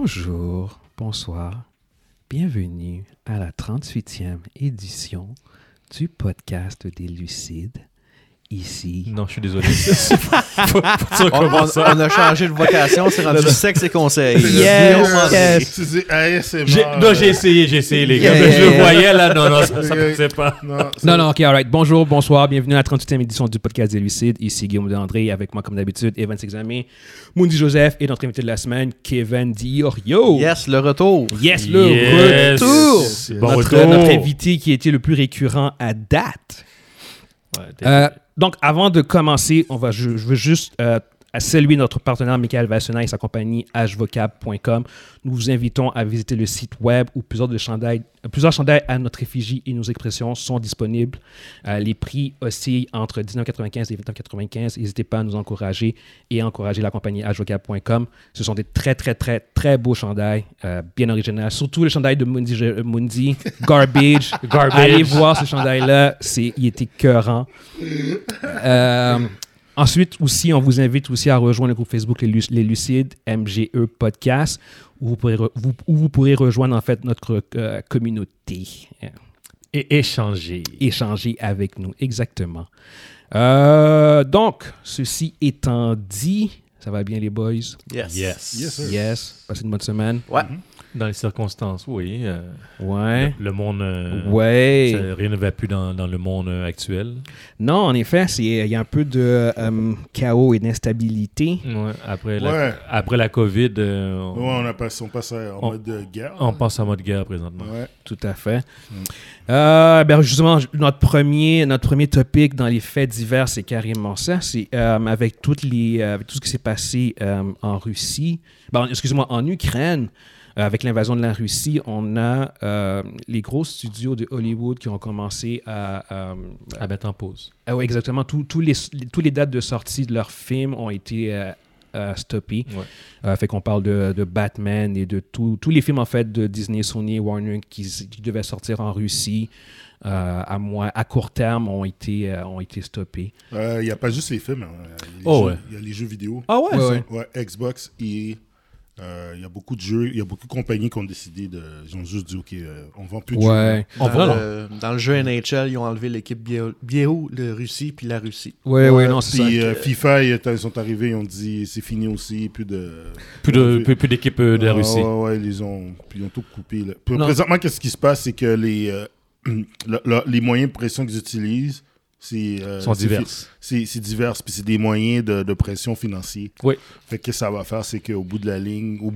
Bonjour, bonsoir, bienvenue à la 38e édition du podcast des Lucides. Ici. Non, je suis désolé. on a changé de vocation, c'est rendu sexe et conseil. Yes. Non, j'ai essayé, les gars. Je le voyais là, non, ça passait pas. Non, ok, alright. Bonjour, bonsoir, bienvenue à la 38e édition du podcast des Lucides. Ici Guillaume d'André, avec moi comme d'habitude, Evan Sexamé, Mundi Joseph et notre invité de la semaine, Kevin Diorio. Yes, le retour. Yes, le retour. Bon Notre invité qui était le plus récurrent à date. Donc, avant de commencer, je veux juste saluer notre partenaire Michael Vassena et sa compagnie hvocab.com. Nous vous invitons à visiter le site web où plusieurs chandails à notre effigie et nos expressions sont disponibles. Les prix oscillent entre $19,95 et $29,95. N'hésitez pas à nous encourager et à encourager la compagnie hvocab.com. Ce sont des très, très, très, très beaux chandails, bien originaux. Surtout le chandail de Mundi Garbage. Allez voir ce chandail-là, il était écœurant. Ensuite, aussi, on vous invite aussi à rejoindre le groupe Facebook Les Lucides, MGE Podcast, où vous pourrez rejoindre en fait notre communauté. Et échanger. Échanger avec nous, exactement. Donc, ceci étant dit, ça va bien les boys? Yes. Passez une bonne semaine? Ouais. Dans les circonstances, oui. Ouais. Le monde... rien ne va plus dans le monde actuel. Non, en effet, il y a un peu de chaos et d'instabilité. Ouais. Après la COVID... on passe en mode guerre. On passe en mode guerre présentement. Ouais. Tout à fait. Justement, notre premier topic dans les faits divers, c'est carrément ça. C'est avec tout ce qui s'est passé en Russie, en Ukraine. Avec l'invasion de la Russie, on a les gros studios de Hollywood qui ont commencé à mettre en pause. Oui, exactement. Tous les dates de sortie de leurs films ont été stoppées. Ouais. Fait qu'on parle de Batman et de tous les films en fait de Disney, Sony, Warner qui devaient sortir en Russie à court terme ont été stoppés. Il n'y a pas juste les films. Il y a les jeux vidéo. Ah ouais? Ouais, Xbox et... il y a beaucoup de jeux, il y a beaucoup de compagnies qui ont décidé ils ont juste dit OK, on vend plus de jeux. Dans le jeu NHL, ils ont enlevé l'équipe Biélorussie puis la Russie. Oui, non, c'est ça. Puis FIFA, ils sont arrivés, ils ont dit c'est fini aussi, plus d'équipe de la Russie. Ouais, ils ont tout coupé. Là. Présentement, qu'est-ce qui se passe, c'est que les moyens de pression qu'ils utilisent sont diverses. C'est divers, puis c'est des moyens de pression financiers. Oui. Fait que ça va faire, c'est qu'au bout de la ligne, au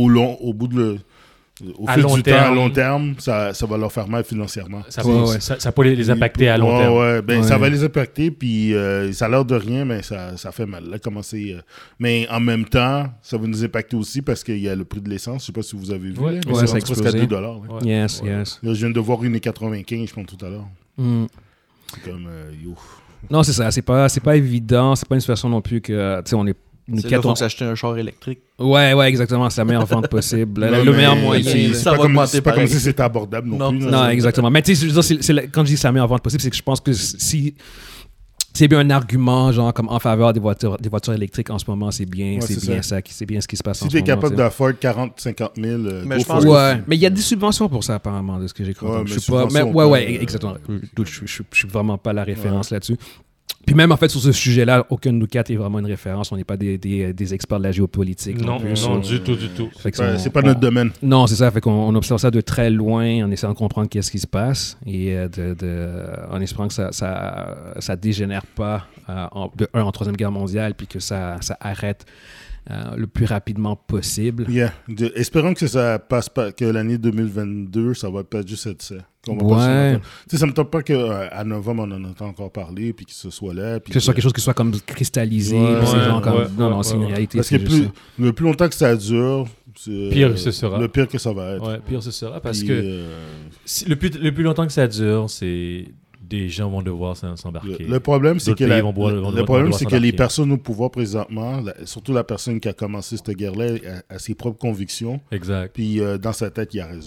long terme, ça va leur faire mal financièrement. Ça peut les impacter à long terme. Ça va les impacter, puis ça a l'air de rien, mais ça fait mal. Là, mais en même temps, ça va nous impacter aussi parce qu'il y a le prix de l'essence. Je ne sais pas si vous avez vu. Ouais, ça a presque à $2. Là. Yes. Là, je viens de voir 1,95 je pense, tout à l'heure. C'est comme Non, c'est ça. C'est pas évident. C'est pas une situation non plus que on est. C'est là qu'il faut s'acheter un char électrique. Ouais, exactement. C'est la meilleure vente possible. Le meilleur moyen. C'est pas comme si c'était abordable non plus. Non, exactement. Mais tu sais, quand je dis c'est la meilleure vente possible, c'est que je pense que si c'est bien un argument genre comme en faveur des voitures électriques en ce moment, c'est bien ce qui se passe en ce moment. Si tu es capable d'afford 40-50 000, mais je pense mais il y a des subventions pour ça apparemment de ce que j'ai cru. Je sais pas, mais exactement. Je suis vraiment pas la référence là-dessus. Puis même, en fait, sur ce sujet-là, aucun de nous quatre est vraiment une référence. On n'est pas des experts de la géopolitique. Non, du tout. C'est pas notre domaine. Non, c'est ça. Fait qu'on observe ça de très loin en essayant de comprendre qu'est-ce qui se passe et en espérant que ça dégénère pas en Troisième Guerre mondiale puis que ça arrête le plus rapidement possible. Yeah. Espérons que ça passe pas, que l'année 2022, ça va pas juste être ça. Ça me tombe pas qu'à novembre, on en entend encore parler, puis que ce soit là. Puis que ce soit quelque chose qui soit comme cristallisé. Non, c'est une réalité. Parce que le plus longtemps que ça dure, pire ce sera. Le pire que ça va être. Ouais, pire ce sera, parce que le plus longtemps que ça dure, c'est... des gens vont devoir s'embarquer. Le problème, c'est que les personnes au pouvoir présentement, surtout la personne qui a commencé cette guerre-là, a ses propres convictions. Exact. Puis dans sa tête, il a raison.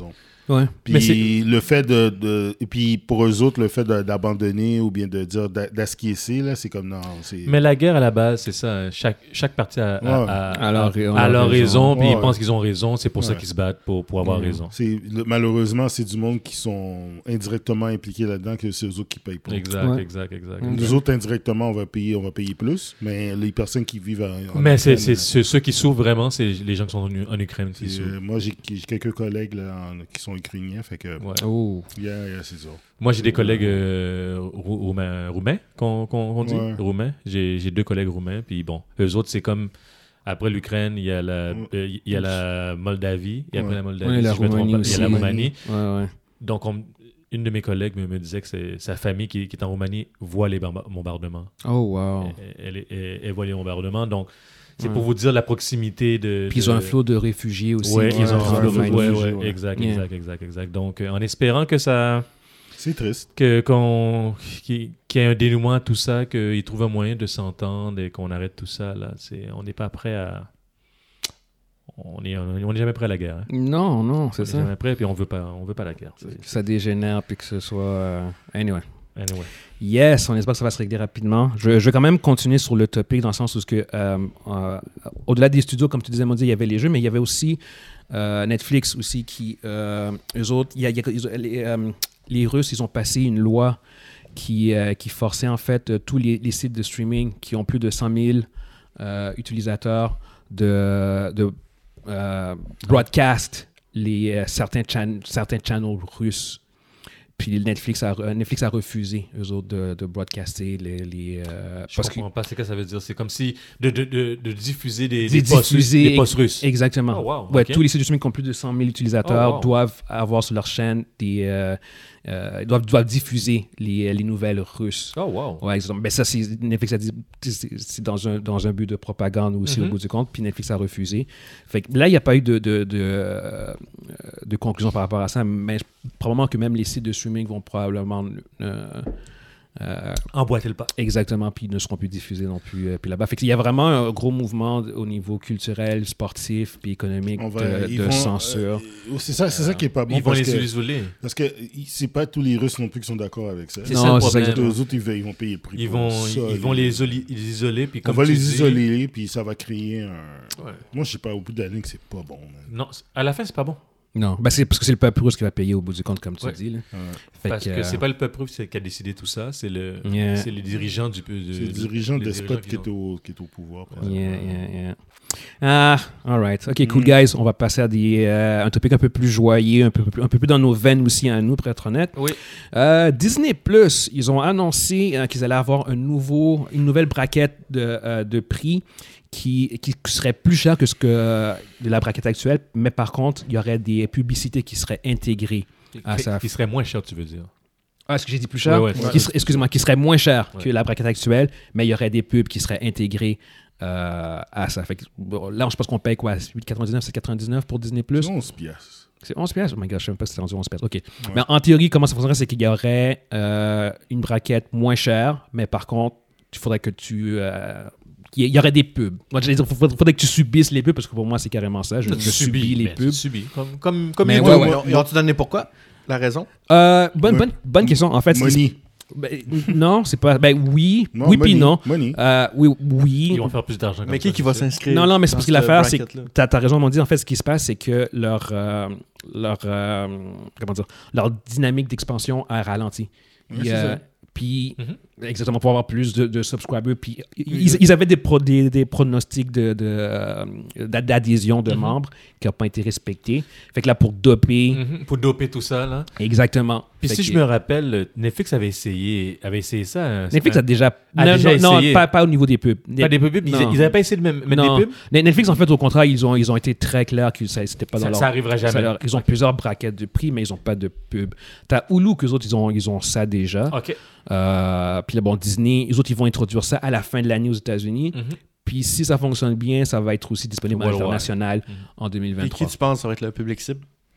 Ouais. Puis le fait et puis pour eux autres, le fait d'abandonner ou bien de dire d'acquiescer, là, c'est comme non. Mais la guerre, à la base, c'est ça. Chaque parti a leur raison, puis ils pensent qu'ils ont raison. C'est pour ça qu'ils se battent, pour avoir raison. Malheureusement, c'est du monde qui sont indirectement impliqués là-dedans que c'est eux autres qui payent pour. Exact. Nous autres, indirectement, on va payer plus, mais les personnes qui vivent mais c'est ceux qui souffrent vraiment, c'est les gens qui sont en Ukraine. Moi, j'ai quelques collègues là, qui sont ukrainiens, fait que... c'est ça. Moi, j'ai des collègues roumains, qu'on dit. Ouais. Roumains. J'ai 2 collègues roumains, puis bon, eux autres, c'est comme... Après l'Ukraine, il y a la Moldavie, et après la Moldavie, la Roumanie il y a la Roumanie. Ouais. Donc, une de mes collègues me disait que sa famille qui est en Roumanie voit les bombardements. Oh, wow. Elle voit les bombardements, donc... C'est pour vous dire la proximité de... Puis ils ont un flot de réfugiés aussi. Oui, ils ont un flot de réfugiés. Exact. Donc, en espérant que ça... C'est triste. Qu'il y ait un dénouement à tout ça, qu'ils trouvent un moyen de s'entendre et qu'on arrête tout ça. Là. On n'est pas prêt à... On n'est jamais prêt à la guerre. Hein. Non, c'est ça. On n'est jamais prêt, puis on veut pas la guerre. Que ça dégénère, puis que ce soit... Anyway. Yes, on espère que ça va se régler rapidement. Je vais quand même continuer sur le topic dans le sens où au-delà des studios, comme tu disais, Maudit, il y avait les jeux, mais il y avait aussi Netflix aussi qui, eux autres, les Russes, ils ont passé une loi qui forçait en fait tous les sites de streaming qui ont plus de 100 000 utilisateurs de broadcast certains channels russes. Puis Netflix a refusé, eux autres, de broadcaster les je comprends pas, c'est quoi ça veut dire? C'est comme si de diffuser des posts russes. Exactement. Oh, wow, ouais, okay. Tous les sites de streaming qui ont plus de 100 000 utilisateurs doivent avoir sur leur chaîne doivent diffuser les nouvelles russes. Oh, wow. Ouais, exactement. Ben ça, Netflix a dit c'est dans un but de propagande aussi au bout du compte, puis Netflix a refusé. Fait que là, il n'y a pas eu de conclusion par rapport à ça, mais probablement que même les sites de streaming vont probablement emboîter le pas. Exactement, puis ils ne seront plus diffusés non plus puis là-bas. Fait qu'il y a vraiment un gros mouvement au niveau culturel, sportif, puis économique de censure. C'est ça qui est pas bon. Ils vont les isoler. Parce que c'est pas tous les Russes non plus qui sont d'accord avec ça. C'est ça le problème. Eux autres, ils vont payer le prix. Ils vont les isoler. Puis on va les isoler, puis ça va créer un... Ouais. Moi, je sais pas, au bout de l'année, que c'est pas bon. Man. Non, à la fin, c'est pas bon. Non, c'est parce que c'est le peuple russe qui va payer au bout du compte, comme tu dis. Là. Parce que c'est pas le peuple russe qui a décidé tout ça, c'est les dirigeants du peuple. C'est les dirigeants despotes qui est au pouvoir. All right. OK, cool, guys. On va passer à un topic un peu plus joyeux, un peu plus dans nos veines aussi, à nous, pour être honnête. Oui. Disney+, ils ont annoncé qu'ils allaient avoir une nouvelle braquette de prix qui serait plus cher que de la braquette actuelle, mais par contre, il y aurait des publicités qui seraient intégrées à ça. Qui seraient moins chères, tu veux dire? Ah, est-ce que j'ai dit plus cher? Excusez-moi, qui serait moins cher que la braquette actuelle, mais il y aurait des pubs qui seraient intégrées à ça. Fait que, là, je pense qu'on paye quoi? 8,99, 7,99 pour Disney+? C'est 11 piastres. C'est 11 piastres? Oh my God, je ne sais même pas si c'est rendu 11 piastres. OK. Ouais. Mais en théorie, comment ça fonctionnerait, c'est qu'il y aurait une braquette moins chère, mais par contre, il faudrait que tu... il y aurait des pubs. Moi, il faudrait que tu subisses les pubs, parce que pour moi, c'est carrément ça. Je subis les pubs. Comme mais ils ont-tu donné pourquoi? La raison? Bonne question. En fait, Money. Non, c'est pas... oui, puis non. Oui. Ils vont faire plus d'argent. Mais qui va s'inscrire? Non, mais c'est parce que l'affaire, c'est que... T'as raison, mon dit. En fait, ce qui se passe, c'est que leur dynamique d'expansion a ralenti. Puis, exactement, pour avoir plus de subscribers. Puis, ils avaient des pronostics d'adhésion de membres qui n'ont pas été respectés. Fait que là, pour doper... Pour doper tout ça, là. Exactement. Puis si je me rappelle, Netflix avait essayé ça. Netflix a déjà essayé. Non, pas au niveau des pubs. Pas des pubs? Ils n'avaient pas essayé de mettre des pubs? Netflix, en fait, au contraire, ils ont été très clairs que c'était pas dans leur... Ça arrivera jamais. Ils ont plusieurs braquettes de prix, mais ils n'ont pas de pub. T'as Hulu, qu'eux autres, ils ont ça déjà. OK. Puis là, Disney, eux autres, ils vont introduire ça à la fin de l'année aux États-Unis. Puis si ça fonctionne bien, ça va être aussi disponible à l'international en 2023. Et qui tu penses ça va être le public cible?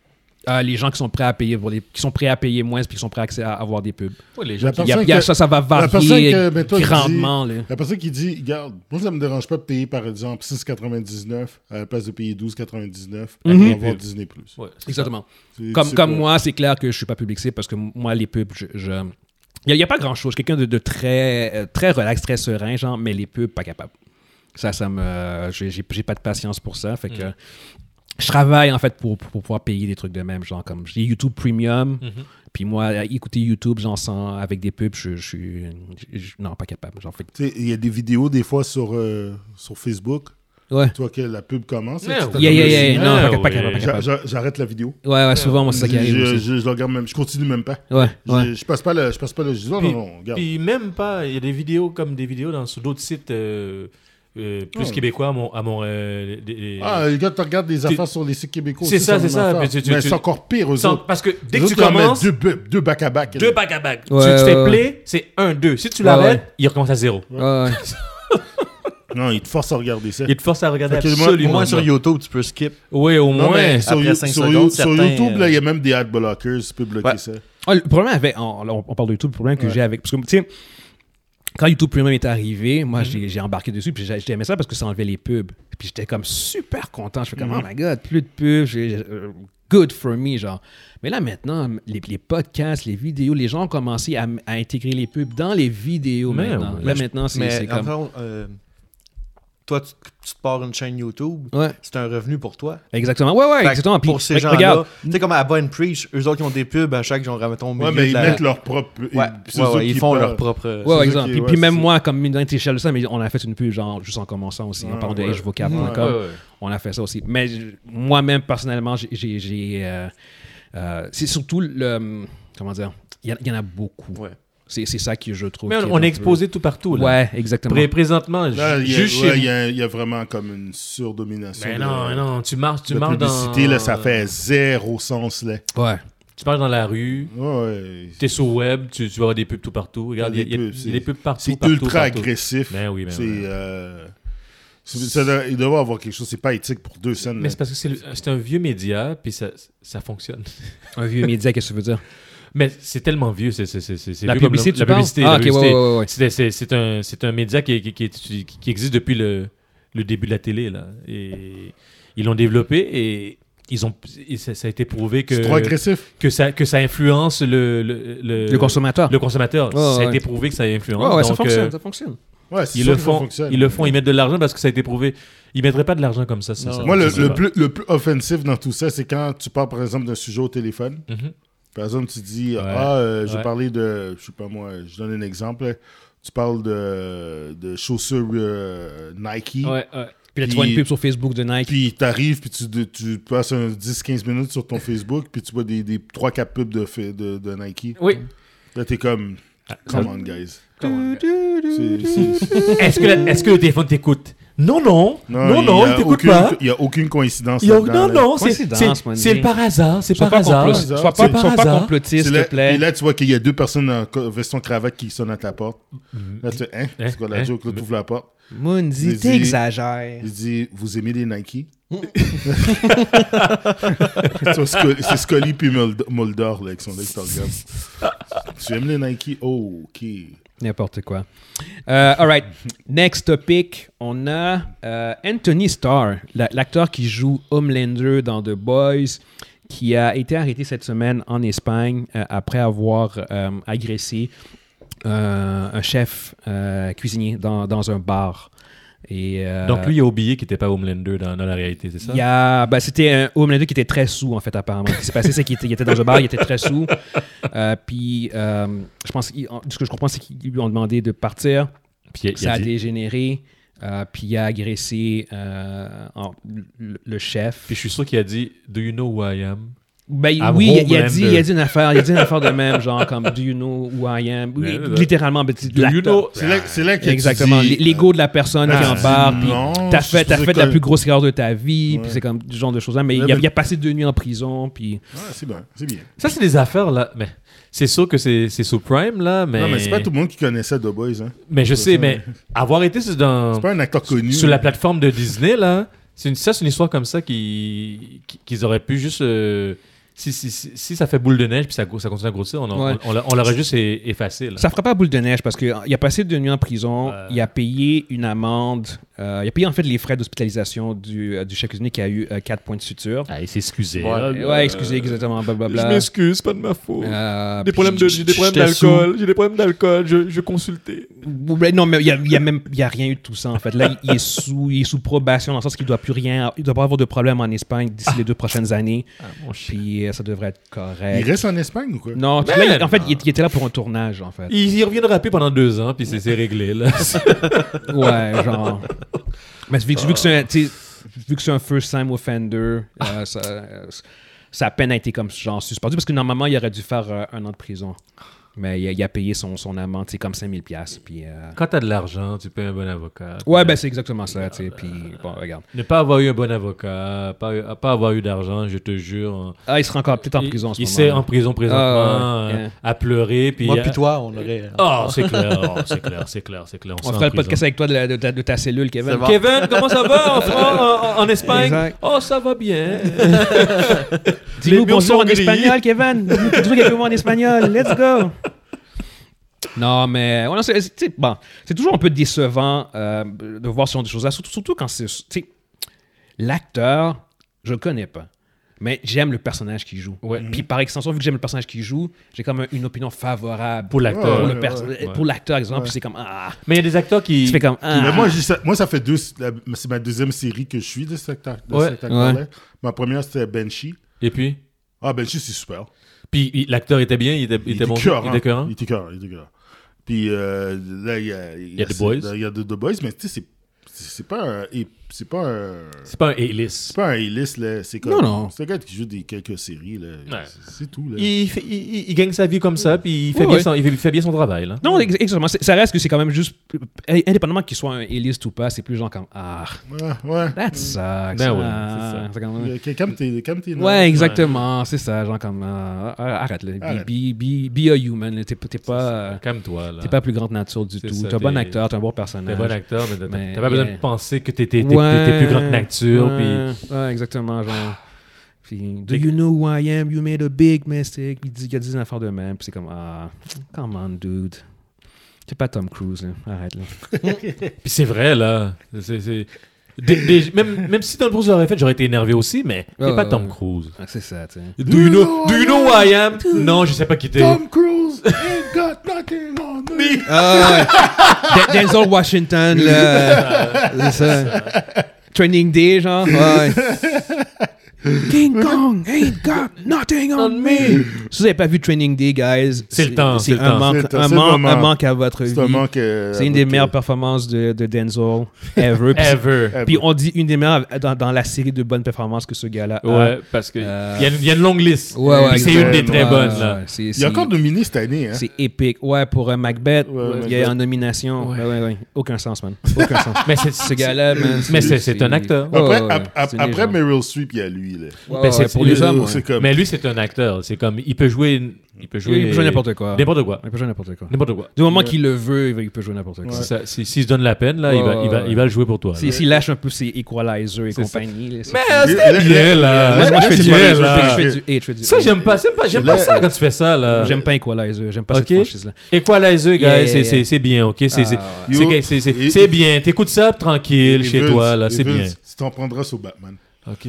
Les gens qui sont prêts à payer qui sont prêts à payer moins puis qui sont prêts à avoir des pubs. Ouais, les gens Ça va varier grandement. La personne qui dit, regarde, moi ça me dérange pas de payer par exemple 6,99 à la place de payer 12,99 pour avoir Disney+. Ouais, exactement. Comme moi, c'est clair que je suis pas public cible parce que moi, les pubs, il n'y a pas grand-chose. Quelqu'un de très, très relax, très serein, genre, mais les pubs, pas capable. J'ai pas de patience pour ça. Fait que je travaille, en fait, pour pouvoir payer des trucs de même. Genre, comme j'ai YouTube Premium, puis moi, écouter YouTube, j'en sens avec des pubs, je suis non, pas capable. Il y a des vidéos, des fois, sur Facebook. Ouais. Toi, que la pub commence. Non, pas capable. J'arrête la vidéo. Ouais, souvent, moi, c'est ça qui arrive. Je regarde même, je continue même pas. Ouais. Je passe pas le. Je dis, non, regarde. Puis même pas, il y a des vidéos comme des vidéos sur d'autres sites plus québécois à mon. Les gars, tu regardes des affaires sur les sites québécois. C'est ça. Mais c'est encore pire aux autres. Parce que dès que tu commences. Deux back-à-back. Deux back-à-back. Tu fais play, c'est 1-2. Si tu l'arrêtes, il recommence à 0. Ouais. Non, il te force à regarder ça. Il te force à regarder absolument. Au moins sur YouTube, tu peux skip. Oui, au moins. Sur YouTube, il y a même des ad blockers. Tu peux bloquer ça. Le problème avec... On parle de YouTube, le problème que j'ai avec... Parce que, tu sais, quand YouTube Premium est arrivé, moi, j'ai embarqué dessus, puis j'ai aimé ça parce que ça enlevait les pubs. Puis j'étais comme super content. Je fais comme, oh my God, plus de pubs. Good for me, genre. Mais là, maintenant, les podcasts, les vidéos, les gens ont commencé à intégrer les pubs dans les vidéos maintenant. Là, maintenant, c'est comme... Toi, tu te pars une chaîne YouTube, c'est un revenu pour toi. Exactement. Ouais, exactement. Pour ces gens-là, tu sais, comme à Abba & Preach, eux autres, ils ont des pubs à chaque genre, mettons, au milieu mais ils mettent leur propre... ils font leur propre... Ouais, exemple. Puis même moi, comme une échelle de ça, mais on a fait une pub, genre, juste en commençant aussi, en parlant de hvocab.com. On a fait ça aussi. Mais moi-même, personnellement, c'est surtout le... Comment dire? Il y en a beaucoup. Ouais. C'est ça que je trouve. Mais on est exposé tout partout. Là. Ouais, exactement. Présentement, il y a vraiment comme une surdomination. Mais non, tu marches dans... La publicité, là, ça fait zéro sens, là. Ouais. Tu marches dans la rue, t'es sur le web, tu vas avoir des pubs tout partout. Regarde, il y a des pubs partout. C'est ultra agressif. Ben oui, il doit y avoir quelque chose, c'est pas éthique pour 2 scènes. Mais c'est parce que c'est un vieux média, puis ça fonctionne. Un vieux média, qu'est-ce que tu veux dire? Mais c'est tellement vieux, c'est la publicité, la publicité. Ah, ok, ouais. C'est un média qui existe depuis le début de la télé, là. Et ils l'ont développé et ça a été prouvé que... C'est trop agressif. Que ça influence le consommateur. Le consommateur. Ça a été prouvé que ça influence. Ouais, donc, ça fonctionne. Ouais, ils le font, ils mettent de l'argent parce que ça a été prouvé. Ils mettraient pas de l'argent comme ça. Moi, le plus offensif dans tout ça, c'est quand tu parles, par exemple, d'un sujet au téléphone. Par exemple, tu dis, j'ai parlé de, je sais pas moi, je donne un exemple. Tu parles de chaussures Nike. Ouais. Puis là, tu vois une pub sur Facebook de Nike. Puis t'arrives, puis tu passes 10-15 minutes sur ton Facebook, puis tu vois des 3-4 pubs de Nike. Oui. Là, t'es comme, come on, guys. Est-ce que le téléphone t'écoute? Non, il t'écoute pas. Il n'y a aucune coïncidence. Non, c'est par hasard. C'est par hasard. Sois pas complotiste, s'il te plaît. Et là, tu vois qu'il y a 2 personnes en veston cravate qui sonnent à ta porte. Là, tu fais, c'est quoi la joke? Là, tu ouvres la porte. Mundi, t'exagères. Il dit, vous aimez les Nike? C'est Scully puis Mulder, là, qui sont là, qui te regardent. Tu aimes les Nike? Oh, OK. N'importe quoi. All right. Next topic, on a Anthony Starr, l'acteur qui joue Homelander dans The Boys, qui a été arrêté cette semaine en Espagne après avoir agressé un chef cuisinier dans un bar. Et, donc lui, il a oublié qu'il n'était pas Homelander dans la réalité, c'est ça? C'était un Homelander qui était très sous, en fait, apparemment. Ce qui s'est passé, c'est qu'il était dans un bar, il était très sous. Puis, je pense, ce que je comprends, c'est qu'ils lui ont demandé de partir. Puis ça a dégénéré. Puis il a agressé le chef. Puis je suis sûr qu'il a dit « Do you know who I am? » Ben, oui, il a dit une affaire de même, genre comme Do you know who I am? Oui, littéralement, c'est là que exactement, tu dis, l'ego de la personne qui en parle, puis t'as fait la plus grosse erreur de ta vie, puis c'est comme ce genre de choses là, mais il a passé 2 nuits en prison, puis c'est bien. Ça, c'est des affaires là, mais c'est sûr que c'est sous Prime là, mais non, mais c'est pas tout le monde qui connaissait The Boys, hein. Mais je sais, mais avoir été c'est pas un acteur connu sur la plateforme de Disney là, c'est une histoire comme ça qu'ils auraient pu juste si ça fait boule de neige puis ça continue à grossir, on l'aurait juste effacé. Là. Ça fera pas boule de neige parce qu'il a passé 2 nuits en prison. Il a payé une amende. Il a payé en fait les frais d'hospitalisation du chef cuisinier qui a eu 4 points de suture. Ah, il s'est excusé. Ouais, excusez, exactement. Blablabla. Je m'excuse, c'est pas de ma faute. J'ai des problèmes d'alcool. Je consultais. Non, mais il y a rien eu de tout ça en fait. Là, il est sous probation dans le sens qu'il doit plus rien. Il doit pas avoir de problème en Espagne d'ici les 2 prochaines années. Puis ça devrait être correct. Il reste en Espagne ou quoi? Non, là, en fait, il était là pour un tournage en fait. Il revient de rapper pendant 2 ans puis c'est réglé là. Ouais, genre. Mais vu que c'est un first-time offender, sa peine a été comme genre suspendue parce que normalement, il aurait dû faire 1 an de prison. Mais il a payé son amende, c'est comme 5 000 $. Puis, quand t'as de l'argent, tu payes un bon avocat. Ouais, ben c'est exactement ça. Puis, bon, regarde. Ne pas avoir eu un bon avocat, pas avoir eu d'argent, je te jure. Il sera encore peut-être en prison en ce moment. Il est en prison présentement, à pleurer. Puis moi puis toi, on aurait... c'est clair. On fera le podcast avec toi de ta cellule, Kevin. Kevin, comment ça va en Espagne? Exact. Oh, ça va bien. Dis-nous bonjour en espagnol, Kevin. Dis-nous quelques mots en espagnol. Let's go. Non, mais ouais, c'est toujours un peu décevant de voir ce genre de choses-là, surtout quand c'est... L'acteur, je le connais pas, mais j'aime le personnage qu'il joue. Ouais. Puis par extension, vu que j'aime le personnage qu'il joue, j'ai comme une opinion favorable pour l'acteur. Pour l'acteur, exemple, puis c'est comme... Mais il y a des acteurs qui... fait comme... Mais moi, ça fait c'est ma 2e série que je suis de cet acteur-là. Ma première, c'était Banshee. Et puis? Banshee, c'est super. Puis l'acteur était bien, il était bon. Il était écœurant. Puis là, il y a The Boys. Il y a The Boys, mais tu sais, c'est pas un A-list. C'est pas un A-list, là. C'est comme... Non. C'est un gars qui joue quelques séries, là. Ouais. C'est tout, là. Il gagne sa vie comme ça, puis il fait bien son travail, là. Non, exactement. Ça reste que c'est quand même juste... Indépendamment qu'il soit un A-list ou pas, c'est plus genre comme... Ouais. That sucks. Ben ouais, c'est ça. Comme t'es ouais, exactement. C'est ça, genre comme... arrête, là. Be a human. T'es pas... Calme-toi, là. T'es pas plus grande nature du tout. T'es un bon acteur, t'es un bon personnage. T'es un bon acteur, mais t'as pas besoin de penser que t'es plus grande nature. Ouais, exactement, genre... Puis, do you know who I am? You made a big mistake. Il y a des affaires de même. Puis c'est comme, come on, dude. C'est pas Tom Cruise, là. Arrête, là. Puis c'est vrai, là. Même si Tom Cruise l'aurait fait, j'aurais été énervé aussi, mais t'es pas Tom Cruise. C'est ça, tu sais. Do you know who I am? Non, je sais pas qui t'es. Tom Cruise ain't got nothing on me. Denzel Washington, là. C'est ça. Training Day, genre. Ouais. King Kong ain't got nothing on me. Si vous n'avez pas vu Training Day, guys, c'est un manque à votre vie. C'est une des meilleures performances de Denzel ever. Puis on dit une des meilleures dans la série de bonnes performances que ce gars-là a. Ouais, parce qu'il y a une longue liste. Ouais, c'est une des très bonnes. Là. Il y a encore nominé cette année. Hein? C'est épique. Ouais, pour Macbeth, il y a une nomination. Ouais. Aucun sens, man. Aucun sens. Mais ce gars-là, man. Mais c'est un acteur. Après Meryl Streep, il y a lui. Pour les hommes, comme... Mais lui, c'est un acteur. C'est comme, il peut jouer n'importe quoi. Il peut jouer n'importe quoi. Du moment qu'il le veut, il peut jouer n'importe quoi. C'est ça. S'il se donne la peine, là, il va le jouer pour toi. S'il lâche un peu ses equalizers et compagnie. Mais c'était bien, là. Moi, je fais du ça, j'aime pas ça quand tu fais ça, là. J'aime pas Equalizer. J'aime pas cette franchise-là. Equalizer, guys, c'est bien, OK? C'est bien. T'écoutes ça tranquille chez toi, là. C'est bien. Tu t'en prendras sur Batman. OK.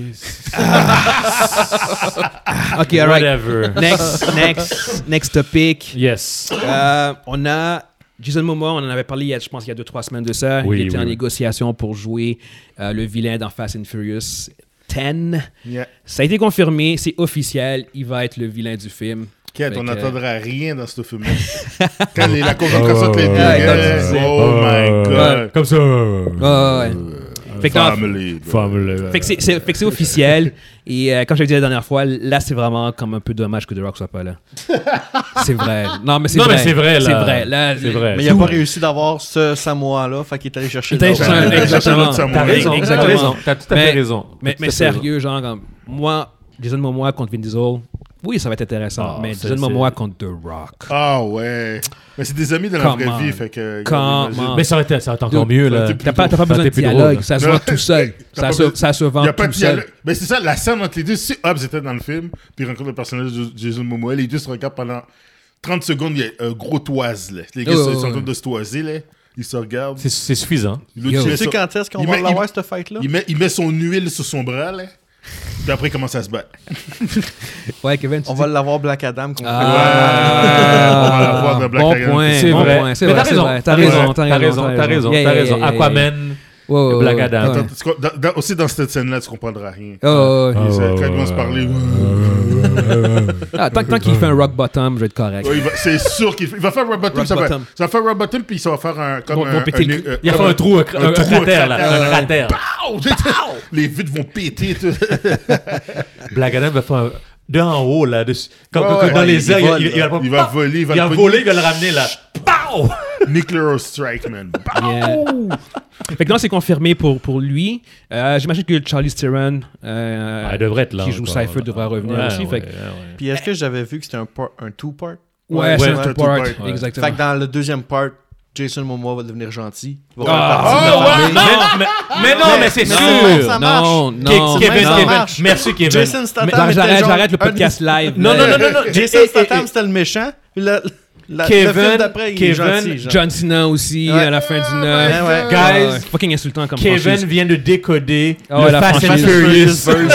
OK, all right. Whatever. Next topic. Yes. On a Jason Momoa, on en avait parlé, je pense, il y a 2-3 semaines de ça. Il était en négociation pour jouer le vilain dans Fast and Furious 10. Yeah. Ça a été confirmé, c'est officiel, il va être le vilain du film. On n'attendra rien dans ce film-là. Quand la convocation de les oh my God. Comme ça. Family. Fait que c'est officiel. Et comme je l'ai dit la dernière fois, là, c'est vraiment comme un peu dommage que The Rock soit pas là. C'est vrai. Non, mais c'est vrai. Mais c'est vrai, là. C'est vrai. Là, c'est vrai. Mais il n'a pas réussi d'avoir ce Samoa-là. Fait qu'il est allé chercher exactement. T'as raison. T'as tout à fait raison. Mais sérieux, genre, comme, moi, Jason Momoa contre Vin Diesel, Oui, ça va être intéressant. Mais c'est- Jason Momoa contre The Rock. Ah ouais. Mais c'est des amis de la Come vraie on. vie, fait que... Come imagine. on. Mais ça aurait été encore mieux, là. T'as pas besoin de été plus dialogue. drôle. Ça se Non. vend tout seul. T'as Ça se Il vend n'y a pas de tout seul. dialogue. Mais c'est ça, la scène entre les deux. Si Hobbs était dans le film, puis il rencontre le personnage de Jason Momoa, les deux se regardent pendant 30 secondes, il y a un gros toise, là. Les gars sont en train de se toiser, là. Ils se regardent. C'est suffisant. L'autre, Yo. il met Tu sais son- quand est-ce qu'on il va met- l'avoir, cette fight-là? il met son huile sur son bras, là. Puis après, il commence à se battre. Ouais, Kevin, tu On dis- va l'avoir Black Adam contre Ah, On va la voir dans Black bon Adam. point, C'est bon vrai. point, c'est Mais vrai, t'as c'est raison. vrai. T'as raison. T'as raison. Aquaman, Ouais, Black ouais, Adam. ouais. Aussi, dans cette scène-là, tu comprendras rien. Oh, ouais. Quand ils vont se parler... Ah, tant qu'il fait un rock bottom, je vais être correct. Ouais, c'est sûr qu'il va faire rock bottom. Rock Ça va bottom. faire rock bottom, puis ça va faire un... Comme Vont péter le cul. il a fait un trou, un cratère, là. Un cratère. Les vitres vont péter. Tout. Black Adam va faire un... d'en haut, là. Comme Ouais, dans ouais, les airs, il va voler. Il va voler, il va le ramener, là. Pow! Nuclear Strike, man. Yeah. Fait que non, c'est confirmé pour lui. J'imagine que Charlize Theron, Elle devrait être là. qui joue encore, Cypher, là. devrait revenir Ouais, aussi. ouais, Fait que- ouais. Puis est-ce que j'avais vu que c'était un two-part? Ouais, c'est ouais, un two two-part, part, ouais. exactement. Fait que dans le deuxième part, Jason Momoa va devenir gentil. Il va Ah, faire partie de la famille. Mais non, mais c'est non, sûr. ça marche. Non, Kevin, ça Kevin. marche. Merci, Kevin. Jason Statham J'arrête le podcast live. Non, non, non, non, non. Jason Statham, c'était le méchant. Puis le Kevin, film d'après, il est Kevin, gentil. genre. John Cena aussi, Ouais. à la fin du 9. Ouais, ouais. Guys, Fucking insultant comme Kevin franchise. vient de décoder Oh, le la Fast and franchise. Furious.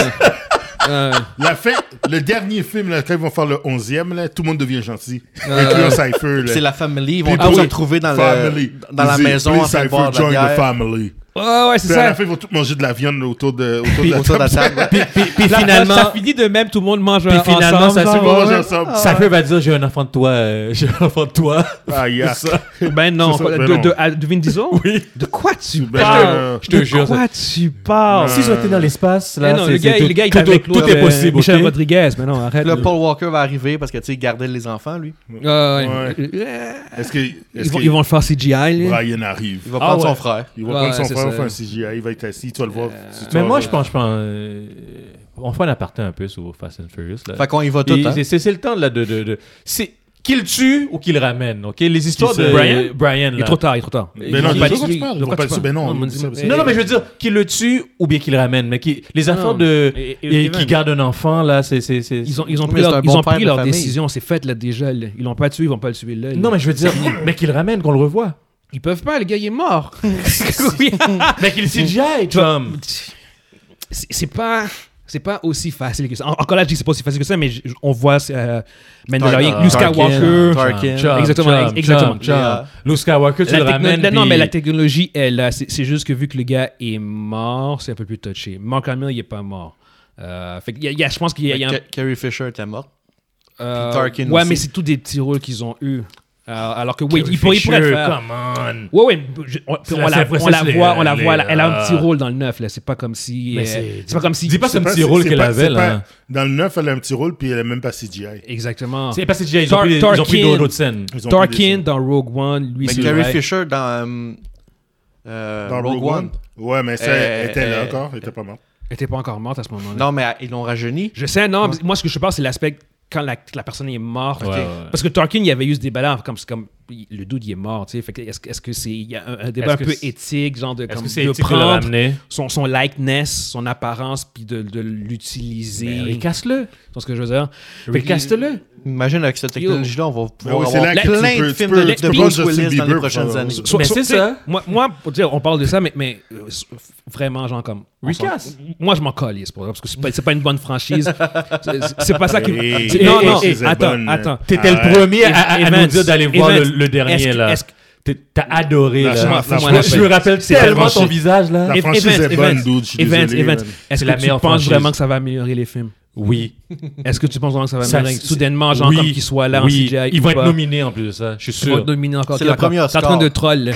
La fin, le dernier film, là, quand ils vont faire le 11e, là, tout le monde devient gentil. Incluant Cypher. Là. C'est la famille. Ils vont People- tous se retrouver dans Family. la Ils maison disent, en train de Please, boire de Cypher, la join the bière. family. Ouais, c'est Puis à la ça. fin, ils vont tous manger de la viande autour de Autour de la table. table. Puis finalement, ça finit de même, tout le monde mange Puis finalement, ensemble. ça se genre, Mange ouais. ensemble. Cypher va dire j'ai un enfant de toi, j'ai un enfant de toi. Ah, yeah. Ben non, C'est ça, ben de Vin Diesel? Oui. De quoi tu Ben, parles? Je te De jure. quoi tu parles? Si ils ont été dans l'espace, Mais là, non, c'est le gars, il est tout avec tout l'autre, est possible. Michel ok? Rodriguez, mais non, arrête. Là, Paul Walker va arriver parce que, tu sais, il gardait les enfants, lui. Ouais. Est-ce que Ils vont le faire CGI, là. Brian arrive? Il va prendre ouais. son frère. Il va Ouais, prendre son c'est frère, ça. faire un CGI, il va être assis, tu vas le voir. Mais moi, je pense, on fait un aparté un peu sur Fast and Furious. Là. Fait qu'on y va tout, Et hein. c'est le temps là, c'est qu'il tue ou qu'il ramène, ok? Les histoires Qui de c'est? Brian, Il est là. trop tard, il est trop tard. Mais non, Il- pas il- de quoi tu parles. Ils vont pas dessus, ben non. Non, Non, mais je veux dire, qu'il le tue ou bien qu'il ramène. Mais les affaires Non. de. Et qui garde un enfant, là, c'est. Ils ont Mais pris c'est un bon père de leur famille. décision, c'est fait là déjà. Là. Ils l'ont pas tué, ils vont pas le tuer là. Non, mais je veux dire, mais qu'il ramène, qu'on le revoie. Ils peuvent pas, le gars il est mort. Oui. Mais qu'il CGI, chum. C'est pas aussi facile que ça. Encore là, je dis que c'est pas aussi facile que ça, mais on voit Mandalorian, Luke Skywalker. Tarkin. Exactement. Luke Skywalker, tu le ramènes. Non, puis- mais la technologie est là. C'est juste que vu que le gars est mort, c'est un peu plus touché. Mark Hamill, il est pas mort. Fait qu'il y a, je pense qu'il y a un... Carrie Fisher était morte. Euh, Tarkin ouais, aussi. mais c'est tous des petits rôles qu'ils ont eu. Alors que oui, Carrie il pourrait le Fisher, faire. Come on. Ouais, on C'est la la voit, princesse elle a un petit Léa. rôle dans le 9 là. C'est pas comme si, Mais c'est pas comme si. Dis pas ce petit rôle qu'elle avait, là. Dans le 9, elle a un petit rôle, puis elle a même pas CGI. Exactement. C'est parce que ils ont pris d'autres scènes. Ils ont pris Tarkin des- dans Rogue One, lui Mais c'est Carrie vrai. Fisher dans Rogue One. Ouais, mais ça, elle était là encore, elle était pas morte. Elle était pas encore morte à ce moment-là. Non, mais ils l'ont rajeuni. Je sais, non. Moi, ce que je parle, c'est l'aspect quand la personne est morte. Ouais, ouais. Parce que Tarkin, il y avait eu ce débat-là, comme le dude, il est mort, tu sais. Fait que est-ce que c'est... Il y a un débat un Est-ce que peu c'est- éthique, genre de, Est-ce comme, que c'est de éthique de le prendre ramener? son likeness, son apparence, puis de l'utiliser. Mais recasse-le. Tu vois ce que je veux dire? Recaste-le. Imagine avec cette technologie-là, on va pouvoir Ouais, c'est avoir là que tu plein peux- de tu films peux- de tu peux Bruce prendre Justin Willis dans les Bieber prochaines pour- années. Mais c'est ça. Moi, pour dire, on parle de ça, mais vraiment, genre comme... Recasse. Moi, je m'en calisse pour ça, parce que c'est pas une bonne franchise. C'est pas ça qui... Hey, Non, hey, non, hey, c'est attends, bonne. attends. T'étais le Ah, premier à nous Evans, dire d'aller voir Evans, le dernier, là. T'as adoré, La là. chance- la Fais-moi chance- Je me rappelle C'est tellement la ton franchise. visage, là. La franchise est bonne, dude, je suis désolé. man. Est-ce C'est que la tu meilleure penses franchise. vraiment que ça va améliorer les films? Oui. Est-ce que tu penses vraiment que ça va Ça, améliorer? c'est- Soudainement, genre, oui. comme qu'ils soient là en Oui. CGI. Ils ou vont être pas. nominés en plus de ça, je suis Ils vont sûr. être nominés encore. C'est le premier T'es en train Oscar. de troll, là.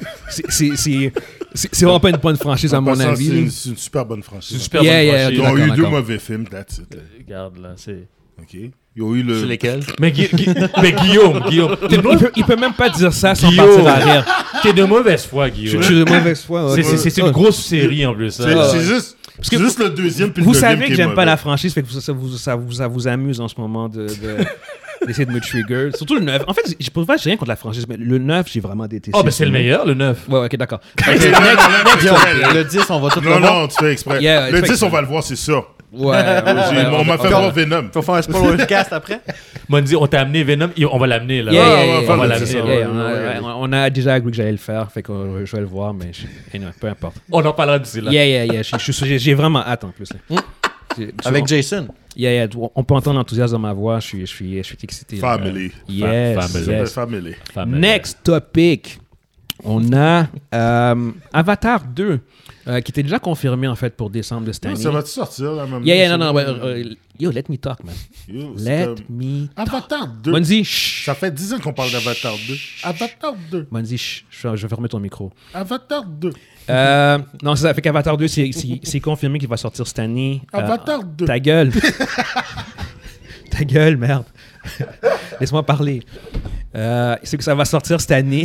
C'est vraiment pas une bonne franchise, à En mon passant, avis. c'est là. c'est une super bonne franchise. C'est une super Yeah, bonne yeah, franchise. Ils ont D'accord, eu deux d'accord. mauvais films, that's it. Regarde, là, c'est... OK. Ils ont eu C'est lesquels? Mais Guillaume. Il peut même pas dire ça sans Guillaume. partir derrière. T'es de mauvaise foi, Guillaume. Je suis de mauvaise foi. Ouais. C'est une grosse série en plus. C'est juste le deuxième puis le Vous deuxième savez qui que est j'aime pas mauvais. la franchise, fait que ça vous amuse en ce moment d'essayer de me trigger. Surtout le 9. En fait, j'ai rien contre la franchise, mais le 9, j'ai vraiment détesté. Oh, ben c'est le meilleur, le 9. Ouais, ok, d'accord. Le 10, on va tout le voir. Non, tu fais exprès. Yeah, Le tu fais 10, on va le voir, c'est sûr. Ouais. On m'a fait voir Venom. Faut faire un spoilercast après? Mondi, on t'a amené Venom, on va l'amener là. on va l'amener, ça. là. On a déjà agréé que j'allais le faire, fait que je vais le voir, mais anyway, peu importe. On en parlera d'ici là. J'ai vraiment hâte en plus. Là. Avec Jason. On peut entendre l'enthousiasme dans ma voix, je suis excité. là. Family. Yes. Family. Next topic. On a Avatar 2, qui était déjà confirmé en fait pour décembre de cette année. Ça va-tu sortir la même Yo, let me talk, man. Yo, Let me talk. Avatar 2. Monzi, chut. Ça fait 10 ans qu'on parle d'Avatar 2. Avatar 2. Monzi, chut. Je vais fermer ton micro. Avatar 2. Non, c'est ça. Fait qu'Avatar 2, c'est confirmé qu'il va sortir cette année. Avatar 2. Ta gueule. Ta gueule, merde. Laisse-moi parler. C'est que ça va sortir cette année.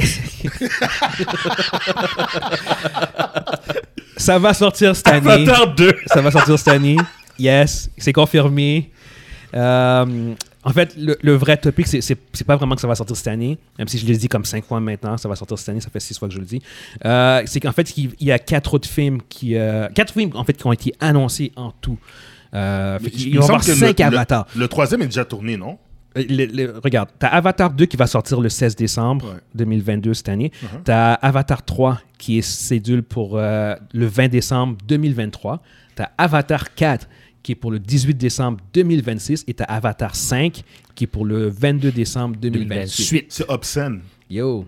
Ça va sortir cette année. Avatar 2. Ça va sortir cette année. Yes, c'est confirmé. En fait, le vrai topic, c'est pas vraiment que ça va sortir cette année, même si je l'ai dit comme 5 fois maintenant, ça va sortir cette année, ça fait 6 fois que je le dis. C'est qu'en fait, il y a 4 autres films qui ont été annoncés en tout. Il va y avoir 5 avatars. Le troisième est déjà tourné, non? Regarde, t'as Avatar 2 qui va sortir le 16 décembre 2022 cette année. T'as Avatar 3 qui est cédule pour le 20 décembre 2023. T'as Avatar 4 qui est pour le 18 décembre 2026 et t'as Avatar 5 qui est pour le 22 décembre 2028. C'est obscène. Yo,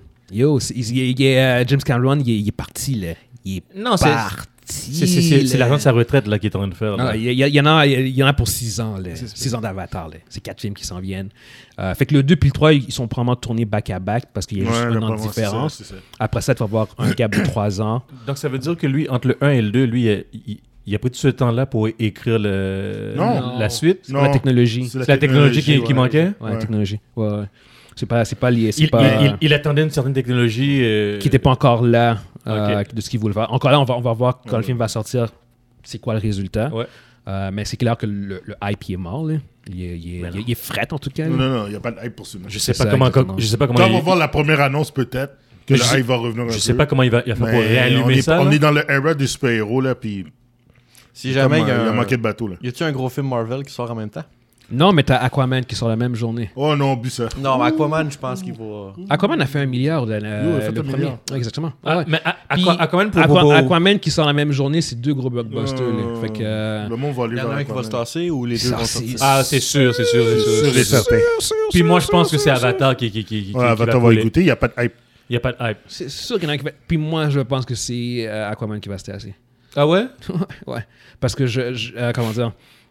James Cameron, il est parti, là. Il est parti. C'est l'argent de sa retraite là, qu'il est en train de faire. Là. Il y en a pour 6 ans. 6 ans d'Avatar. C'est 4 films qui s'en viennent. Fait que le 2 puis le 3, ils sont probablement tournés back-à-back parce qu'il y a juste un an de différence. C'est ça. Après ça, tu vas avoir un gap de 3 ans. Donc ça veut dire que lui, entre le 1 et le 2, lui, il a pris tout ce temps-là pour écrire la suite. C'est la technologie. C'est la technologie qui manquait? Ouais, la technologie. Ouais. C'est pas lié. Il attendait une certaine technologie. Qui n'était pas encore là de ce qu'il voulait faire. Encore là, on va voir quand le film va sortir, c'est quoi le résultat. Ouais. Mais c'est clair que le hype il est mort. Là. Il est fret en tout cas. Non, il n'y a pas de hype pour ce film. Je sais pas comment. Quand on va voir la première annonce, peut-être que le hype va revenir un peu. Je sais pas comment il va faire pour réallumer ça. On est dans le era des super-héros, là, puis... Si jamais il y a manqué de bateau, là. Y a-tu un gros film Marvel qui sort en même temps? Non, mais t'as Aquaman qui sort la même journée. Oh non, oublie ça. Non, mais Aquaman, je pense qu'il va... Aquaman a fait 1 milliard il a fait le 1 premier. milliard. Exactement. Mais Puis, Aquaman qui sort la même journée, c'est 2 gros blockbusters. Là. Fait que, le monde va aller Il y en a un qui va se tasser ou les deux vont sortir? Ah, c'est sûr. C'est certain. Puis moi, je pense que c'est Avatar qui Avatar va écouter, il n'y a pas de hype. Il n'y a pas de hype. c'est sûr qu'il y en a qui va... Puis moi, je pense que c'est Aquaman qui va se tasser. Ah ouais? Ouais. Parce que comment dire...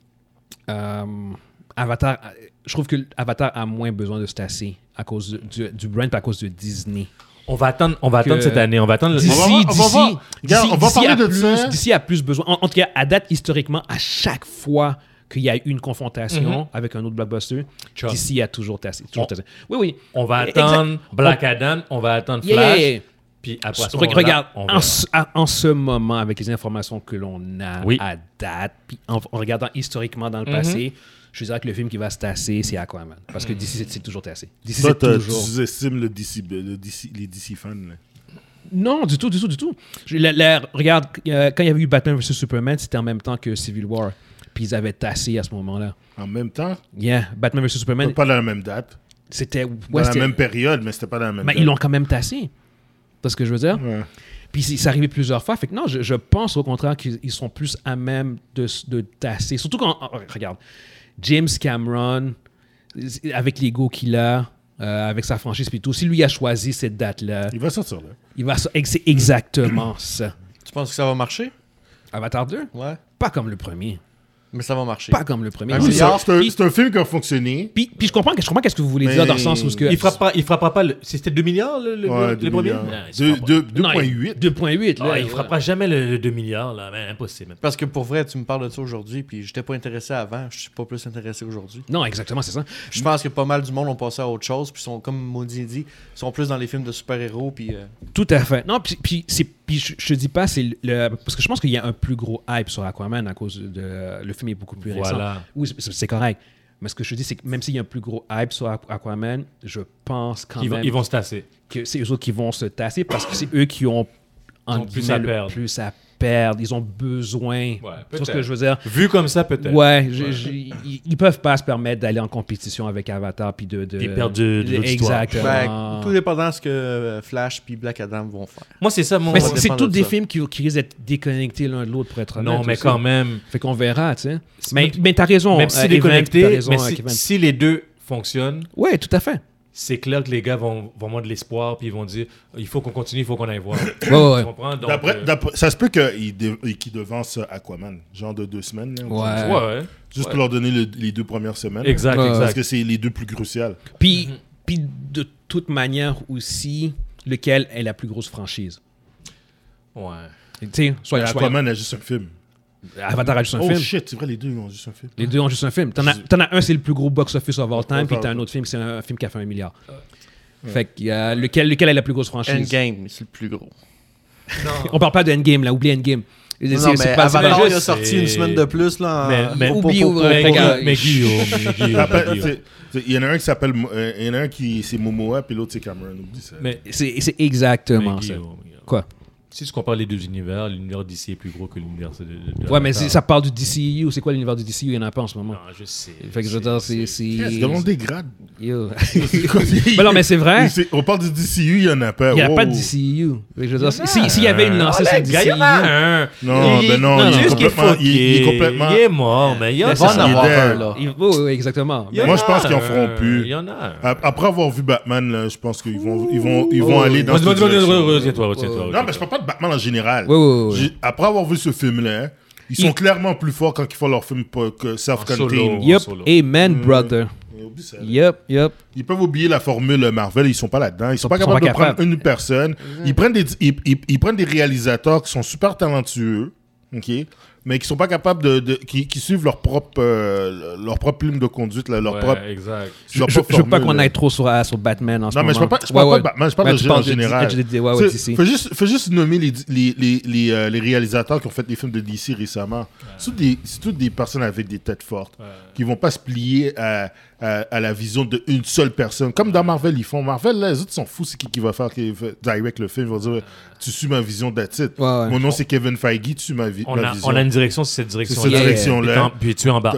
Avatar, je trouve que Avatar a moins besoin de se tasser à cause du brand, à cause de Disney. On va attendre cette année. On va attendre. On va parler de ça. D'ici a plus besoin. En tout cas, à date, historiquement, à chaque fois qu'il y a eu une confrontation avec un autre blockbuster, d'ici a toujours tassé. Oui. On va attendre Black Adam, on va attendre Flash. Puis après ça, regarde, en ce moment, avec les informations que l'on a à date, puis en regardant historiquement dans le passé, je dirais que le film qui va se tasser, c'est Aquaman. Parce que DC, c'est toujours tassé. DC, Toi, c'est toujours... tu sous-estimes les DC fans. Là. Non, du tout. Regarde, quand il y avait eu Batman vs Superman, c'était en même temps que Civil War. Puis ils avaient tassé à ce moment-là. En même temps? Yeah, Batman vs Superman. Pas dans la même date. C'était... Dans la même période, mais c'était pas dans la même date. Mais ils l'ont quand même tassé. C'est ce que je veux dire? Ouais. Puis c'est arrivé plusieurs fois. Fait que non, je pense au contraire qu'ils sont plus à même de tasser. Surtout quand... regarde, James Cameron, avec l'ego qu'il a, avec sa franchise, puis tout, si lui a choisi cette date-là... Il va sortir, là. C'est exactement ça. Tu penses que ça va marcher? Avatar 2? Ouais. Pas comme le premier. Mais ça va marcher. Pas comme le premier. C'est un film qui a fonctionné. Puis je comprends qu'est-ce que vous voulez dire dans le sens où... Il frappera pas... C'était 2 milliards, le premier? 2,8. 2,8. Là, il frappera jamais le 2 milliards, là. Ben, impossible. Parce que pour vrai, tu me parles de ça aujourd'hui, puis j'étais pas intéressé avant, je suis pas plus intéressé aujourd'hui. Non, exactement, c'est ça. Je pense que pas mal du monde ont passé à autre chose, puis sont, comme Maudit dit, sont plus dans les films de super-héros, puis... Tout à fait. Non, puis je dis pas, parce que je pense qu'il y a un plus gros hype sur Aquaman à cause de... Le film est beaucoup plus récent. Oui, c'est correct. Mais ce que je dis, c'est que même s'il y a un plus gros hype sur Aquaman, je pense quand même... Ils vont se tasser. Que c'est eux autres qui vont se tasser parce que c'est eux qui ont plus à perdre. Plus à perdre. Ils ont besoin. C'est ce que je veux dire. Vu comme ça, peut-être. Ouais, ils peuvent pas se permettre d'aller en compétition avec Avatar puis de perdre de l'auditoire. Exactement. Tout dépendant de ce que Flash puis Black Adam vont faire. Moi, c'est ça. Mais c'est tous des films qui risquent d'être déconnectés l'un de l'autre pour être honnête. Non, mais quand même. Fait qu'on verra, tu sais. Mais t'as raison. Même si déconnectés, mais si les deux fonctionnent. Ouais, tout à fait. C'est clair que les gars vont avoir de l'espoir puis ils vont dire il faut qu'on continue, il faut qu'on aille voir. Ouais. Ça se peut qu'ils devancent Aquaman, genre de 2 semaines. Là, ouais. Juste pour leur donner les 2 premières semaines. Exact. Parce que c'est les 2 plus cruciales. Puis de toute manière aussi, lequel est la plus grosse franchise? Ouais. Tu sais, Aquaman a juste un film. Avatar a juste un film. Oh shit, c'est vrai, les deux ont juste un film. Les deux ont juste un film. T'en as un, c'est le plus gros box-office of all time, puis t'as un autre film, c'est un film qui a fait 1 milliard. Fait que lequel est la plus grosse franchise? Endgame, c'est le plus gros. Non. On parle pas de Endgame, là. Oublie Endgame. Non, mais Avatar, il a sorti une semaine de plus, là. Mais Guillaume. Il y en a un qui s'appelle... Il y en a un qui c'est Momoa, puis l'autre c'est Cameron. Oublie ça. Mais c'est exactement ça. Quoi? Si tu compares les deux univers, l'univers d'ici est plus gros que l'univers de ouais, mais ça parle du DCU. C'est quoi l'univers du DCU? Il n'y en a pas en ce moment. Non, je sais. Fait que je veux dire, c'est... Demande des grades. Mais non, mais c'est vrai. On parle du DCU, il n'y en a pas. Il n'y a pas de DCU. Je veux dire, s'il y avait une lancée sur DCU... Non, mais non, il est complètement... Il est mort, mais il y en a un, là. Oui, exactement. Moi, je pense qu'ils en feront plus. Il y en a un. Après avoir vu Batman, je pense qu'ils vont aller dans cette direction. Retiens-toi. Non, mais je parle pas de Batman en général. Oui. Après avoir vu ce film-là, ils sont clairement plus forts quand ils font leur film self-contained. Yep. Amen, brother. Yep. Ils peuvent oublier la formule Marvel, ils sont pas là-dedans. Ils sont pas capables de prendre une personne. Ils prennent des réalisateurs qui sont super talentueux, ok, mais qui sont pas capables qui suivent leur propre ligne de conduite, leur propre. Exact. Je veux pas qu'on aille trop sur Batman en ce moment. Non, mais je parle pas de Batman, je parle de en général. Faut juste nommer les réalisateurs qui ont fait des films de DC récemment. C'est toutes des personnes avec des têtes fortes qui vont pas se plier à la vision d'une seule personne. Comme dans Marvel, ils font. Marvel, là, les autres sont fous, c'est qui va faire direct le film. Ils vont dire, tu suis ma vision d'attitude. Mon nom, c'est Kevin Feige, tu suis ma vision. On a une direction, c'est cette direction-là. C'est cette direction-là. Puis tu es en bas.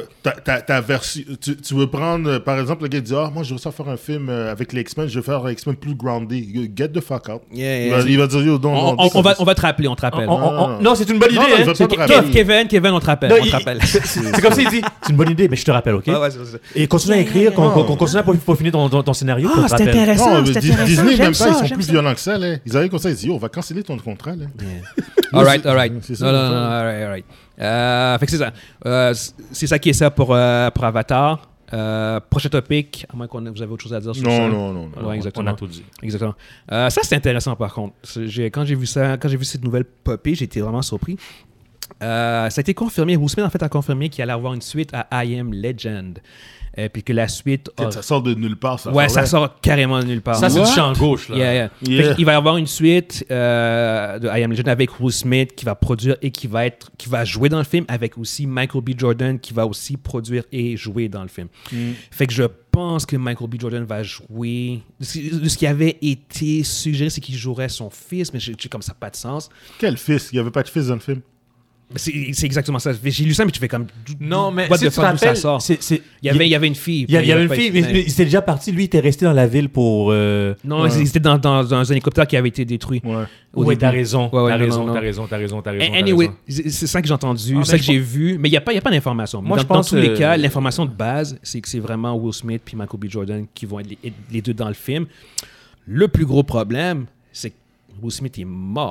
Tu veux prendre, par exemple, le gars dit, moi, je veux ça faire un film avec les X-Men, je veux faire un X-Men plus groundé. Get the fuck out. Il va dire, yo, non. On va te rappeler, on te rappelle. Non, c'est une bonne idée. Kevin, on te rappelle. C'est comme ça, il dit, c'est une bonne idée, mais je te rappelle, ok? Et continue à écrire, qu'on continue à peaufiner ton scénario. Ah, c'est intéressant. Disney, même pas, ils sont plus violents que ça. Ils arrivent comme ça, ils disent, on va canceller ton contrat. All right. Non, all right. Fait que c'est ça. C'est ça qui est ça pour Avatar. Prochain topic, à moins que vous avez autre chose à dire sur ça. Non. Ouais, exactement. On a tout dit. Exactement. Ça, c'est intéressant par contre. Quand j'ai vu cette nouvelle popée, j'ai été vraiment surpris. Ça a été confirmé. Will Smith, en fait, a confirmé qu'il allait avoir une suite à I Am Legend. Puis que la suite... Ça sort de nulle part, ça. Ouais, ça sort carrément de nulle part. Ça, c'est du champ gauche, là. Yeah. Il va y avoir une suite de I Am Legend avec Will Smith qui va produire et qui va jouer dans le film, avec aussi Michael B. Jordan qui va aussi produire et jouer dans le film. Fait que je pense que Michael B. Jordan va jouer... De ce qui avait été suggéré, c'est qu'il jouerait son fils, mais comme ça n'a pas de sens. Quel fils? Il n'y avait pas de fils dans le film. C'est exactement ça. J'ai lu ça, mais tu fais comme... Non, mais si tu te rappelles, ça sort. Il y avait une fille. Il y avait une fille, mais il était déjà parti. Lui, il était resté dans la ville pour... Non, il était dans un hélicoptère qui avait été détruit. Oui, t'as raison. T'as raison. Anyway, c'est ça que j'ai entendu, c'est ça que j'ai vu, mais il n'y a pas d'information. Dans tous les cas, l'information de base, c'est que c'est vraiment Will Smith puis Michael B. Jordan qui vont être les deux dans le film. Le plus gros problème, c'est que Will Smith est mort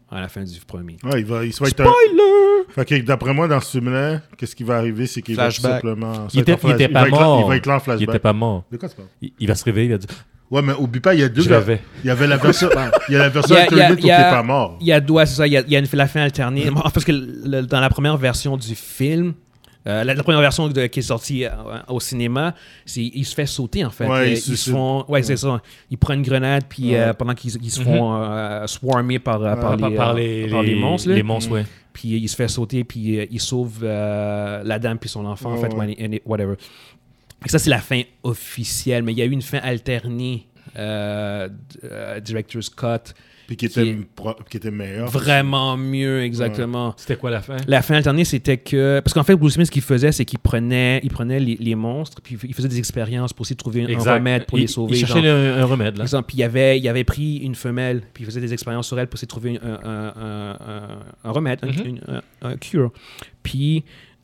à la fin du premier. Ouais, il va être Spoiler! Fait que d'après moi, dans ce film-là, qu'est-ce qui va arriver, c'est qu'il va tout simplement... Il était pas mort. Il va être là en flashback. Il était pas mort. De quoi tu parles? Il va se réveiller, il va dire... Ouais, mais oublie pas, il y a deux... Je rêvais. Il y avait la version... il y a la version alternate où t'es pas mort. Il y a la fin alternée. Parce que dans la première version du film... la première version qui est sortie au cinéma, il se fait sauter, en fait. Ouais, ils se font... Ouais, c'est ça. Ils prennent une grenade, puis pendant qu'ils se font swarmer par les monstres. Les monstres, ouais. Puis il se fait sauter, puis il sauve la dame puis son enfant, en fait, whatever. Et ça, c'est la fin officielle, mais il y a eu une fin alternée, Director's Cut, Puis qui était meilleur. Vraiment mieux, exactement. Ouais. C'était quoi la fin? La fin alternée, c'était que... Parce qu'en fait, Will Smith, ce qu'il faisait, c'est qu'il prenait les monstres, puis il faisait des expériences pour essayer de trouver un remède pour les sauver. Il cherchait un remède, là. Exemple, puis il avait pris une femelle, puis il faisait des expériences sur elle pour essayer de trouver un remède, un cure. Puis...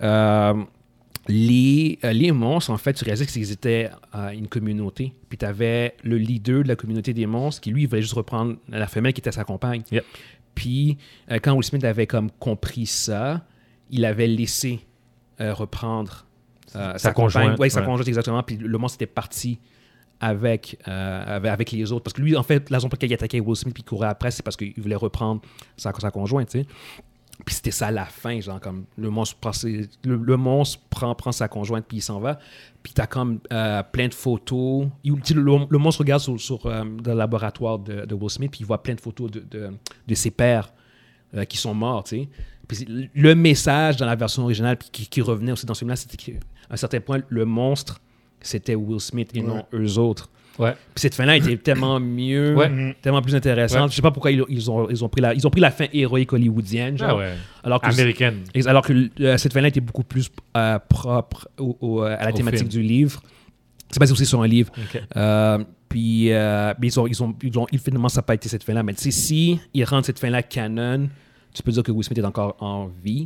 les monstres, en fait, tu réalisais qu'ils étaient une communauté. Puis tu avais le leader de la communauté des monstres qui, lui, il voulait juste reprendre la femelle qui était sa compagne. Yep. Puis, quand Will Smith avait comme compris ça, il avait laissé reprendre sa conjointe. Oui, sa conjointe, exactement. Puis le monstre était parti avec les autres. Parce que lui, en fait, la raison pour laquelle il attaquait Will Smith puis il courait après, c'est parce qu'il voulait reprendre sa conjointe, tu sais. Puis c'était ça à la fin, genre comme le monstre prend sa conjointe puis il s'en va. Puis t'as comme plein de photos. Le monstre regarde dans le laboratoire de Will Smith puis il voit plein de photos de ses pères qui sont morts, tu sais. Puis le message dans la version originale puis qui revenait aussi dans ce film-là, c'était qu'à un certain point, le monstre, c'était Will Smith et non eux autres. Ouais. Puis cette fin-là était tellement mieux, tellement plus intéressante. Je sais pas pourquoi ils ont pris la fin héroïque hollywoodienne, genre. Alors que américaine. Alors que cette fin-là était beaucoup plus propre à la thématique du livre. C'est basé aussi sur un livre. Okay. Puis finalement ça n'a pas été cette fin-là. Mais tu sais, si ils rendent cette fin-là canon, tu peux dire que Will Smith est encore en vie.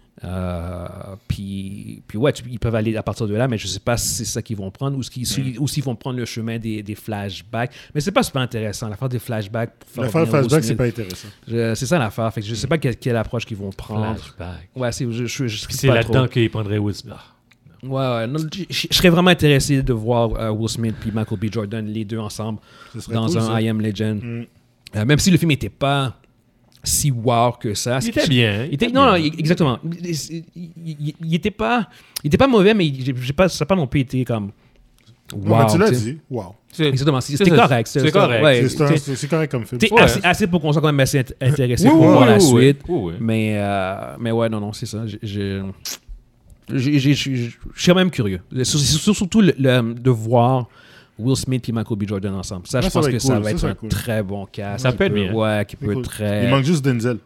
Puis ouais, ils peuvent aller à partir de là, mais je sais pas si c'est ça qu'ils vont prendre ou s'ils vont prendre le chemin des flashbacks. Mais c'est pas super intéressant, l'affaire des flashbacks. L'affaire flashback, c'est pas intéressant. C'est ça l'affaire. Fait que je sais pas quelle approche qu'ils vont prendre. Flashback. Ouais, c'est pas là-dedans qu'ils prendraient Will Smith. Ouais. Non, je serais vraiment intéressé de voir Will Smith puis Michael B. Jordan, les deux ensemble, dans cool, un ça. I Am Legend. Même si le film n'était pas si wow que ça. Il était bien. Non, exactement. Il était pas mauvais, mais ça n'a pas non plus été comme wow. Mais tu l'as dit. Wow. Exactement. C'était correct. C'est correct. Ouais, c'est correct comme film. assez pour qu'on soit quand même assez intéressé pour voir la suite. Oui. Mais ouais, non, c'est ça. Je suis quand même curieux. Surtout de voir Will Smith et Michael B. Jordan ensemble. Ça, je pense que ça va être un très bon cast. Ça peut être bien. Ouais, qui peut être très... Il manque juste Denzel.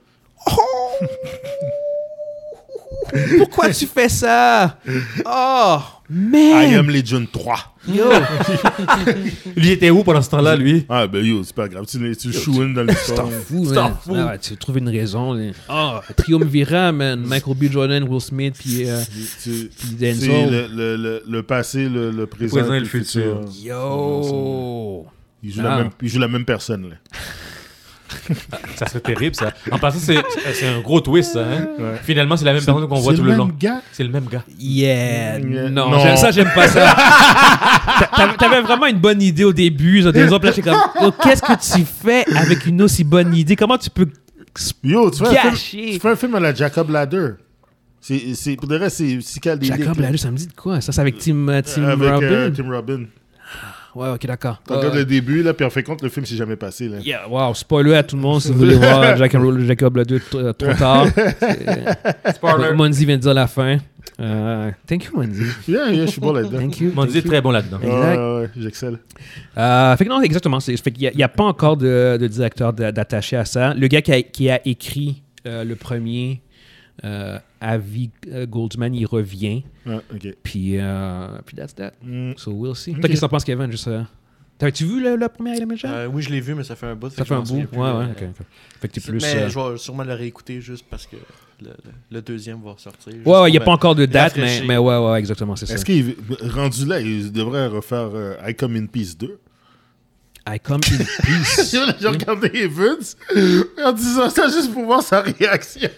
Pourquoi tu fais ça? Oh, man! I Am Legend 3. Yo! Lui était où pendant ce temps-là, lui? Ah, ben yo, c'est pas grave. Tu le chouines dans l'histoire. T'en fous, man. Tu trouves une raison. Triumvirat, man. Michael B. Jordan, Will Smith, puis Denzel. C'est le passé, le présent et le futur. Yo! Il joue la même personne, là. Ça serait terrible, ça. En passant, c'est un gros twist, ça. Hein? Ouais. Finalement, c'est la même personne qu'on voit tout le long. C'est le même gars. Yeah. Non. Ça, j'aime pas ça. T'avais vraiment une bonne idée au début. Là, j'étais comme, qu'est-ce que tu fais avec une aussi bonne idée? Comment tu peux tu fais un film à la Jacob Ladder. Pour de vrai, c'est Cal Daly. Jacob Ladder, ça me dit de quoi? Ça, c'est avec Tim Robin. Tim Robin. Ouais, ok, d'accord. Regarde le début, là, puis en fait compte, le film s'est jamais passé. Là. Yeah, wow, spoiler à tout le monde si vous voulez voir Jacob Ladder trop tard. Spoiler. Monzi vient de dire la fin. Thank you, Monzi. Yeah, je suis bon là-dedans. Thank you. Monzi est très bon là-dedans. Ouais, j'excelle. Fait que non, exactement. Fait qu'il n'y a pas encore de directeur d'attaché à ça. Le gars qui a écrit le premier... Avi Goldman, il revient. OK. Puis that's that. So we'll see. Toi, qu'est-ce que t'en penses, Kevin? T'avais-tu vu le premier I Am Legend? Oui, je l'ai vu, mais ça fait un bout. Ça fait un bout? Ouais. OK. Fait que t'es plus... Mais je vais sûrement le réécouter juste parce que le deuxième va sortir. Ouais, il n'y a pas encore de date, mais ouais, exactement, c'est ça. Est-ce qu'il rendu là, il devrait refaire I Come in Peace 2? I Come in Peace. J'ai regardé Evans en disant ça juste pour voir sa réaction.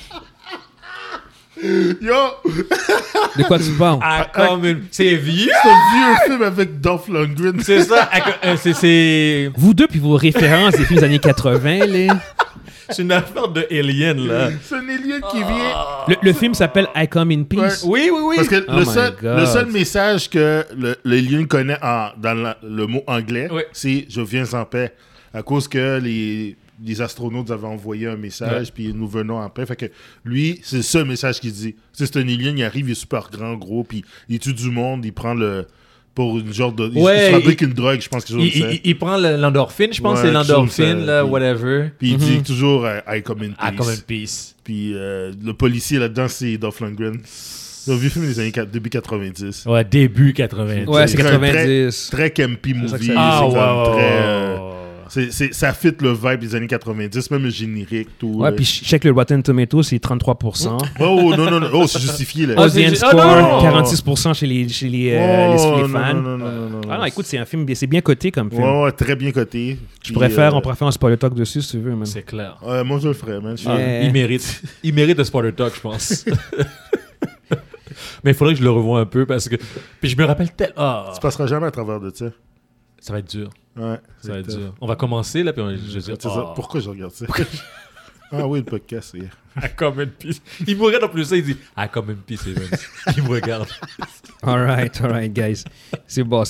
Yo! De quoi tu parles? C'est vieux! C'est un vieux film avec Dolph Lundgren. C'est ça. C'est Vous deux, puis vos références des films des années 80, là. une affaire de Alien, là. C'est un alien qui vient. Le film s'appelle I Come in Peace. Oui, oui, oui. Parce que Oh my God. le seul message que l'alien connaît dans le mot anglais, Oui. c'est « Je viens en paix ». À cause que les astronautes avaient envoyé un message, puis nous venons en paix. Fait que lui, c'est le seul message qu'il dit. C'est un alien, il arrive, il est super grand, gros, puis il tue du monde, il prend le... Pour une genre de... il se fabrique une drogue, je pense que il prend l'endorphine, je pense, Ouais, c'est l'endorphine, chose, là, puis- whatever. Puis il dit toujours I come in peace. Ah, comme une peace. Puis le policier là-dedans, c'est Dolph Lundgren. C'est un vieux film des années début 90. Ouais, début 90. Ouais, c'est Très- 90. Très campy C'est ça que movie. ça C'est dit. comme très... ça fit le vibe des années 90, même le générique, tout. Ouais, puis check le Rotten Tomatoes, c'est 33%. Oh, non. Oh, c'est justifié, là. Audience c'est- score, non! 46% chez les Oh, fans. non. Ah non, écoute, c'est un film, c'est bien coté comme film. Ouais, très bien coté. On pourrait faire un spoiler talk dessus si tu veux, man. C'est clair. Moi, je le ferais, man. Yeah. Il mérite. Il mérite le spoiler talk, je pense. Mais il faudrait que je le revoie un peu parce que. Puis je me rappelle tellement. Tu passeras jamais à travers de ça. Ça va être dur. Ouais. Ça va être dur. On va commencer là, puis je vais dire. C'est ça. Pourquoi je regarde ça? Ah oui, le podcast, c'est... À Common Peace. Il me regarde en plus ça, il dit à Common Peace, Evans. Il me regarde. All right, guys. C'est bon.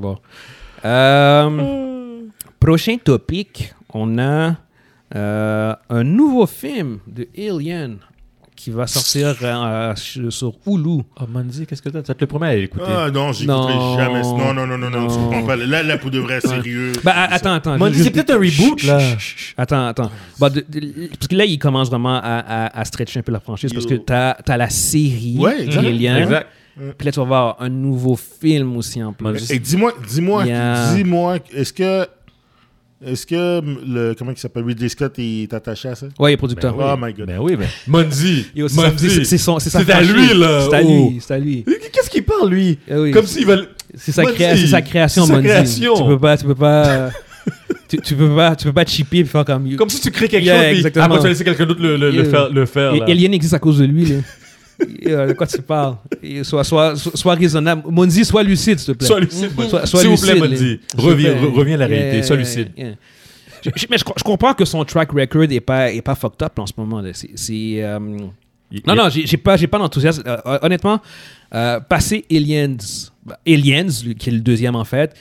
Prochain topic, on a un nouveau film de Alien qui va sortir sur Hulu. Oh, Mandy, qu'est-ce que t'as? Tu vas être le premier à l'écouter. Ah non, j'écouterai Non. jamais. Non, tu comprends pas. Là, pour de vrai, sérieux. Bah, attends. Mandy, c'est peut-être un reboot, là. Attends. Bah, parce que là, il commence vraiment à stretcher un peu la franchise parce que t'as la série Ouais, exact. Alien. Exact. Puis là, tu vas avoir un nouveau film aussi en plus. Et dis-moi, Yeah. est-ce que le comment il s'appelle Ridley Scott est attaché à ça? Ouais, il est producteur. Oh my god. Ben oui, ben. Mandy. Yo, c'est sa C'est à franchise. lui, là. C'est à lui. Qu'est-ce qu'il parle, lui? Ah oui. Comme s'il va. C'est sa, Mandy. c'est sa création, C'est sa Mandy. création. Tu peux pas tu peux pas chipper et faire comme... Comme si tu crées quelque Yeah, chose, puis exactement. après tu vas laisser quelqu'un d'autre le faire. Là. Alien existe à cause de lui, là. De quoi tu parles? Sois raisonnable. Monzi, sois lucide, s'il te plaît. Sois lucide, Mandy. Sois S'il vous plaît, lucide, Mandy. là. Reviens à la réalité. Yeah, Sois lucide. yeah. Mais je comprends que son track record est pas fucked up en ce moment. Là. Non, j'ai pas d'enthousiasme. Honnêtement, passer Aliens, qui est le deuxième en fait,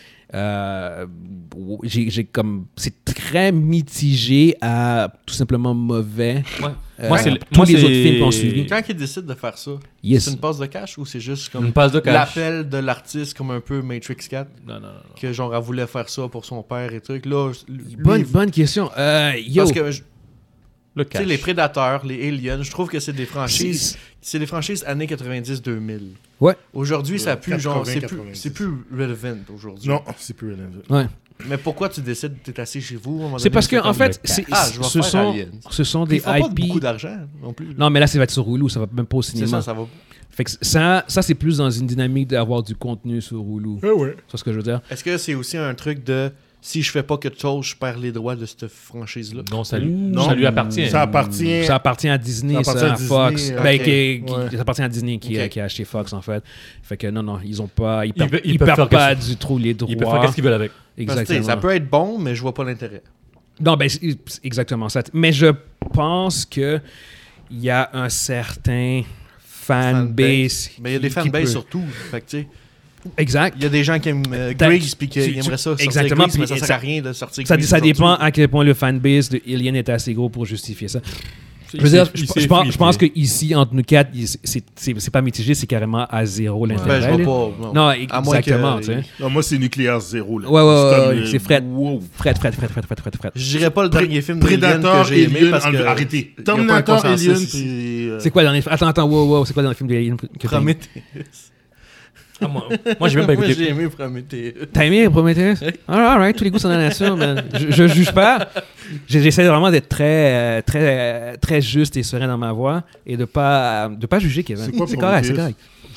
j'ai comme c'est très mitigé à tout simplement mauvais. Ouais. Tous les autres films qu'on suivi. Quand il décide de faire ça, Yes. c'est une passe de cash ou c'est juste comme Une passe de cash. l'appel de l'artiste comme un peu Matrix 4 Non. que genre elle voulait faire ça pour son père et trucs. Là, lui, Bonne question. Yo. parce que Le tu sais, cash. les Prédateurs, les Aliens, je trouve que c'est des franchises années 90-2000. Ouais. Aujourd'hui, ça a plus 80, genre 90. c'est plus relevant aujourd'hui. Non, c'est plus relevant. Ouais. Mais pourquoi tu décides t'es assis chez vous à un moment C'est donné, parce que tu fais en comme, fait, je vais faire Aliens. ce sont Puis des ils font pas IP. beaucoup d'argent non plus. Non, mais là, ça va être sur Hulu, ça va même pas au C'est cinéma. ça va. Fait que ça c'est plus dans une dynamique d'avoir du contenu sur Hulu. Ouais. C'est ce que je veux dire. Est-ce que c'est aussi un truc de si je fais pas quelque chose, je perds les droits de cette franchise-là? Non, ça Non. lui appartient. Ça appartient. Ça appartient à Disney, Ça ça, appartient à à Fox. Disney, Ben, ok. ça appartient à Disney qui Ok. a acheté Fox, en fait. Fait que non, ils ont pas... Ils peuvent perdent faire pas qu'est-ce- du tout les droits. Ils peuvent faire qu'est-ce qu'ils veulent avec. Parce que, tu sais, Exactement. ça peut être bon, mais je vois pas l'intérêt. Non, ben, c'est exactement ça. Mais je pense que il y a un certain fanbase. Mais il y a des qui fanbases peut- surtout. Fait que, tu sais, Exact. il y a des gens qui aiment Griggs puis qui aimeraient ça sortir exactement, Griggs, mais puis ça sert à rien de sortir Ça Griggs dépend aujourd'hui. à quel point le fanbase de Alien est assez gros pour justifier ça. Je veux Il dire, s'est je pense friqué. qu'ici, entre nous quatre, c'est pas mitigé, c'est carrément à zéro l'intérêt. Ben, je là. vois pas. Non, À moins exactement. que- tu sais. Non, moi, c'est nucléaire zéro. Là. Ouais, comme, c'est Fred. wow. Fred. Je dirais pas le dernier film d'Alien Predator, que j'ai aimé Alien, parce que arrêtez. il y a pas un Terminator, consensus Alien, ici. puis... C'est quoi le dernier film? Attends, wow, c'est quoi le dernier film d'Alien que t'as aimé? Prometheus. Ah, moi, j'ai même pas Moi, écouté. j'ai aimé Prometheus. T'as aimé Prometheus? All right, tous les goûts sont dans la nature, man. Je juge pas. J'essaie vraiment d'être très juste et serein dans ma voix et de pas juger Kevin. C'est quoi C'est correct, c'est Prometheus? correct.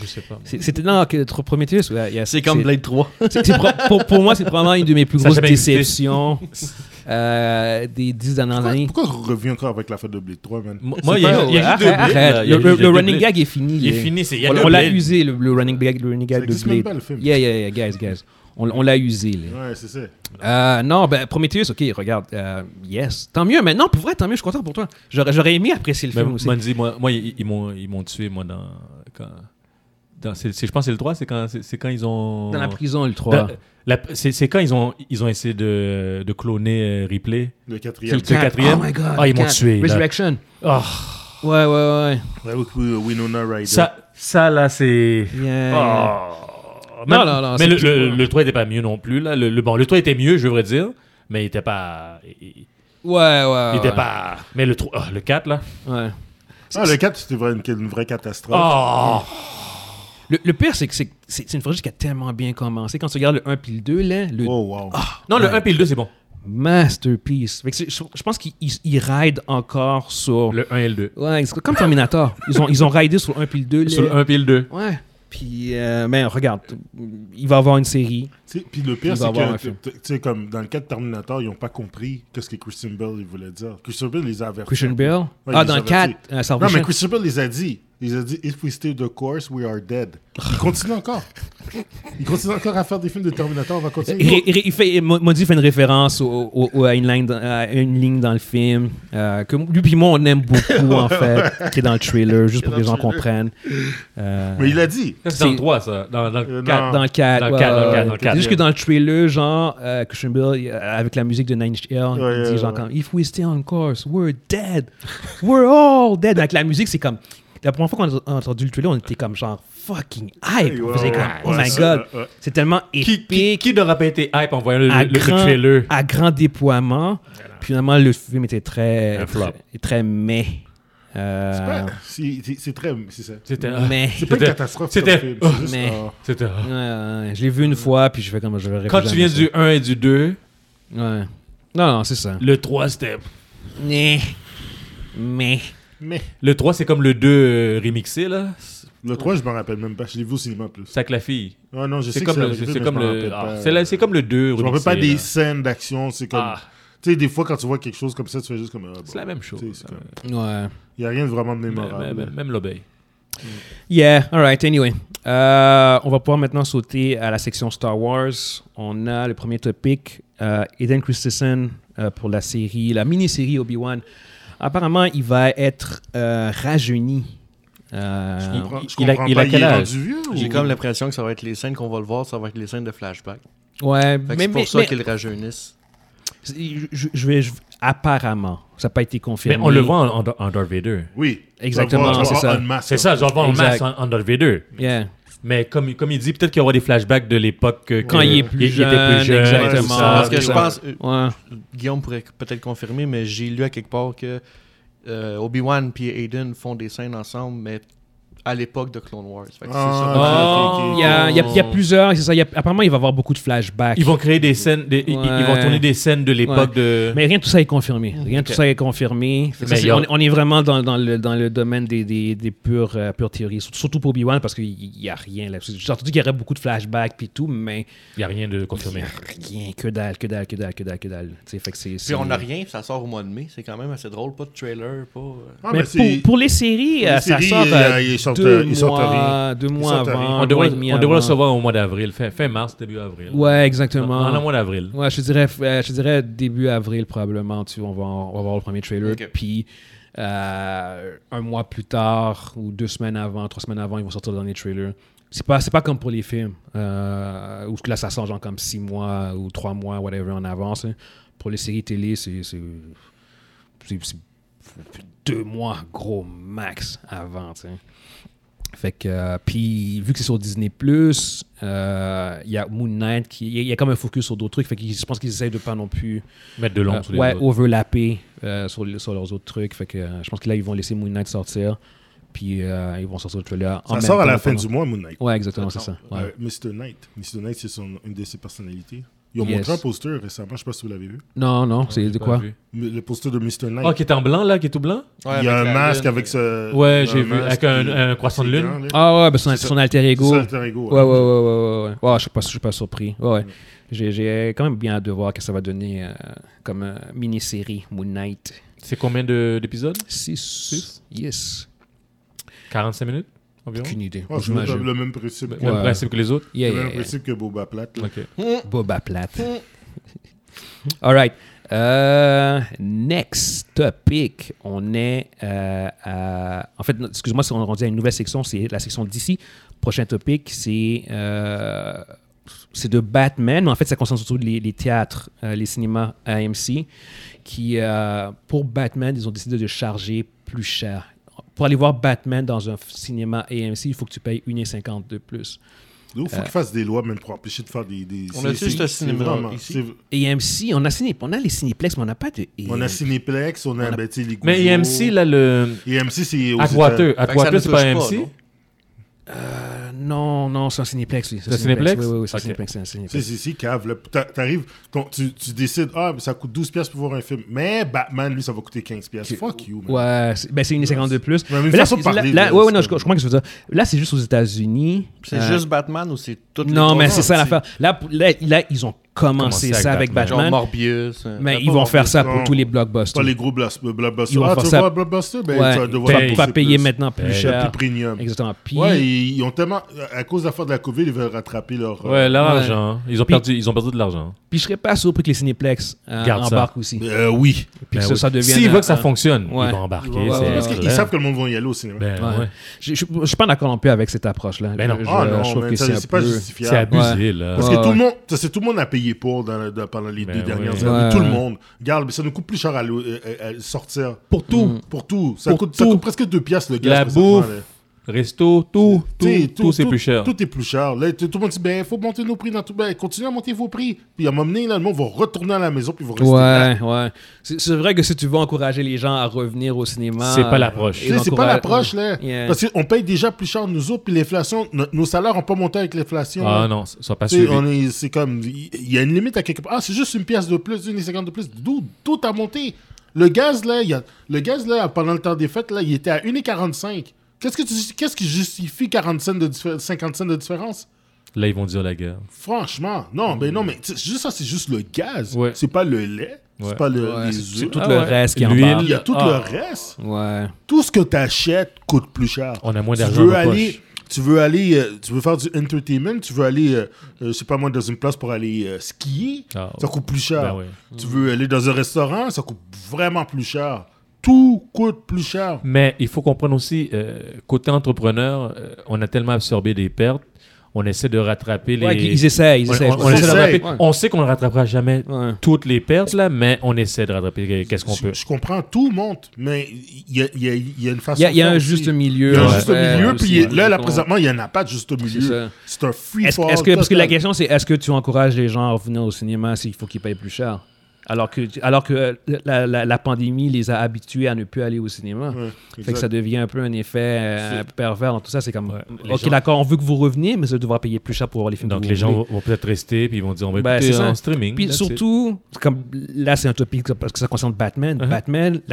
Je sais pas. C'était non, Prometheus. C'est comme Blade 3. Pour moi, c'est probablement une de mes plus Ça a grosses jamais existé. déceptions des 10 dernières années. Pourquoi on revient encore avec la fête de Blade 3, man? Moi, il y a juste deux Arrête. Blades. Le running gag est fini. Il est fini. On l'a usé, le running gag Ça de existe même pas, Blade. le film. Yeah, guys. On l'a usé. Là. Ouais, c'est ça. Non, ben Prometheus, ok, regarde. Yes. Tant mieux, mais non, pour vrai, tant mieux, je suis content pour toi. J'aurais aimé apprécier le film aussi. Moi, ils m'ont tué, moi, je pense que c'est le 3, c'est quand ils ont... Dans la prison, le 3. C'est quand ils ont essayé de cloner Ripley. Le quatrième. Le quatrième. Oh my God. Ah, ils m'ont tué. Là. Resurrection. Oh. Ouais. Ouais, avec Winona Ryder. Ça là, c'est... Yeah. Oh. Non. Mais le 3 était pas mieux non plus. Là. Le 3 était mieux, je devrais dire, mais il était pas... Ouais. Il était pas... Mais le 4, là... Ouais. Le 4, c'était une vraie catastrophe. Oh. Le pire, c'est que c'est une franchise qui a tellement bien commencé. Quand tu regardes le 1 puis le 2, là, Oh, wow. Non, le 1 et le 2, c'est bon. Masterpiece. Fait que je pense qu'ils ride encore sur... Le 1 et le 2. Ouais, c'est comme Terminator. Ils ont ridé sur le 1 puis le 2. Sur le 1 et le 2. Ouais. Puis, mais regarde, il va y avoir une série. Puis le pire, Il va c'est avoir un que, film. tu sais, comme dans le cas de Terminator, ils n'ont pas compris qu'est-ce que Christian Bale il voulait dire. Christian Bale les a avertis. Christian Bale? Ouais, Dans il les le a 4, Non, Salvation. mais Christian Bale les a dit. Il a dit « If we stay the course, we are dead ». Il continue encore. Il continue encore à faire des films de Terminator. On va continuer. Maudit fait une référence à une ligne dans le film que lui et moi on aime beaucoup en fait, qui est dans le trailer, juste pour que les gens comprennent. Mais il a dit. C'est dans le 3, ça. Dans le 4. Dans le 4. Dans le 4. C'est juste que dans le trailer, genre, Christian Bale, avec la musique de Nine Inch Nails, il dit genre comme « If we stay on course, we're dead. We're all dead ». Avec la musique, c'est comme... La première fois qu'on a entendu le trailer, on était comme genre fucking hype. On faisait comme oh my god. C'est tellement épique. Qui n'aura pas été hype en voyant le trailer? À grand déploiement. Puis finalement, le film était très mais. C'est très... C'est ça. Mais. C'est pas une catastrophe. C'était... Mais. C'était... Je l'ai vu une fois, puis je fais comme... Quand tu viens du 1 et du 2... Ouais. Non, c'est ça. Le 3, c'était... Mais... Le 3, c'est comme le 2 remixé, là. Le 3, je me rappelle même pas. Je l'ai vu au cinéma plus. C'est avec la fille. Ah non, je sais C'est que comme c'est comme le 2 remixé. Je me rappelle pas des là. scènes d'action. C'est comme... Tu sais, des fois, quand tu vois quelque chose comme ça, tu fais juste comme... C'est la même chose. Ouais. Il n'y a rien de vraiment de mémorable. Même l'obéi. Yeah, alright, anyway. On va pouvoir maintenant sauter à la section Star Wars. On a le premier topic. Hayden Christensen pour la mini-série Obi-Wan. Apparemment, il va être rajeuni. Il a quel âge? J'ai comme l'impression que ça va être les scènes qu'on va le voir, ça va être les scènes de flashback. Ouais, c'est pour ça qu'ils le rajeunissent. Apparemment, ça n'a pas été confirmé. Mais on le voit en Darth Vader. Oui. Exactement, c'est ça. C'est ça, je vais voir en masse en Darth Vader. Yeah. Mais comme il dit, peut-être qu'il y aura des flashbacks de l'époque quand il est plus jeune. Exactement. Parce que je pense, ouais. Guillaume pourrait peut-être confirmer, mais j'ai lu à quelque part que Obi-Wan et Hayden font des scènes ensemble, mais à l'époque de Clone Wars. Fait que il y a plusieurs, c'est ça. Apparemment, il va y avoir beaucoup de flashbacks. Ils vont créer des scènes, ils vont tourner des scènes de l'époque de... Mais rien de tout ça est confirmé. Tout ça est confirmé. On est vraiment dans le domaine des pures théories. Surtout pour Obi-Wan, parce qu'il n'y a rien là. J'ai entendu qu'il y aurait beaucoup de flashbacks et tout, mais... Il n'y a rien de confirmé. Rien, que dalle. Fait que puis on n'a rien, ça sort au mois de mai. C'est quand même assez drôle. Pas de trailer, pas... Mais pour les séries, ça sort... 2 mois avant. On devrait le recevoir au mois d'avril, fin mars, début avril. Ouais, exactement. En mois d'avril. Ouais, je dirais début avril probablement. On va voir le premier trailer. Okay. Puis un mois plus tard, ou 2 semaines avant, 3 semaines avant, ils vont sortir le dernier trailer. C'est pas comme pour les films, où là ça sort genre comme 6 mois ou 3 mois, whatever, en avance. Hein. Pour les séries télé, c'est 2 mois gros max avant, tu sais. Fait que, puis vu que c'est sur Disney+, il y a Moon Knight, il y a comme un focus sur d'autres trucs, fait que je pense qu'ils essayent de pas non plus mettre de l'ombre sur les autres. Overlapper sur leurs autres trucs, fait que je pense que là ils vont laisser Moon Knight sortir, puis ils vont sortir le trailer en même temps. Ça sort à la fin du mois, Moon Knight. Ouais, exactement, c'est ça. Ouais. Mr. Knight, c'est une de ses personnalités. Ils ont montré un poster récemment, je sais pas si vous l'avez vu. Non, c'est de quoi? Le poster de Mr. Knight. Ah, qui est en blanc, là, qui est tout blanc? Ouais, il y a un avec la masque lune. avec ce... Ouais, j'ai vu, avec un croissant de lune. grand, là. Ah ouais, ben son alter ego. C'est son alter ego. Ouais. Ouais, je suis pas surpris. Ouais. J'ai quand même bien hâte de voir ce que ça va donner comme mini-série Moon Knight. C'est combien d'épisodes? 6. Yes. 45 minutes environ? Aucune idée. Ouais, c'est J'imagine. le même principe. Le même principe que les autres? Yeah, Le même yeah. principe que Boba Platt. là. Ok. Boba Platt. All right. Next topic. On est en fait, excuse-moi, on est rendu à une nouvelle section. C'est la section d'ici. Prochain topic, c'est de Batman. Mais en fait, ça concerne surtout les théâtres, les cinémas AMC, qui, pour Batman, ils ont décidé de charger plus cher. Pour aller voir Batman dans un cinéma AMC, il faut que tu payes 1,50 de plus. Il faut qu'ils fassent des lois même pour empêcher de faire des... On a juste le cinéma ici. AMC, on a les cinéplex, mais on n'a pas de... On a Cinéplex, on a ben, tu sais, les Mais Guzzo. AMC, là, le... AMC, c'est... aux Atwater, Fait que ça ne c'est pas touche pas, AMC? non? Non, c'est un cinéplex, oui. C'est un cinéplex? Oui, c'est un Ok. cinéplex, c'est un cinéplex. Si, cave. Là, t'arrives, tu décides, ça coûte 12$ pour voir un film. Mais Batman, lui, ça va coûter 15$. Fuck you, man. Ouais, c'est 1,50 de plus. Mais Mais là, façon de parler, là, là, ouais, c'est non, je comprends ce que tu veux dire. Là, c'est juste aux États-Unis. C'est juste Batman ou c'est toutes les Non, trois mais autres? c'est ça l'affaire. Là, ils ont commencé Commencé ça avec avec Genre Batman. Morbius. Mais pas ils vont faire ça non. pour tous les Pas blockbusters. les gros blockbusters. Ils vont faire Tu veux ça- voir Blockbuster? Ben, Ouais, tu vas devoir paye. pas dépenser payer plus. maintenant plus Paye. cher. Plus premium. Exactement. Puis, Ouais, ils ont tellement... À cause de l'affaire de la COVID, ils veulent rattraper leur... Ouais, l'argent. Ils ont Puis- perdu de l'argent. puis je serais pas surpris que les cinéplex Garde ça. embarquent aussi. Oui. Puis Ben que oui. ça devienne... S'ils voient que ça fonctionne, Ouais. ils vont embarquer. Ouais, c'est ouais, Parce clair. qu'ils savent que le monde va y aller au cinéma. Ben, Ouais. ouais. Je suis pas d'accord non plus avec cette approche-là. Ben non. Je man, trouve que c'est un c'est pas peu... C'est justifiable. abusé, là. Parce Ouais, que ouais. tout le monde a payé pour pendant les Ben 2 dernières oui. années. Ouais. Tout le monde. Regarde, mais ça nous coûte plus cher à sortir. Pour tout. Pour tout. Ça Pour coûte tout. presque 2$ le gaz. La présentement, bouffe, là. resto, tout c'est plus cher. Tout est plus cher. Là, tout le monde dit, il faut monter nos prix dans tout. Ben, continuez à monter vos prix. Puis à un moment donné, là, le monde va retourner à la maison puis ils vont rester là. Ouais. C'est vrai que si tu veux encourager les gens à revenir au cinéma... C'est pas l'approche. et C'est pas l'approche, là. Yeah. Parce qu'on paye déjà plus cher nous autres, puis l'inflation, nos salaires n'ont pas monté avec l'inflation. Ah là. non, ça n'a pas Tu sais, suivi. c'est comme, il y a une limite à quelque part. Ah, c'est juste 1$ de plus, 1,50$ de plus. D'où tout a monté. Le gaz, là, pendant le temps des fêtes, là, il était à 1,45$. Qu'est-ce qui justifie 50 cents de différence? Là, ils vont dire la guerre. Franchement, non, mais juste ça, c'est juste le gaz. Ouais. C'est pas le lait, Ouais. c'est pas les C'est œufs. tout Ah le ouais. reste qui L'huile. embarque. Il y a tout Ah. le reste. Ouais. Tout ce que tu achètes coûte plus cher. On a moins Tu d'argent veux dans nos aller, poches. tu veux faire du entertainment, tu veux aller, je sais pas moi, dans une place pour aller skier, Ah, ça coûte plus cher. ben ouais. Tu veux aller dans un restaurant, ça coûte vraiment plus cher. Tout coûte plus cher. Mais il faut comprendre aussi, côté entrepreneur, on a tellement absorbé des pertes, on essaie de rattraper les... Ouais, ils essayent. On, je on pense. essaie de rattraper. Ouais. On sait qu'on ne rattrapera jamais Ouais. toutes les pertes, là, mais on essaie de rattraper qu'est-ce qu'on peut. Je comprends, tout monte, mais il y a une façon. Il y a de un faire juste aussi. milieu. Il y a un Ouais. juste milieu, Ouais, puis aussi, là, ouais. présentement, il n'y en a pas de juste C'est milieu. ça. C'est un free Est-ce fall. parce que la total. question, c'est est-ce que tu encourages les gens à revenir au cinéma s'il faut qu'ils payent plus cher? Alors que la pandémie les a habitués à ne plus aller au cinéma. Ouais, Fait que exact. ça devient un peu un effet pervers dans tout ça. C'est comme, les OK, gens- d'accord, on veut que vous reveniez, mais ça devra payer plus cher pour voir les films. Donc que les vous gens voulez. vont peut-être rester, puis ils vont dire on va Ben, écouter c'est ça. en streaming. Puis that's it. surtout, comme là, c'est un topic parce que ça concerne Batman. Uh-huh. Batman,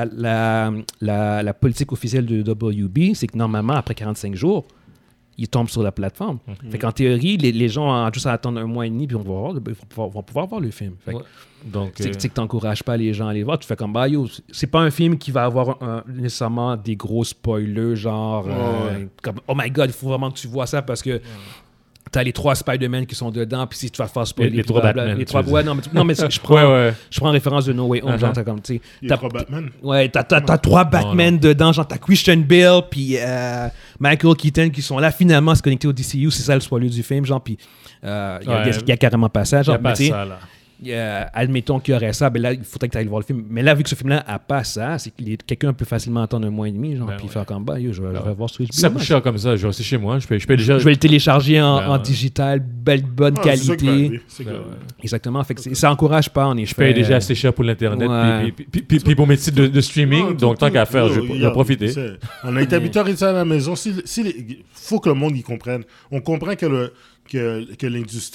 la politique officielle de WB, c'est que normalement, après 45 jours, il tombe sur la plateforme. Fait qu'en théorie, les gens ont juste à attendre 1 mois et demi, puis vont pouvoir voir le film. Fait que Ouais. Donc, c'est que tu n'encourages pas les gens à aller voir. Tu fais comme, bah yo, c'est pas un film qui va avoir nécessairement des gros spoilers, genre, comme, oh my god, il faut vraiment que tu vois ça parce que t'as les 3 Spider-Man qui sont dedans, puis si tu vas faire spoiler. Les puis 3 blablabla. Batman, Les tu 3, veux ouais, dire. non, mais je prends, ouais. je prends référence de No Way Home, genre, t'as comme, tu sais. Il y a 3 Batman. Ouais, t'as 3 Batman dedans, genre t'as Christian Bale puis Michael Keaton qui sont là finalement à se connecter au DCU, c'est ça le spoiler du film, genre, puis il y a carrément pas ça, Il n'y genre, a pas mais tu sais, ça, là. admettons qu'il y aurait ça, ben là, il faudrait que tu ailles voir le film. Mais là, vu que ce film-là n'a pas ça, c'est que quelqu'un peut facilement attendre 1 mois et demi, genre, Ben puis ouais. faire comme, bah, yo, je vais voir sur HBO. Si ça coûte cher comme ça, je vais rester chez moi. Je peux déjà. Je vais le télécharger en Ben ouais. digital, bonne Ah, c'est ça qui va qualité. arriver, c'est Ben clair. ouais. Exactement. Fait que ça encourage pas, en effet. Je paye déjà assez cher pour l'Internet, Ouais. puis pour mes sites de streaming. Non, donc, tant qu'à faire, je vais profiter. On a été habitué à rester à la maison. Faut que le monde y comprenne. On comprend que l'industrie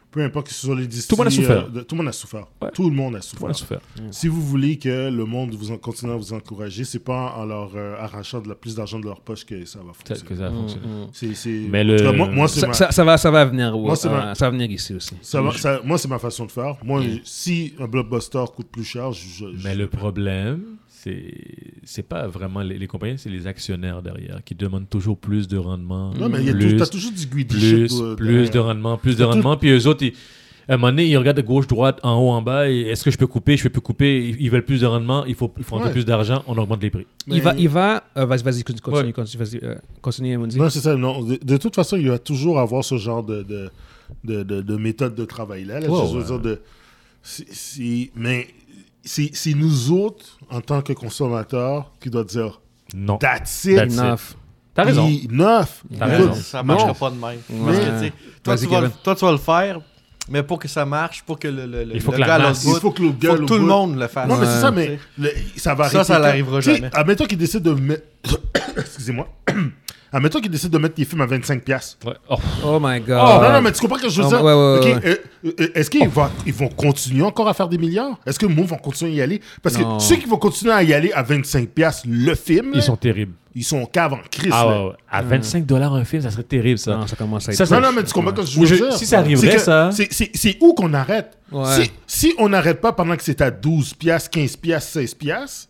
peu importe que ce soit les distries... Tout le monde a souffert. Tout le monde a souffert. Ouais. Tout le monde a Tout le monde a souffert. souffert. Si vous voulez que le monde continue à vous encourager, c'est pas en leur arrachant plus d'argent de leur poche que ça va Peut-être fonctionner. que ça va fonctionner. Mais le- en tout cas, moi, c'est Ça va venir. Moi, c'est ma- Ça va venir ici aussi. moi, c'est ma façon de faire. Moi, si un blockbuster coûte plus cher, Mais le problème, c'est pas vraiment les compagnies, c'est les actionnaires derrière qui demandent toujours plus de rendement. Non, mais t'as toujours du greedy plus, shit. plus de rendement, plus de rendement. Puis eux autres, à un moment donné, ils regardent de gauche, droite, en haut, en bas. Et est-ce que je peux couper? Je peux plus couper. Ils veulent plus de rendement. Il faut un peu plus d'argent. On augmente les prix. Vas-y, continue, continue, Mundi. Non, c'est ça. Non. De toute façon, il va toujours avoir ce genre de méthode de travail-là. Là. Ouais, Je veux dire, mais c'est nous autres, en tant que consommateurs, qui doivent dire Non. that's it. That's it. Enough. T'as raison. Enough. T'as raison. Ça marchera pas de même. Parce que, tu sais, Vas-y, Kevin. toi, tu vas le faire, mais pour que ça marche, pour que Il faut le que la gars à masse- l'autre Il faut que le bout, gars faut que tout le monde le fasse. Non, mais c'est ça, mais Tu sais. ça va Ça, arrêter. ça n'arrivera Tu sais, jamais. Admettons qu'il décide de mettre... Excusez-moi. Admettons qu'il décide de mettre des films à 25$. Ouais. Oh. Oh my God. Non, mais tu comprends ce que je veux dire? Ouais. Ok, est-ce qu'ils vont continuer encore à faire des milliards? Est-ce que le monde va continuer à y aller? Parce Non. que ceux qui vont continuer à y aller à 25$ le film, Ils sont terribles. ils sont caves en crise. Ah là. ouais. À 25$ un film, ça serait terrible, ça. Non, ça commence à être... Ça, Non, mais tu comprends ce que je Oui, veux dire? si ça arriverait, C'est que ça- C'est où qu'on arrête? Ouais. Si on n'arrête pas pendant que c'est à 12$, 15$, 16$,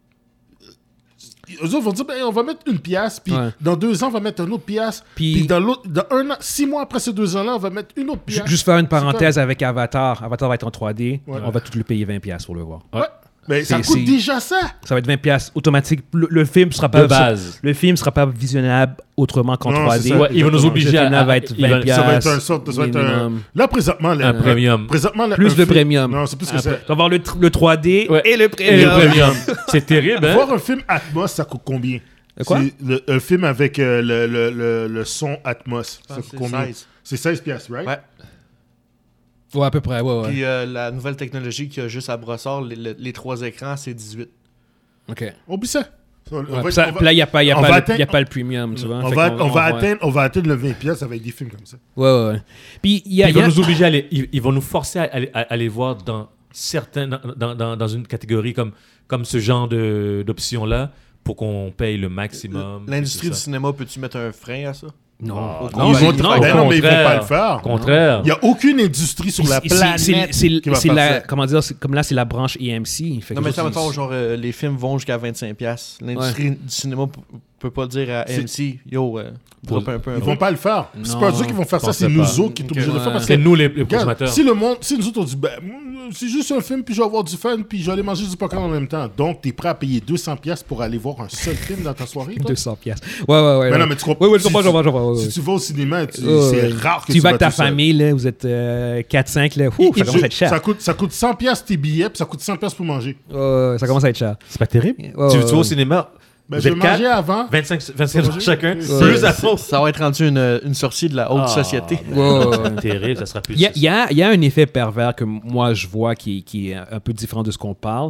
eux autres vont dire, ben, on va mettre une pièce, puis Ouais. dans 2 ans, on va mettre une autre pièce, Puis- puis dans 1 an, 6 mois après ces 2 ans-là, on va mettre une autre pièce. Juste faire une parenthèse avec Avatar. Avatar va être en 3D. Ouais. On va tout le payer 20$ pour le voir. Ouais. Mais ça C'est- coûte déjà ça. Ça va être 20$ automatique. Le film sera pas De base. Le film sera pas visionnable autrement qu'en Non, 3D. c'est ça. Ouais, ils vont nous obliger Le film à... va être ils veulent- 20$. Ça va être un sorte, ça va être un... minimum. Là, présentement... Un premium. Présentement, Plus un de film- premium. Non, c'est plus que Après, ça. tu vas voir le 3D Ouais. et le Et premium. le premium. C'est terrible, hein? Voir un film Atmos, ça coûte combien? Quoi? C'est un film avec le son Atmos. Ça coûte c'est combien? 16. C'est 16$, right? Ouais. Ouais, à peu près. Ouais. Puis la nouvelle technologie qu'il y a juste à Brossard, les 3 écrans, c'est 18. OK. Oublie ça. Ouais, puis là, il n'y a pas le premium, tu vois. On Fait va qu'on- atteindre le 20$ avec des films comme ça. Ouais. Puis il y Ils vont a... nous obliger à aller... Ils vont nous forcer à aller voir dans certains... Dans une catégorie comme ce genre d'options-là pour qu'on paye le maximum. L'industrie du c'est ça. cinéma, peux-tu mettre un frein à ça? Non, Au non, contraire. c'est- Non, non, Ben non, mais ils vont contraire. pas le faire. Au contraire. Il n'y a aucune industrie sur la planète qui va c'est faire la, ça. comment dire, comme là, c'est la branche EMC. Fait Non, que mais ça, ça, mettons, genre, les films vont jusqu'à 25$. L'industrie du cinéma peut pas dire à MC, yo, drop un peu. Ils vont pas le faire. C'est pas eux qui vont faire ça, c'est pensais nous pas. autres qui sommes obligés de le faire. Parce que C'est nous les regarde, consommateurs. si nous autres on dit, ben, c'est juste un film, puis je vais avoir du fun, puis je vais aller manger du popcorn en même temps. Donc, t'es prêt à payer 200$ pour aller voir un seul film dans ta soirée, toi? 200$. Ouais. Mais non, mais tu comprends. Ouais, je comprends. Si tu vas au cinéma, c'est rare que tu vas vas avec ta tout seul. famille, là, vous êtes 4-5, là. Ouh, ça commence à être cher. Ça coûte 100$ tes billets, puis ça coûte 100$ pour manger. Ça commence à être cher. C'est pas terrible. Ouais, Tu ouais, vas au ouais. cinéma, Ben, vous je êtes mangeais 4, avant. 25 chacun, Ouais. plus à fond. Ça va être rendu une sortie de la haute société. Ouais. Terrible, ça sera plus... Il y a un effet pervers que moi je vois qui est un peu différent de ce qu'on parle.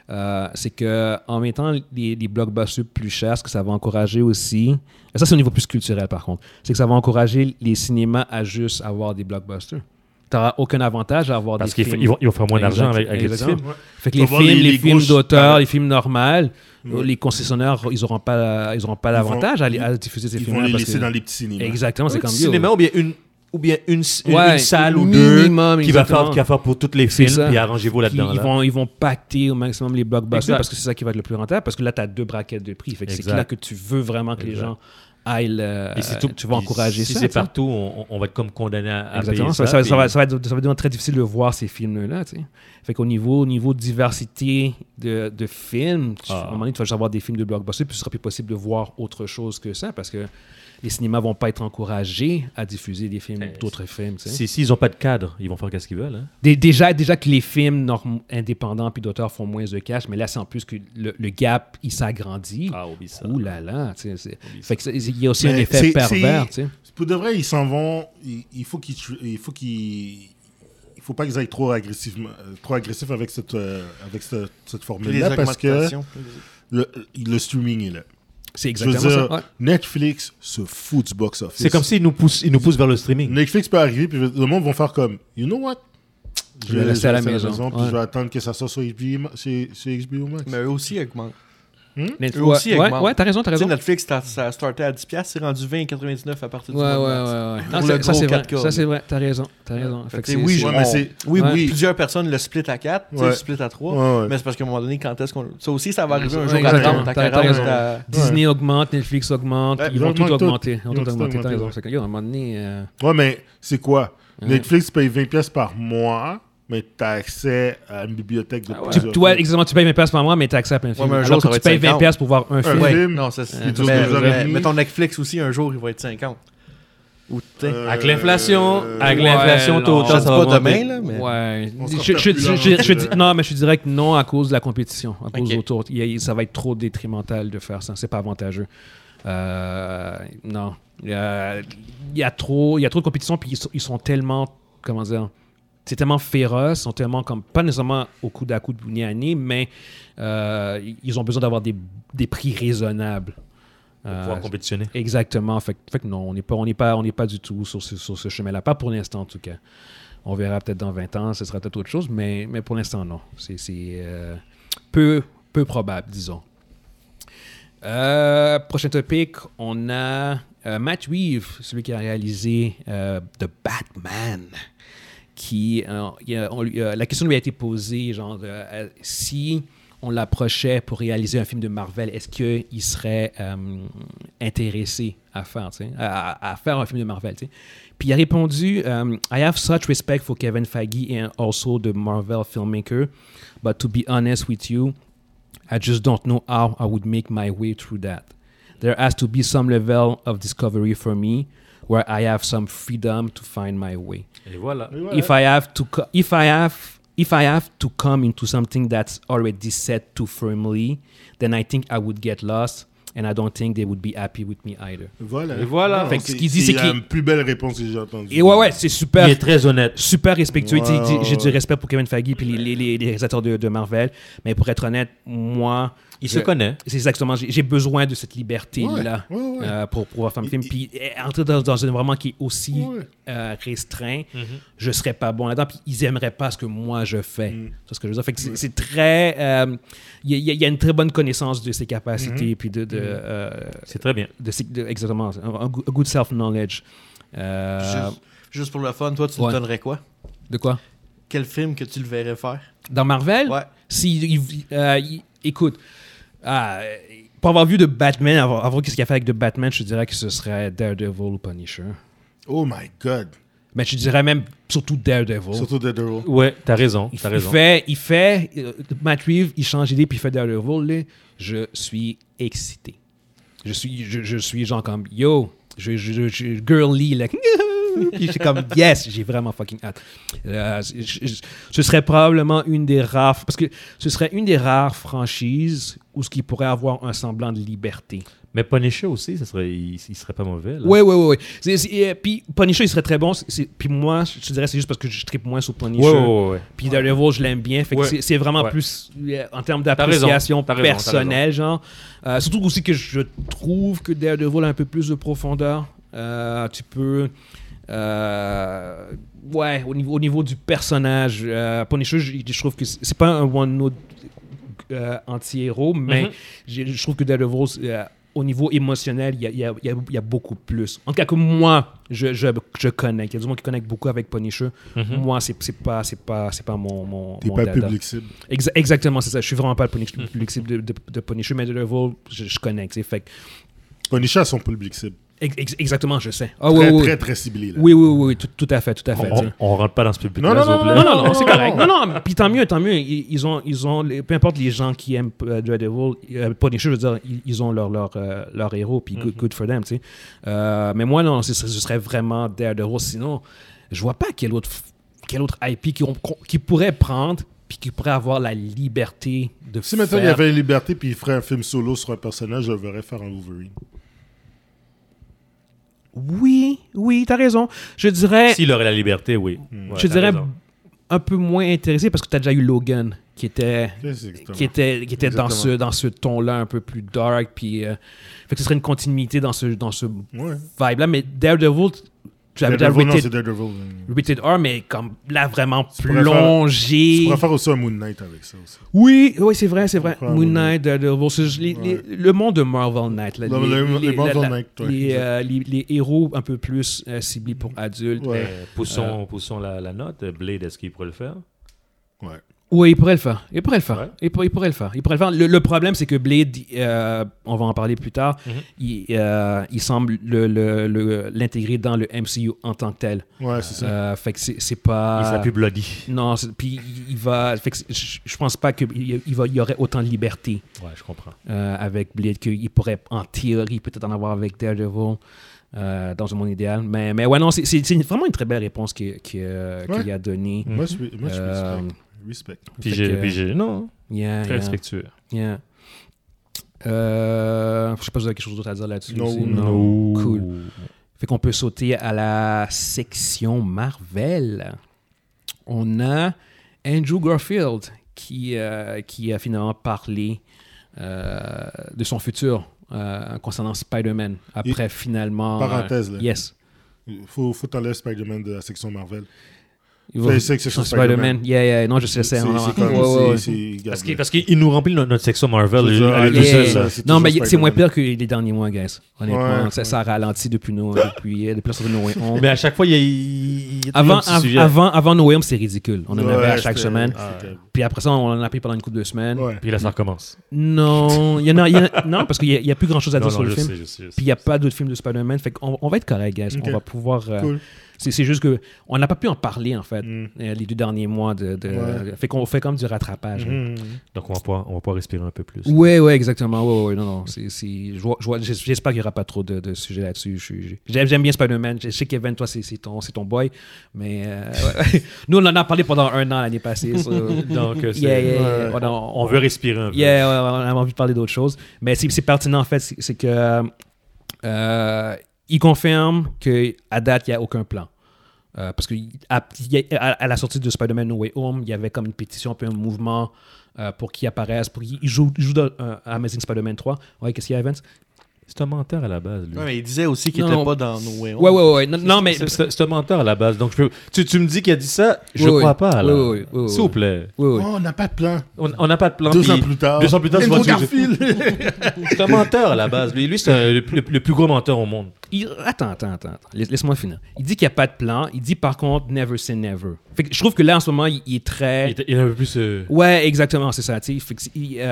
C'est que en mettant les blockbusters plus chers, ce que ça va encourager aussi, et ça c'est au niveau plus culturel par contre, c'est que ça va encourager les cinémas à juste avoir des blockbusters. Tu n'auras aucun avantage à avoir Parce des qu'ils films. vont faire moins d'argent avec les Exactement. films. Fait que Tu les vas voir films, les films grosses- d'auteur, les films normaux, les concessionnaires, ils n'auront pas l'avantage à diffuser ces Ils vont films-là. les parce laisser que- dans les petits cinémas. Exactement, c'est comme cinéma ou bien une Ouais, salle ou minimum, deux qui va exactement. faire pour tous les C'est films, ça. puis arrangez-vous là-dedans. là. Ils vont pacter au maximum les blockbusters Exact. parce que c'est ça qui va être le plus rentable, parce que là, tu as 2 braquettes de prix. Fait que c'est Exact. là que tu veux vraiment que les Exact. gens aillent. Et c'est tout. Tu vas encourager si ça. c'est tu sais. partout, on va être comme condamné à Exactement. payer Ça ça. va devenir très difficile de voir ces films-là. Tu sais. Fait qu'au niveau diversité de films, à un moment donné, tu vas juste avoir des films de blockbusters, puis ce sera plus possible de voir autre chose que ça parce que les cinémas vont pas être encouragés à diffuser des films, d'autres films. Tu sais. S'ils n'ont pas de cadre, ils vont faire ce qu'ils veulent. Hein? Déjà que les films indépendants puis d'auteurs font moins de cash, mais là, c'est en plus que le gap, il s'agrandit. Oublie ça. Ouh là là. Tu sais, fait que il y a aussi un Mais effet pervers. Tu sais. Pour de vrai, ils s'en vont. Il faut pas qu'ils aillent trop agressifs avec cette Les formule-là parce que augmentations. le streaming est là. C'est exactement ça. Ouais. Netflix se fout du box-office. C'est comme s'ils nous poussent vers le streaming. Netflix peut arriver, puis le monde va faire comme, you know what? Je vais rester à la maison. Puis je vais attendre que ça sorte sur HBO Max. Mais eux aussi augmentent. Eux aussi augmentent. Ouais, t'as raison. Tu sais, Netflix, ça a starté à 10$, c'est rendu 20,99$ à partir du mois de mars. Ça, c'est vrai. Ça, c'est vrai. T'as raison. Oui, plusieurs personnes le split à 4, le split à 3, mais c'est parce qu'à un moment donné, quand est-ce qu'on... Ça aussi, ça va arriver un jour à 40. Disney augmente, Netflix augmente, ils vont tout augmenter. Ils vont tout augmenter, t'as raison. À un moment donné... Ouais, mais c'est quoi? Netflix paye 20$ par mois, mais tu as accès à une bibliothèque de plusieurs films. Exactement, tu payes 20$ par mois, mais tu as accès à plein de films. Alors que tu payes 20$ pour voir un film. Non, ça c'est... Mais ton Netflix aussi, un jour, il va être 50$. Avec l'inflation, totale, ça va pas demain, là, mais... Ouais. Non, mais je dirais que non à cause de la compétition, à cause autour. Ça va être trop détrimental de faire ça. C'est pas avantageux. Non. Il y a trop de compétition, puis ils sont tellement, comment dire, c'est tellement féroce, sont tellement comme, pas nécessairement au coude à coude année, mais ils ont besoin d'avoir des prix raisonnables. Pour pouvoir compétitionner. Exactement. Fait que non, on n'est pas du tout sur ce chemin-là. Pas pour l'instant, en tout cas. On verra peut-être dans 20 ans, ce sera peut-être autre chose, mais pour l'instant, non. C'est peu probable, disons. Prochain topic, on a Matt Reeves, celui qui a réalisé The Batman, qui la question lui a été posée, genre si on l'approchait pour réaliser un film de Marvel, est-ce qu'il serait intéressé à faire, à faire un film de Marvel, t'sais? Puis il a répondu, I have such respect for Kevin Feige and also the Marvel filmmaker, but to be honest with you, I just don't know how I would make my way through that. There has to be some level of discovery for me where I have some freedom to find my way. Et voilà. If I have to come into something that's already set too firmly, then I think I would get lost and I don't think they would be happy with me either. Voilà. Fait que ce qu'il dit, c'est la plus belle réponse que j'ai entendue. Et ouais, c'est super. Il est très honnête. Super respectueux. J'ai du respect pour Kevin Feige et les réalisateurs de Marvel. Mais pour être honnête, moi... Il se connaît. C'est exactement. J'ai besoin de cette liberté-là pour pouvoir faire un film. Puis entrer dans un environnement qui est aussi restreint, je serais pas bon là-dedans. Puis ils aimeraient pas ce que moi je fais. C'est ce que je veux dire. Fait que c'est très... Il y a une très bonne connaissance de ses capacités. Puis c'est très bien. Exactement. A good self-knowledge. Juste pour le fun, toi, tu te donnerais quoi? De quoi? Quel film que tu le verrais faire? Dans Marvel? Ouais. Écoute... pour avoir vu de Batman, avoir vu ce qu'il a fait avec The Batman, je te dirais que ce serait Daredevil ou Punisher. Oh my God. Mais je dirais même surtout Daredevil. Ouais, t'as raison. Il fait Matt Reeves, il change d'idée puis il fait Daredevil. Là, je suis excité. Je suis genre comme yo, girly, like. Puis je suis comme yes, j'ai vraiment fucking hâte. Ce serait probablement une des rares, parce que ce serait une des rares franchises où ce qui pourrait avoir un semblant de liberté. Mais Punisher aussi, il serait pas mauvais. Oui. Puis Punisher, il serait très bon. Puis moi, je te dirais, c'est juste parce que je trippe moins sur Punisher. Ouais. Puis Daredevil, je l'aime bien. Fait que c'est vraiment plus en termes d'appréciation personnelle, genre. Surtout aussi que je trouve que Daredevil a un peu plus de profondeur. Tu peux... au niveau du personnage, Punisher, je trouve que c'est pas un one-note anti-héros, mais je trouve que Daredevil, au niveau émotionnel, il y a beaucoup plus. En tout cas, que moi, je connecte. Il y a du monde qui connecte beaucoup avec Punisher. Moi, c'est pas mon T'es pas dada. le public cible. Exactement, c'est ça. Je suis vraiment pas le public cible de Punisher, mais Daredevil, je connecte. Fait que... Punisher a son public cible. Exactement, je sais. Très ciblé. Là. Oui, tout à fait. On rentre pas dans ce public. Non, c'est correct. Non, puis tant mieux. Ils ont, peu importe les gens qui aiment Daredevil, Punisher, je veux dire, ils ont leur héros, puis good for them, tu sais. Mais moi, non, ce serait vraiment Daredevil. Sinon, je vois pas quel autre IP qui pourrait prendre, puis qui pourrait avoir la liberté de faire... Si maintenant il y avait la liberté, puis il ferait un film solo sur un personnage, je le verrais faire un Wolverine. Oui, t'as raison. Je dirais... S'il aurait la liberté, oui. Je dirais un peu moins intéressé parce que tu as déjà eu Logan qui était dans ce ton-là un peu plus dark, puis fait que ce serait une continuité dans ce vibe-là, mais Daredevil, tu avais déjà Rated R, mais comme là vraiment plongé. Tu pourrais faire aussi un Moon Knight avec ça aussi. Oui, c'est vrai. Moon Knight, Daredevil, le monde de Marvel Knight. Là, les héros un peu plus ciblés pour adultes. Ouais. Poussons la note. Blade, est-ce qu'il pourrait le faire? Ouais. Oui, il pourrait le faire. Ouais. Il pourrait le faire. Le problème, c'est que Blade, on va en parler plus tard, il semble l'intégrer dans le MCU en tant que tel. Ouais, c'est ça. Fait que c'est pas... Il sera plus bloody. Non, puis il va... Fait que je pense pas qu'il y aurait autant de liberté. Ouais, je comprends. Avec Blade qu'il pourrait, en théorie, peut-être en avoir avec Daredevil. Dans un monde idéal. Mais ouais, non, c'est vraiment une très belle réponse qu'il a donnée. Moi, je suis respect. Puis j'ai non. Yeah, très respectueux. Yeah. Je sais pas si vous avez quelque chose d'autre à dire là-dessus. Non. Cool. Fait qu'on peut sauter à la section Marvel. On a Andrew Garfield qui a finalement parlé de son futur concernant Spider-Man. Après, finalement... Parenthèse, là. Yes. Faut t'enlever Spider-Man de la section Marvel. Section Spider-Man. Yeah. Non, je sais, c'est parce qu'il nous remplit notre section Marvel. Non, mais c'est moins pire que les derniers mois, guys. Honnêtement, ça a ralenti depuis la sortie de No Way Home. Mais à chaque fois, il y a avant No Way Home, c'est ridicule. On en avait à chaque semaine. Puis après ça, on en a pris pendant une couple de semaines. Puis là, ça recommence. Non, non, parce qu'il n'y a plus grand-chose à dire sur le film. Puis il n'y a pas d'autres films de Spider-Man. Fait qu'on va être correct, guys. On va pouvoir... C'est juste qu'on n'a pas pu en parler, en fait, les 2 derniers mois. Fait qu'on fait comme du rattrapage. Donc, on va pouvoir respirer un peu plus. Oui, exactement. Ouais. Non. J'espère qu'il n'y aura pas trop de sujets là-dessus. J'aime bien Spider-Man. Je sais Kevin, toi, c'est ton boy. Mais nous, on en a parlé pendant 1 an l'année passée. Donc, on veut respirer un peu. On a envie de parler d'autres choses. Mais c'est pertinent, en fait. C'est que... il confirme qu'à date, il n'y a aucun plan. Parce qu'à la sortie de Spider-Man No Way Home, il y avait comme une pétition, un mouvement pour qu'il apparaisse, pour qu'il joue dans Amazing Spider-Man 3. Ouais, qu'est-ce qu'il y a, Vince? C'est un menteur à la base, lui. Ouais, mais il disait aussi qu'il n'était pas dans No Way Home. Ouais. Non, mais... C'est un menteur à la base. Donc, tu me dis qu'il a dit ça, je crois pas, là. S'il vous plaît. Oui. Oh, on n'a pas de plan. On n'a pas de plan. 2 ans plus tard. Andrew Garfield. C'est un menteur à la base. Lui c'est le plus gros menteur au monde. Attends. Laisse-moi finir. Il dit qu'il n'y a pas de plan. Il dit, par contre, never say never. Fait que je trouve que là, en ce moment, il est très... Il est un peu plus... Ouais, exactement, c'est ça. Fait que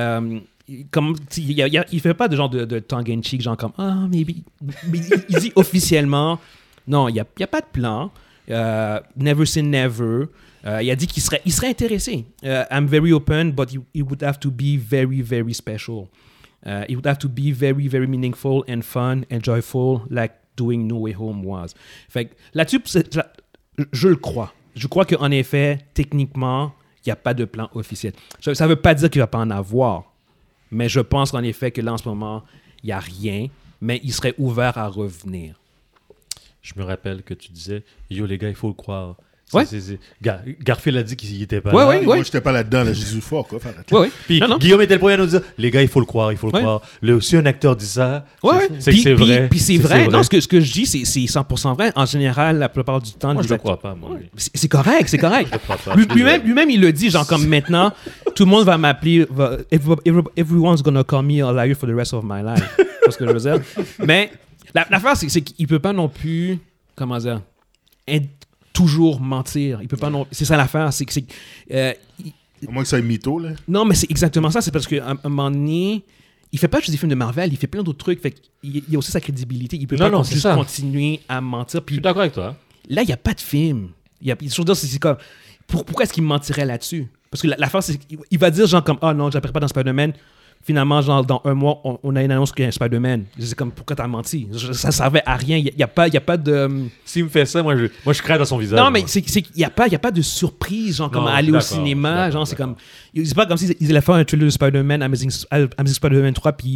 il fait pas de genre de tongue-in-cheek, genre comme mais il dit officiellement non, il y a pas de plan. Never say never. Il a dit qu'il serait intéressé. I'm very open, but it would have to be very, very special. It would have to be very, very meaningful and fun and joyful, like doing No Way Home was. Fait que là-dessus, je le crois. Je crois qu'en effet, techniquement, il n'y a pas de plan officiel. Ça ne veut pas dire qu'il ne va pas en avoir. Mais je pense qu'en effet que là, en ce moment, il n'y a rien, mais il serait ouvert à revenir. Je me rappelle que tu disais, yo les gars, il faut le croire. Ouais. Garfield a dit qu'il n'était pas là. Ouais. Moi, j'étais pas là-dedans. Là. J'ai dit fort, quoi. Ouais. Puis Guillaume était le premier à nous dire, les gars, il faut le croire. Si un acteur dit ça, c'est que c'est vrai. Puis c'est vrai. Non, ce que je dis, c'est 100% vrai. En général, la plupart du temps... Moi, je ne le crois pas, moi. C'est correct. Je le crois pas. Lui-même, il le dit, genre comme maintenant, tout le monde va m'appeler... Everyone's gonna call me a liar for the rest of my life. C'est ce que je veux dire. Mais l'affaire, c'est qu'il ne peut pas non plus... Comment dire toujours mentir. Il peut pas non... C'est ça l'affaire. À moins que ça ait mytho, là. Non, mais c'est exactement ça. C'est parce qu'à un moment donné, il fait pas juste des films de Marvel, il fait plein d'autres trucs. Fait qu'il y a aussi sa crédibilité. Il peut pas juste continuer à mentir. Puis, je suis d'accord avec toi. Là, il n'y a pas de film. Il y a toujours dire, c'est comme... Pourquoi est-ce qu'il mentirait là-dessus? Parce que l'affaire, c'est qu'il va dire genre comme « Ah non, j'apparais pas dans Spider-Man ». Finalement, genre, dans 1 mois, on a une annonce qu'il y a un Spider-Man. C'est comme, pourquoi t'as menti? Ça servait à rien. Il n'y a pas de... S'il me fait ça, moi, je crains dans son visage. Non, mais il n'y a pas de surprise, genre, comme aller au cinéma. Genre, c'est comme... C'est pas comme s'ils allaient faire un trailer de Spider-Man, Amazing Spider-Man 3, puis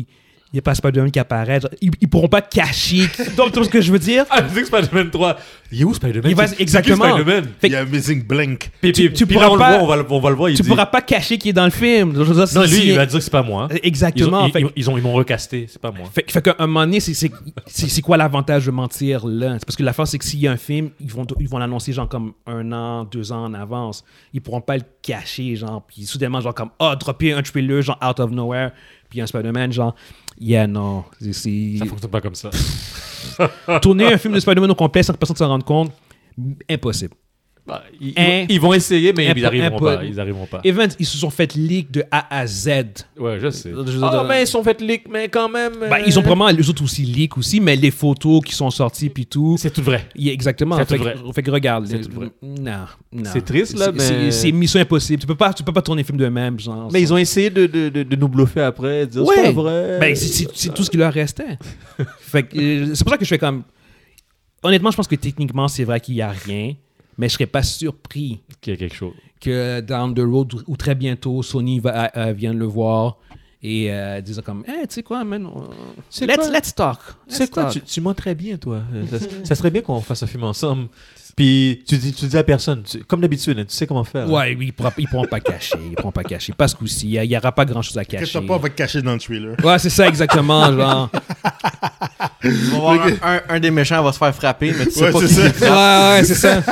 il n'y a pas Spider-Man qui apparaît. Genre, ils pourront pas cacher. Donc, tu vois ce que je veux dire? Amazing Spider-Man 3. Il est où Spider-Man? Exactement. C'est qui Spider-Man? Il y a Amazing Blank. Tu pourras pas, on va le voir. tu pourras pas cacher qui est dans le film. Non, lui, il va dire que c'est pas moi. Exactement. Ils m'ont recasté, c'est pas moi. Fait qu'à un moment donné, c'est quoi l'avantage de mentir là? C'est parce que la force, c'est que s'il y a un film, ils vont l'annoncer genre comme 1 an, 2 ans en avance. Ils pourront pas le cacher, genre. Puis soudainement, genre comme, dropper un trailer, genre out of nowhere. Puis un Spider-Man, genre, non. Ça fonctionne pas comme ça. Tourner un film de Spider-Man au complet sans que personne s'en rende compte, impossible. Bah, ils vont essayer, mais ils arriveront pas. Evans, ils se sont fait leak de A à Z. Ouais, je sais. Mais ils se sont fait leak, mais quand même... Ils ont probablement, les autres aussi, leak aussi, mais les photos qui sont sorties puis tout... C'est tout vrai. Exactement. C'est tout vrai. Fait que regarde. C'est tout vrai. Non. C'est triste, là, mais... C'est mission impossible. Tu peux pas tourner un film de même, genre... Mais ils ont essayé de nous bluffer après, dire c'est pas vrai. C'est tout ce qui leur restait. Fait que c'est pour ça que je fais comme... Honnêtement, je pense que techniquement, c'est vrai qu'il y a rien. Mais je serais pas surpris qu'il y a quelque chose. Que down the road ou très bientôt, Sony vienne le voir et disant comme, hey, tu sais quoi, man, let's talk. C'est quoi, tu mens très bien, toi. ça serait bien qu'on fasse un film ensemble. Puis tu dis à personne, comme d'habitude, tu sais comment faire. Ouais, ils pourront pas cacher. Ils pourront pas cacher. Pas ce coup-ci. Il n'y aura pas grand-chose à cacher. Qu'est-ce que t'as pas cacher dans le trailer? Ouais, c'est ça, exactement. Genre. Tu vas voir un des méchants va se faire frapper, mais tu sais pas qui ouais, c'est ça.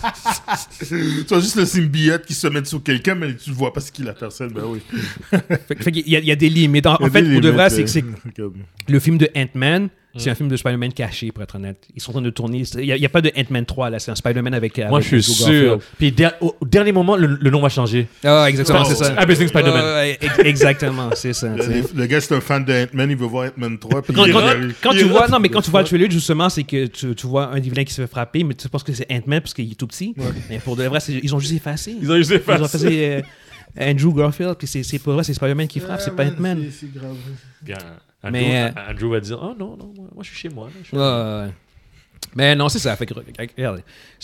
Tu vois juste le symbiote qui se met sur quelqu'un, mais tu ne vois pas ce qu'il a personne. Ben oui. Fait qu'il y a des limites. En fait, pour de vrai, c'est que le film de Ant-Man, c'est un film de Spider-Man caché, pour être honnête. Ils sont en train de tourner. Il n'y a pas de Ant-Man 3, là. C'est un Spider-Man avec. Moi, je suis sûr. Puis au dernier moment, le nom va changer. Ah, exactement, c'est ça. Amazing Spider-Man. Exactement, c'est ça. Le gars, c'est un fan de Ant-Man, il veut voir Ant-Man 3. Quand tu vois le trailer, justement, c'est que tu vois un des vilains qui se fait frapper, mais tu penses que c'est Ant-Man parce qu'il est tout petit. Ouais. Mais pour de vrai, ils ont juste effacé. Ils ont effacé Andrew Garfield, puis c'est pour vrai, c'est Spider-Man qui frappe, c'est pas Ant-Man. C'est grave. Bien. Andrew va dire non, moi je suis chez moi. Mais non, c'est ça. Fait que, regarde,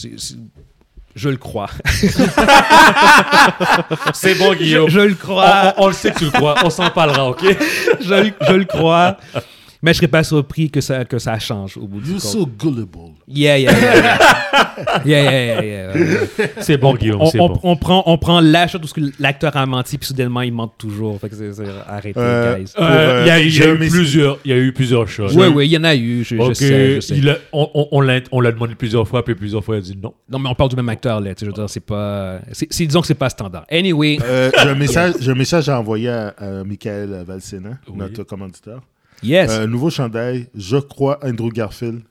je le crois. C'est bon, Guillaume. Je le crois. On le sait que tu le crois. On s'en parlera, OK? Je le crois. Mais je serais pas surpris que ça change au bout du compte. You're so gullible. Yeah. C'est bon, Guillaume, c'est bon. On prend l'achat de ce que l'acteur a menti, puis soudainement, il ment toujours. Fait que arrêtez, guys. Il y a eu plusieurs choses. Oui, il y en a eu. Je sais. On l'a demandé plusieurs fois, puis plusieurs fois, il a dit non. Non, mais on parle du même acteur, là. Je veux dire, c'est pas... disons que c'est pas standard. Anyway. J'ai un message à envoyer à Michael Valsena, notre commanditaire. Yes. Nouveau chandail, je crois Andrew Garfield.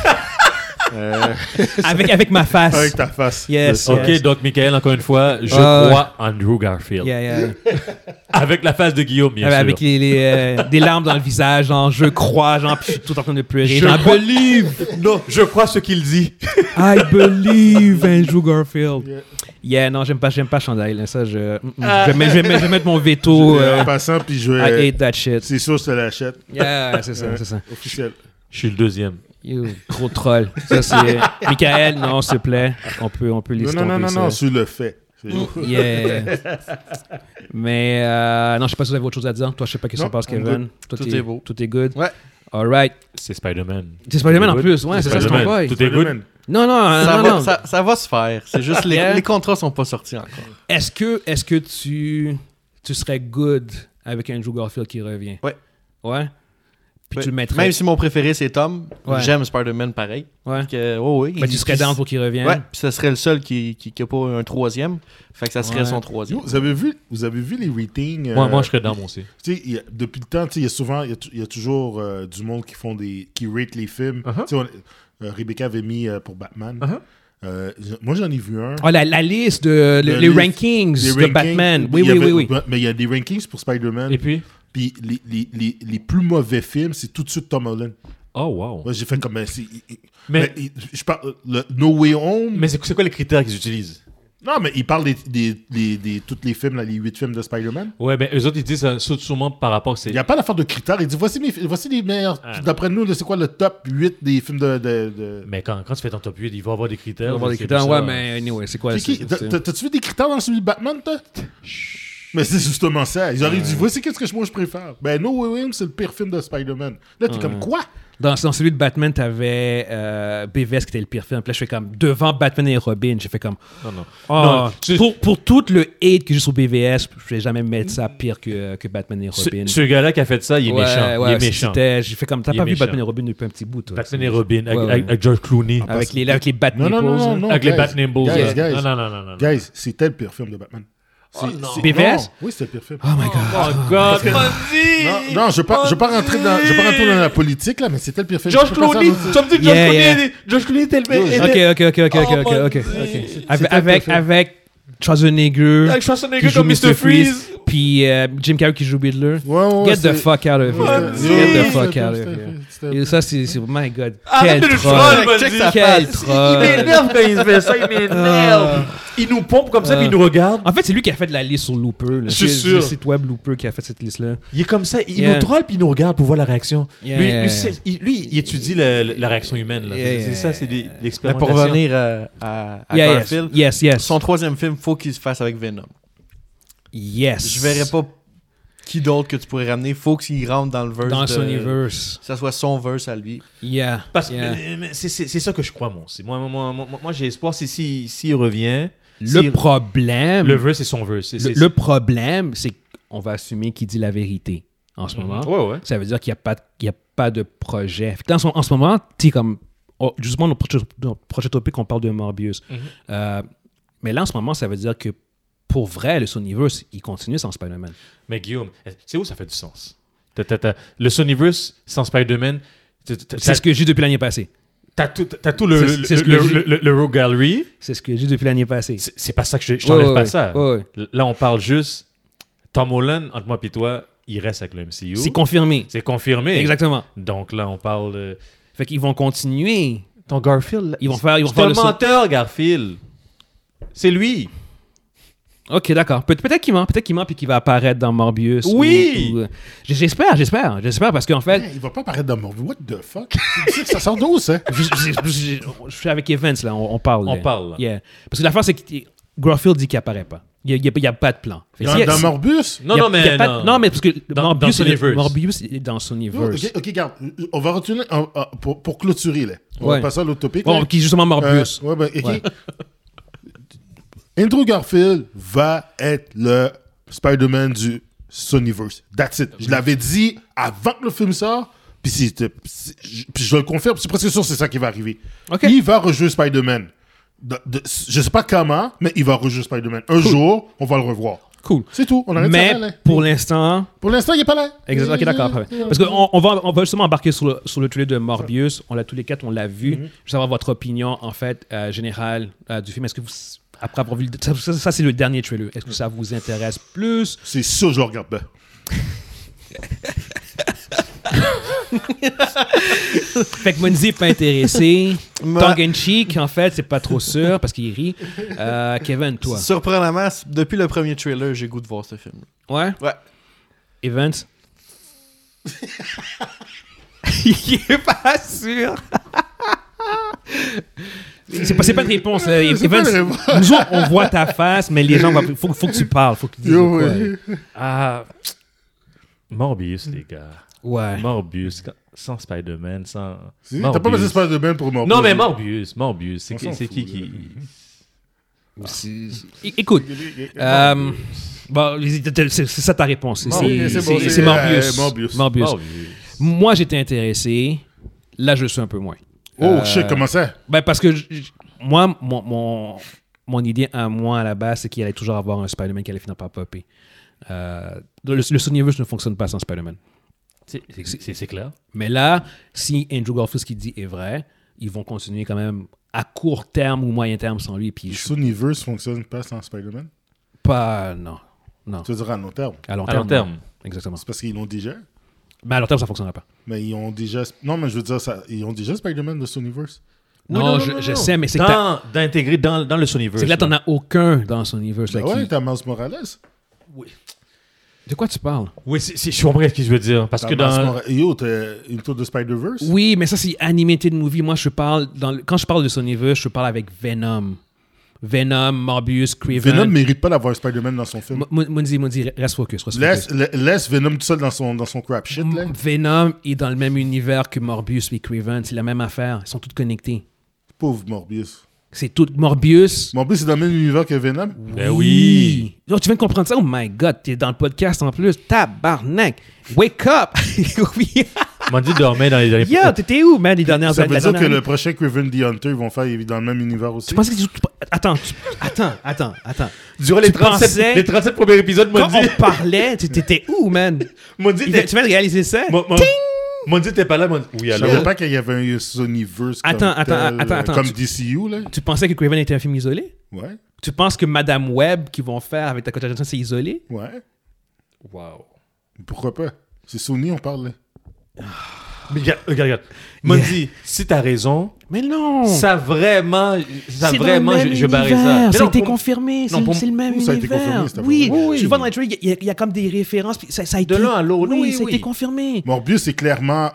Avec ma face. Avec ta face. Yes. Ok, donc Michael, encore une fois, je crois Andrew Garfield. Yeah. Avec la face de Guillaume, bien sûr. Avec des larmes dans le visage, genre je crois, genre puis je suis tout en train de pleurer. Non, je crois ce qu'il dit. I believe Andrew Garfield. Yeah, non, j'aime pas chandail. Là, ça, je vais mettre mon veto. En passant, puis je vais... I hate that shit. C'est sûr, je te l'achète. Yeah, c'est ça. Officiel. Je suis le deuxième. You, gros troll. Ça, c'est... Michael, non, s'il te plaît. On peut les stopper. Non, sur le fait. Yeah. Mais, non, je sais pas si vous avez autre chose à dire. Toi, je sais pas qu'est-ce que ça passe, Kevin. Tout est beau. Tout est good. Ouais. All right. C'est Spider-Man. C'est Spider-Man en plus. Ouais, c'est ça, c'est ton boy. Tout est good. Non. Ça va se faire. C'est juste les contrats sont pas sortis encore. Est-ce que tu serais good avec Andrew Garfield qui revient? Ouais? Puis tu le mettrais... Même si mon préféré c'est Tom, j'aime Spider-Man pareil. Ouais. Oui. Mais tu serais down pour qu'il revienne? Ouais, puis ça serait le seul qui n'a pas un troisième. Fait que ça serait son troisième. Vous avez vu les ratings? Moi, je serais down aussi. Tu sais, depuis le temps, il y a toujours du monde qui rate les films. Rebecca avait mis pour Batman. Moi, j'en ai vu un. La liste les rankings de Batman. Oui. Mais il y a des rankings pour Spider-Man. Et puis les plus mauvais films, c'est tout de suite Tom Holland. Oh, wow. Ouais, j'ai fait comme... Mais je parle... No Way Home... Mais c'est quoi les critères qu'ils utilisent? Non, mais ils parlent de tous les films, là, les 8 films de Spider-Man. Ouais, mais eux autres, ils disent sûrement par rapport... Il n'y a pas d'affaire de critères. Ils disent, voici les meilleurs. D'après nous, c'est quoi le top 8 des films de... Mais quand tu fais ton top 8, il va y avoir des critères. Il va y avoir des critères, ouais, mais anyway, c'est quoi? T'as-tu vu des critères dans celui de Batman, toi? Mais c'est justement ça. Ils auraient dit, voici qu'est-ce que moi je préfère. Ben, No Way Home, c'est le pire film de Spider-Man. Là, t'es comme, quoi? Dans celui de Batman, t'avais BVS qui était le pire film. Puis là, je fais comme, devant Batman et Robin, j'ai fait comme... Non. Pour tout le hate que j'ai sur BVS, je vais jamais mettre ça pire que Batman et Robin. Ce gars-là qui a fait ça, il est méchant. Il est méchant. J'ai fait comme, t'as pas vu méchant. Batman et Robin depuis un petit bout, toi. Batman et Robin, avec George Clooney. Avec les Batman Non, Avec les Batman Bulls. Guys, Non. Guys, c'était le pire film de Batman. BVS? Non. Oui, c'était le pire film. Oh my God. Oh God, vas-y! Non, je vais pas rentrer dans la politique, là, mais c'était le pire film. George Clooney! Tu me dis que George Clooney était le Ok. Avec Schwarzenegger. Avec Schwarzenegger comme Mr. Freeze. Puis Jim Carrey qui joue Riddler. Get the fuck out of here. Get the fuck out of here. Et ça, c'est... My God. Quel troll. Quel troll. Il m'énerve quand il fait ça. Il m'énerve. Il nous pompe comme ça, puis il nous regarde. En fait, c'est lui qui a fait la liste sur Looper. Je suis sûr. C'est le site web Looper qui a fait cette liste-là. Il est comme ça. Il nous troll, puis il nous regarde pour voir la réaction. Yeah. Lui, il étudie la réaction humaine. C'est ça, c'est l'expérimentation. Pour revenir à Garfield, yes. son troisième film, faut qu'il se fasse avec Venom. Yes. Je verrais pas qui d'autre que tu pourrais ramener. Faut qu'il rentre dans le verse. Dans son universe. Que ça soit son verse à lui. Parce que c'est ça que je crois, moi aussi. Moi, j'ai espoir, s'il revient... Le problème... Le verse, c'est son verse. Le problème, c'est qu'on va assumer qu'il dit la vérité en ce moment. Ouais. Ça veut dire qu'il n'y a pas de projet. En ce moment, tu sais, comme... justement, notre projet topic, on parle de Morbius. Mais là, en ce moment, ça veut dire que pour vrai, le Sonyverse, il continue sans Spider-Man. Mais Guillaume, c'est où ça fait du sens? Le Sonyverse sans Spider-Man... C'est ce que j'ai depuis l'année passée. T'as tout le Rogue Gallery. C'est ce que j'ai depuis l'année passée. C'est pas ça que je t'enlève pas ça. Ouais. Là, on parle juste... Tom Holland, entre moi et toi, il reste avec le MCU. C'est confirmé. C'est confirmé. Exactement. Donc là, on parle de... Fait qu'ils vont continuer. Ton Garfield... Ils vont faire c'est un menteur, Garfield. C'est lui. Ok, d'accord. Peut-être qu'il ment puis qu'il va apparaître dans Morbius. Oui! J'espère, parce qu'en fait... Il va pas apparaître dans Morbius. What the fuck? Ça sort d'où, ça? Je suis avec Evans, là. On parle. On parle, là. Yeah. Parce que l'affaire, c'est que Garfield dit qu'il apparaît pas. Il n'y a pas de plan. Dans Morbius? Non, mais parce que Morbius est dans Sonyverse. Ok, regarde. On va retourner pour clôturer, là. On va passer à l'autre topic. Bon, qui est justement Morbius. Ok. Andrew Garfield va être le Spider-Man du Sonyverse. That's it. Je l'avais dit avant que le film sorte, puis je le confirme, c'est presque sûr que c'est ça qui va arriver. Okay. Il va rejouer Spider-Man. Je sais pas comment, mais il va rejouer Spider-Man. Un jour, on va le revoir. Cool. C'est tout. On arrête mais ça, là. pour l'instant... Pour l'instant, il n'est pas là. Exactement. Ok, d'accord. Parce qu'on va justement embarquer sur le trailer de Morbius. On l'a tous les quatre, on l'a vu. Je veux savoir votre opinion, en fait, générale du film. Est-ce que vous... Après avoir vu... Ça, c'est le dernier trailer. Est-ce que ça vous intéresse plus? C'est sûr, je le regarde bien. Fait que Monzi n'est pas intéressé. Tongue in cheek, en fait, c'est pas trop sûr parce qu'il rit. Kevin, toi? Surprenamment, depuis le premier trailer, j'ai goût de voir ce film. Ouais? Ouais. Evans? Il est pas sûr. C'est pas de réponse. Evans, nous autres, on voit ta face, mais les gens, faut que tu parles. Faut que tu dises Morbius, les gars. Ouais. Morbius, sans Spider-Man, sans... T'as pas passé Spider-Man pour Morbius. Non, mais Morbius, c'est qui... Écoute, bon, c'est ça ta réponse. C'est Morbius. Moi, j'étais intéressé. Là, je suis un peu moins. Oh, shit, comment ça? Ben, parce que moi, mon idée à moi, à la base, c'est qu'il allait toujours avoir un Spider-Man qui allait finir par popper. Le Sonyverse ne fonctionne pas sans Spider-Man. C'est clair. Mais là, si Andrew Garfield, ce qu'il dit est vrai, ils vont continuer quand même à court terme ou moyen terme sans lui. Puis le Sonyverse ne fonctionne pas sans Spider-Man? Non. Tu veux dire à long terme? À long terme. Exactement. C'est parce qu'ils l'ont déjà? Mais à long terme, ça ne fonctionnera pas. Mais ils ont déjà... Non, mais je veux dire, ils ont déjà Spider-Man de Sonyverse? Non, je sais, mais c'est que d'intégrer dans le Sonyverse. C'est que là, t'en as aucun dans le Sonyverse. Ben ouais, t'as Miles Morales. Oui. De quoi tu parles? Oui, je comprends ce que je veux dire. Parce que dans... Yo, t'as une tour de Spider-Verse? Oui, mais ça, c'est animated movie. Moi, quand je parle de Sonyverse, je parle avec Venom. Venom, Morbius, Kraven. Venom mérite pas d'avoir Spider-Man dans son film. Mundi, reste focus. Laisse Venom tout seul dans son crap shit. Là. Venom est dans le même univers que Morbius et Kraven. C'est la même affaire. Ils sont tous connectés. Pauvre Morbius. C'est tout Morbius. Morbius est dans le même univers que Venom? Ben oui. Oh, tu viens de comprendre ça? Oh my God, t'es dans le podcast en plus. Tabarnak. Wake up. Oui. M'a dit dormir dans les derniers... Yo, t'étais où, man, les dernières années? Ça veut dire que le prochain Kraven the Hunter, ils vont faire dans le même univers aussi. Tu pensais que... Attends. Durant les 37 premiers épisodes, quand on parlait, t'étais où, man? Tu viens de réaliser ça? Mon Dieu, t'es pas là, oui, alors. Je savais pas qu'il y avait un Sonyverse comme DCU, là. Tu pensais que Kraven était un film isolé? Ouais. Tu penses que Madame Web, qu'ils vont faire avec Dakota Johnson, c'est isolé? Ouais. Wow. Pourquoi pas? C'est Sony, on parle, là. Mais regarde. Mondi, si t'as raison... Mais non! Ça vraiment, je barrais ça. Ça a été confirmé. C'est le même univers. Ça a été confirmé, oui. Tu vois dans les trailers, il y a comme des références. Ça a été... De l'un à l'autre. Oui, ça a été confirmé. Morbius est clairement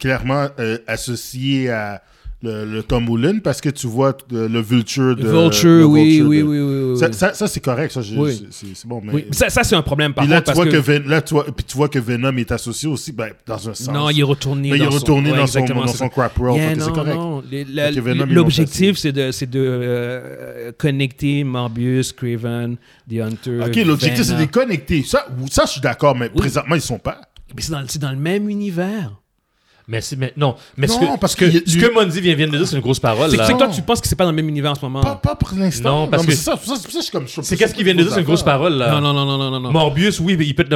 associé à le Tom Holland parce que tu vois le Vulture de... Vulture, oui. Ça, c'est correct. Ça, c'est bon. Mais... Oui. Ça, c'est un problème, par contre. Puis tu vois que Venom est associé aussi, dans un sens. Non, il est retourné dans son crap world. C'est correct. L'objectif, c'est de connecter Morbius, Kraven, The Hunter. OK, l'objectif, c'est de les connecter. Ça, je suis d'accord, mais présentement, ils sont pas. Mais c'est dans le même univers. Parce que ce que Mondi vient de dire, c'est une grosse parole. C'est que toi, tu penses que c'est pas dans le même univers en ce moment. Pas pour l'instant. Non, parce que c'est qu'est-ce qu'il vient de dire, c'est une grosse parole là. Non. Morbius, oui, il peut être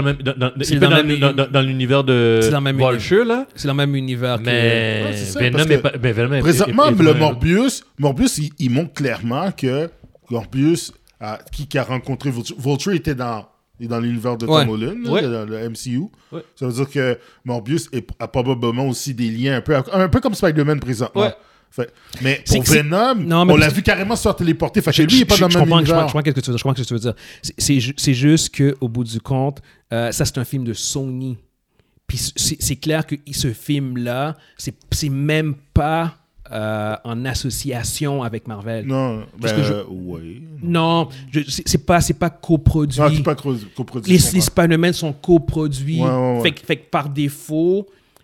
dans l'univers de Vulture là. C'est dans le même univers. Mais Venom est pas. Présentement, le Morbius, il montre clairement que Morbius, qui a rencontré Vulture, était dans l'univers de Tom Holland, dans le MCU. Ouais. Ça veut dire que Morbius a probablement aussi des liens un peu comme Spider-Man présentement. Ouais. Mais pour Venom, on l'a vu carrément se faire téléporter. Fait que lui, il n'est pas dans le même univers. Je comprends ce que tu veux dire. C'est juste qu'au bout du compte, ça, c'est un film de Sony. Puis c'est clair que ce film-là, c'est même pas... en association avec Marvel. Non, oui. Non, c'est pas coproduit. Non, c'est pas coproduit. Les Spider-Man sont coproduits. Ouais. Fait que par défaut,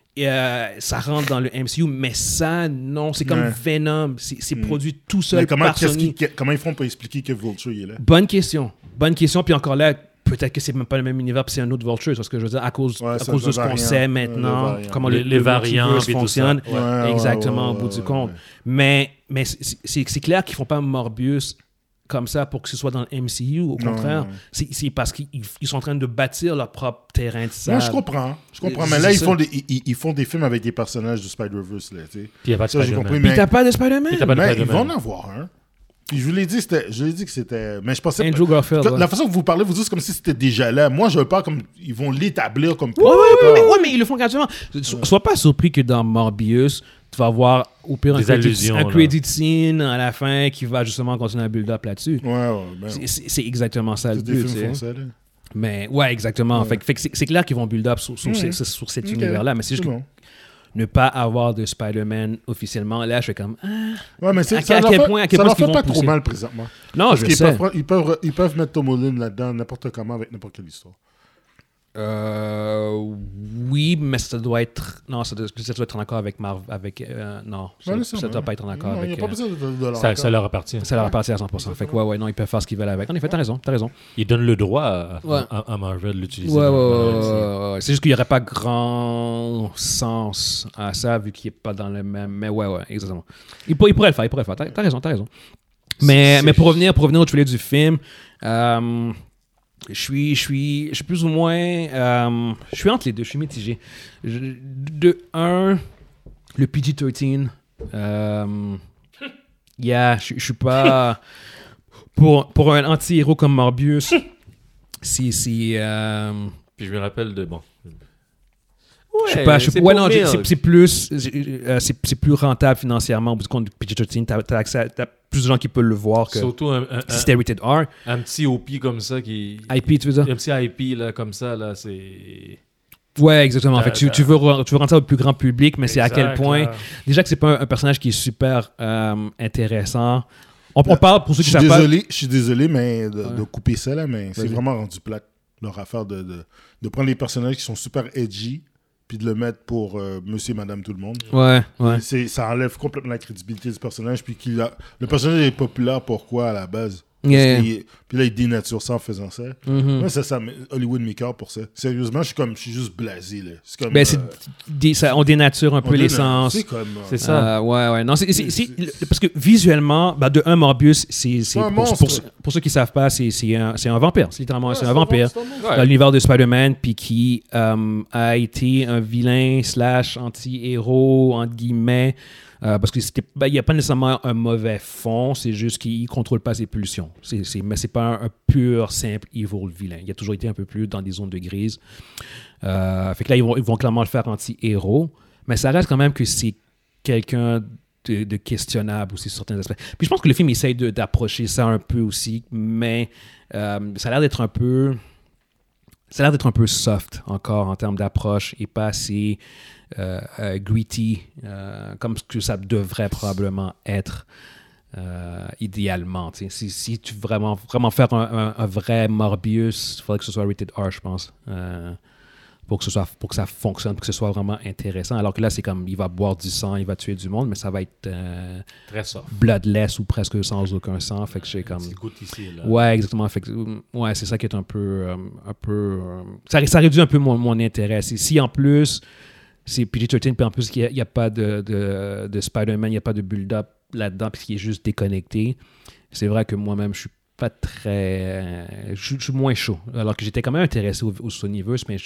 ça rentre dans le MCU, mais ça, non, c'est comme Venom. C'est produit tout seul par Sony. Comment ils font pour expliquer que Vulture est là? Bonne question. Puis encore là, peut-être que c'est même pas le même univers, puis c'est un autre Vulture, c'est ce que je veux dire, à cause de ce qu'on sait maintenant, comment les variants fonctionnent, exactement, au bout du compte. Mais c'est clair qu'ils font pas Morbius comme ça pour que ce soit dans le MCU, au contraire. C'est parce qu'ils sont en train de bâtir leur propre terrain de sable. Non, je comprends. Mais là, ils font des films avec des personnages de Spider-Verse. Puis il n'y a pas de Spider-Man. Puis t'as pas de Spider-Man? Ils vont en avoir un. Puis je vous l'ai dit que c'était... Mais je pensais... Andrew Garfield. La façon que vous parlez, vous dites comme si c'était déjà là. Moi, je parle comme... Ils vont l'établir comme... Oui, mais ils le font graduellement. Sois pas surpris que dans Morbius, tu vas avoir au pire un credit scene à la fin qui va justement continuer à build-up là-dessus. C'est exactement ça le but. Mais ouais, exactement. Fait que c'est clair qu'ils vont build-up sur cet univers-là. Mais c'est juste que... ne pas avoir de Spider-Man officiellement, là, je fais comme... mais à quel point ça leur fait pas trop mal présentement. Non, je sais. Ils peuvent mettre Tom Holland là-dedans n'importe comment avec n'importe quelle histoire. Oui, mais ça doit être... Non, ça doit être en accord avec Marvel. Non, ça doit pas être en accord avec... Il n'y a pas besoin de ça leur appartient. Ça leur appartient à 100%. Fait que non, ils peuvent faire ce qu'ils veulent avec. En effet, t'as raison. Ils donnent le droit à Marvel de l'utiliser. Ouais. C'est juste qu'il n'y aurait pas grand sens à ça, vu qu'il n'est pas dans le même... Mais ouais, exactement. Il pourrait le faire. T'as raison. Mais pour revenir au trailer du film... Je suis plus ou moins... je suis entre les deux, je suis mitigé. De un, le PG-13. Je suis pas... Pour un anti-héros comme Morbius, Puis je me rappelle de... Bon... c'est plus rentable financièrement au bout du compte du PG-13. T'as plus de gens qui peuvent le voir que surtout si c'était rated R. Un petit OP comme ça qui... IP, tu veux dire? Un petit IP là, comme ça, là, c'est... Ouais, exactement. Fait que tu veux rendre ça au plus grand public, mais c'est à quel point... Déjà que c'est pas un personnage qui est super intéressant. On parle pour ceux qui savent pas. Je suis désolé, mais de couper ça, là, mais c'est vraiment rendu plate, leur affaire de prendre les personnages qui sont super edgy puis de le mettre pour monsieur et madame tout le monde. Ouais. Ça enlève complètement la crédibilité du personnage, puis le personnage est populaire pourquoi à la base? Puis là, il dénature ça en faisant ça. Moi, ça Hollywood m'écarte pour ça. Sérieusement, je suis juste blasé. Là. C'est comme, on dénature un peu l'essence. C'est ça. Ouais. Non, parce que visuellement, de un, Morbius, pour ceux qui ne savent pas, c'est un vampire. C'est littéralement un vampire dans l'univers de Spider-Man, puis qui a été un vilain / anti-héros, entre guillemets. Parce qu'il n'y a pas nécessairement un mauvais fond, c'est juste qu'il ne contrôle pas ses pulsions. Mais ce n'est pas un pur, simple evil vilain. Il a toujours été un peu plus dans des zones de grise. Fait que là, ils vont clairement le faire anti-héros. Mais ça reste quand même que c'est quelqu'un de questionnable aussi sur certains aspects. Puis je pense que le film essaye d'approcher ça un peu aussi, mais ça a l'air d'être un peu... Ça a l'air d'être un peu soft encore en termes d'approche et pas assez gritty comme ce que ça devrait probablement être idéalement. Si tu veux vraiment faire un vrai Morbius, il faudrait que ce soit rated R, je pense. Pour que ça fonctionne, pour que ce soit vraiment intéressant. Alors que là, c'est comme, il va boire du sang, il va tuer du monde, mais ça va être très soft, bloodless ou presque sans aucun sang. Fait que j'ai comme... C'est goutte ici, là. Ouais, exactement. Fait que, c'est ça qui est un peu... ça réduit un peu mon intérêt. Si en plus, c'est PG-13, puis en plus, il n'y a pas de Spider-Man, il n'y a pas de build-up là-dedans, puis qu'il est juste déconnecté, c'est vrai que moi-même, je suis pas très... je suis moins chaud. Alors que j'étais quand même intéressé au Sonyverse, mais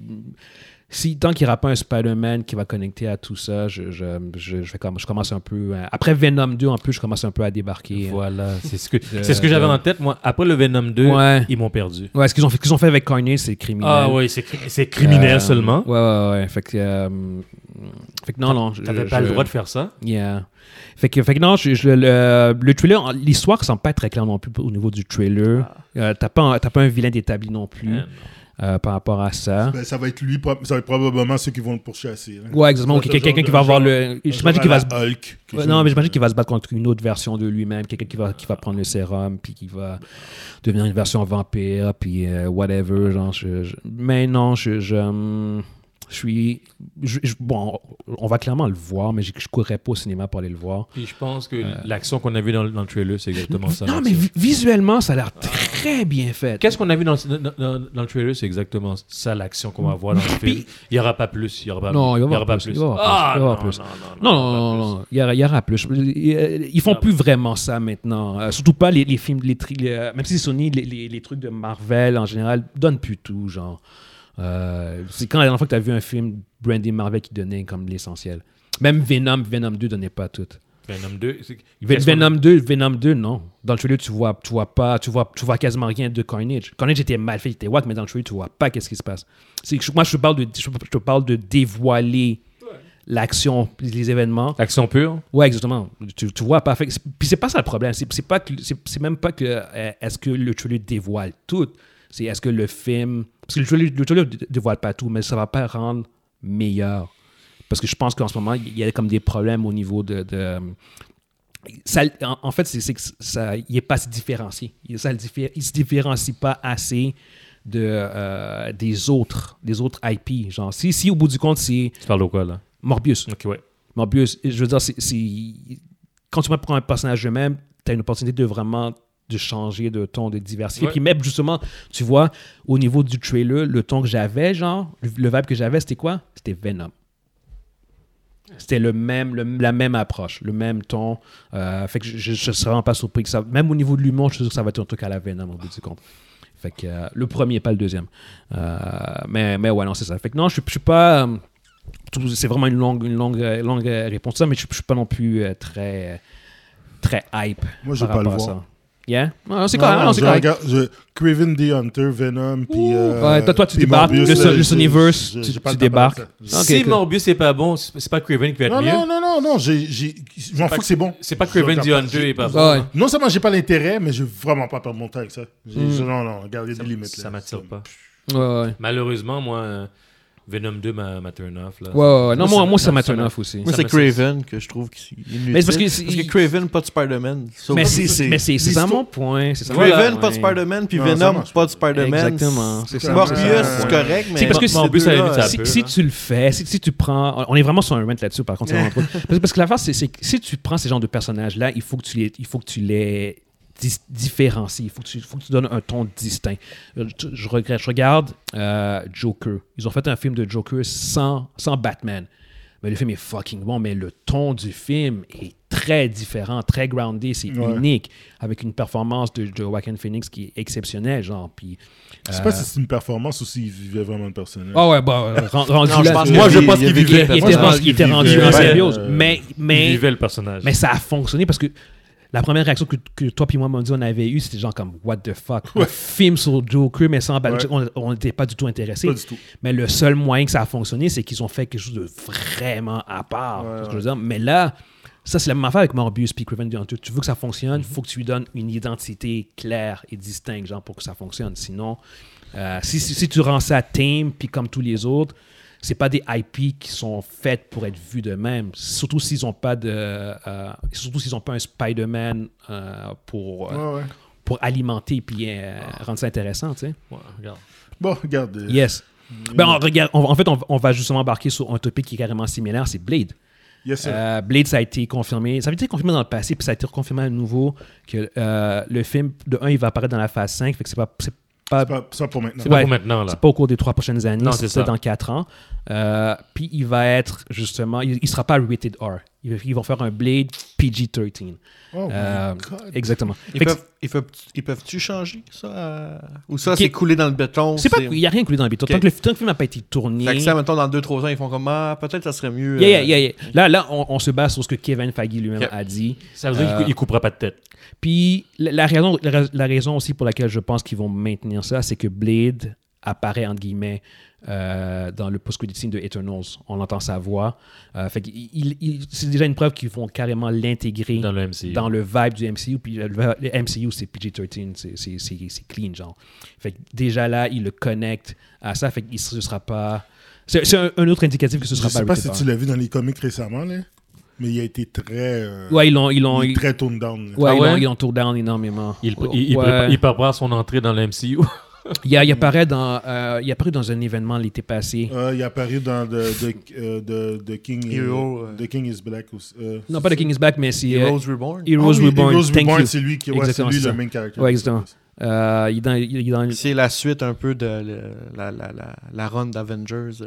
tant qu'il n'y aura pas un Spider-Man qui va connecter à tout ça, je commence un peu... après Venom 2, en plus, je commence un peu à débarquer. Voilà, c'est ce que j'avais en tête, moi. Après le Venom 2, ils m'ont perdu. Ouais, ce qu'ils ont fait avec Carnage, c'est criminel. Ah oui, c'est criminel seulement. Ouais. Fait que non. T'avais pas le droit de faire ça? Yeah. Fait que non, le trailer, l'histoire ne semble pas être très claire non plus au niveau du trailer. T'as pas un vilain d'établi non plus par rapport à ça. Ça va être lui, ça va être probablement ceux qui vont le pourchasser. Hein. Ouais, exactement. Quelqu'un qui va avoir le... J'imagine qu'il va se... Hulk. Non, mais j'imagine qu'il va se battre contre une autre version de lui-même. Quelqu'un qui va prendre le sérum, puis qui va devenir une version vampire, puis whatever. Genre, mais non, bon, on va clairement le voir, mais je courrais pas au cinéma pour aller le voir. Puis je pense que l'action qu'on a vue dans le trailer, c'est exactement ça. Non, mais visuellement, ça a l'air très bien fait. Qu'est-ce qu'on a vu dans le trailer, c'est exactement ça, l'action qu'on va voir dans le film. Il n'y aura pas plus. Il n'y aura pas plus. Non. Il y aura plus. Ils font plus vraiment ça maintenant. Surtout pas les films, même si Sony, les trucs de Marvel, en général, donnent plus tout, genre... c'est quand la dernière fois que tu as vu un film brandé Marvel qui donnait comme l'essentiel. Même Venom 2 donnait pas tout. Venom 2, non. Dans le trailer, tu vois quasiment rien de Carnage. Carnage était mal fait, il était wack, mais dans le trailer, tu vois pas qu'est-ce qui se passe. Moi, je te parle de dévoiler l'action, les événements. L'action pure? Ouais, exactement. Tu vois pas. Puis c'est pas ça le problème. C'est même pas que est-ce que le trailer dévoile tout. C'est est-ce que le film... Parce que le trailer ne dévoile pas tout, mais ça ne va pas rendre meilleur. Parce que je pense qu'en ce moment, il y a comme des problèmes au niveau de ça, en fait, c'est que il n'est pas assez différencié. Il ne se différencie pas assez des autres IP. Genre, si au bout du compte, c'est... Tu parles de quoi, là? Morbius. OK, ouais. Morbius, je veux dire, quand tu prends un personnage eux-mêmes, tu as une opportunité de vraiment... de changer de ton, de diversifier. Puis même, justement, tu vois, au niveau du trailer, le ton que j'avais, genre, le vibe que j'avais, c'était quoi? C'était Venom. C'était la même approche, le même ton. Fait que je ne serais vraiment pas surpris que ça... Même au niveau de l'humour, je suis sûr que ça va être un truc à la Venom, au bout du compte. Fait que le premier, pas le deuxième. Mais ouais, non, c'est ça. Fait que non, je suis pas... c'est vraiment une longue réponse à ça, mais je suis pas non plus très hype. Moi, je vais pas le voir. Yeah? Non, c'est correct. Craven the Hunter, Venom, puis... toi, tu débarques, le Sonyverse, tu débarques. Si Morbius c'est pas bon, c'est pas Craven qui va être mieux. Non, je m'en fous que c'est bon. C'est pas Craven the Hunter est pas bon. Non seulement j'ai pas l'intérêt, mais je veux vraiment pas perdre mon temps avec ça. Non, regardez des limites. Ça m'attire pas. Ouais. Malheureusement, moi... Venom 2 m'a turn off. Là. Ouais. Non, moi ça m'a turn off aussi. Moi, c'est Craven que je trouve qu'il est inutile. Mais parce que Craven, pas de Spider-Man. Mais c'est ça mon point. Craven, pas de Spider-Man, puis Venom, pas de Spider-Man. Exactement. C'est ça. Morbius, c'est correct, mais... Parce que si tu le fais, si tu prends... On est vraiment sur un rant là-dessus, par contre. Parce que l'affaire, c'est que si tu prends ces genres de personnages-là, il faut que tu les différencie. Il faut que tu donnes un ton distinct. Je regarde Joker. Ils ont fait un film de Joker sans Batman. Mais le film est fucking bon, mais le ton du film est très différent, très groundé, c'est unique, avec une performance de Joaquin Phoenix qui est exceptionnelle, genre. Puis, je sais pas si c'est une performance ou s'il vivait vraiment le personnage. Ah ouais, rendu là. Moi, je pense qu'il vivait. Il était rendu en symbiose. Mais il vivait le personnage. Mais ça a fonctionné parce que la première réaction que toi et moi, Mondi, on avait eue, c'était genre comme what the fuck. Un film sur Joker, mais sans Batman. On n'était pas du tout intéressés. Pas du tout. Mais le seul moyen que ça a fonctionné, c'est qu'ils ont fait quelque chose de vraiment à part. Ce que je veux dire. Mais là, ça, c'est la même affaire avec Morbius puis Craven the Hunter. Tu veux que ça fonctionne, il faut que tu lui donnes une identité claire et distincte, genre, pour que ça fonctionne. Sinon, si tu rends ça tame, puis comme tous les autres, c'est pas des IP qui sont faites pour être vus de même. Surtout s'ils n'ont pas un Spider-Man pour alimenter et rendre ça intéressant, tu sais. Ouais, regarde. Bon, regarde. Yes. En fait, on va justement embarquer sur un topic qui est carrément similaire, c'est Blade. Yes, Blade, ça a été confirmé. Ça avait été confirmé dans le passé, puis ça a été reconfirmé à nouveau que le film, de 1, il va apparaître dans la phase 5, fait que c'est pas pour maintenant. C'est pas pour maintenant, là. C'est pas au cours des 3 prochaines années, non, c'est ça dans 4 ans. Puis il va être, justement, il sera pas rated R. Ils vont faire un Blade PG-13. Oh my God. Exactement. Ils peuvent-tu changer ça? Ou ça, c'est coulé dans le béton? Il n'y a rien coulé dans le béton. Tant que le film n'a pas été tourné... Fait que ça, mettons, dans 2-3 ans, ils font comme peut-être ça serait mieux... Là, on se base sur ce que Kevin Feige lui-même a dit. Ça veut dire qu'il ne coupera pas de tête. Puis la raison aussi pour laquelle je pense qu'ils vont maintenir ça, c'est que Blade apparaît, entre guillemets, dans le post-credit scene de Eternals. On entend sa voix. Fait que c'est déjà une preuve qu'ils vont carrément l'intégrer dans le MCU. Dans le vibe du MCU. Puis le MCU, c'est PG-13, c'est clean, genre. Fait que déjà là, ils le connectent à ça. Fait que ce sera pas... C'est un autre indicatif que ce sera pas... Je sais pas si tu l'as vu dans les comics récemment, là. Mais il a été très... très tone down. Ils l'ont tone down énormément. Il prépare son entrée dans le MCU. Il apparaît dans un événement l'été passé. Il apparaît dans The King Hero, The King is Black aussi. Non, pas The King is Black, mais c'est Heroes Reborn. Heroes Reborn. Heroes Thank Reborn, you. c'est lui le main character. Ouais, exactement. Il est dans... C'est la suite un peu de la run d'Avengers.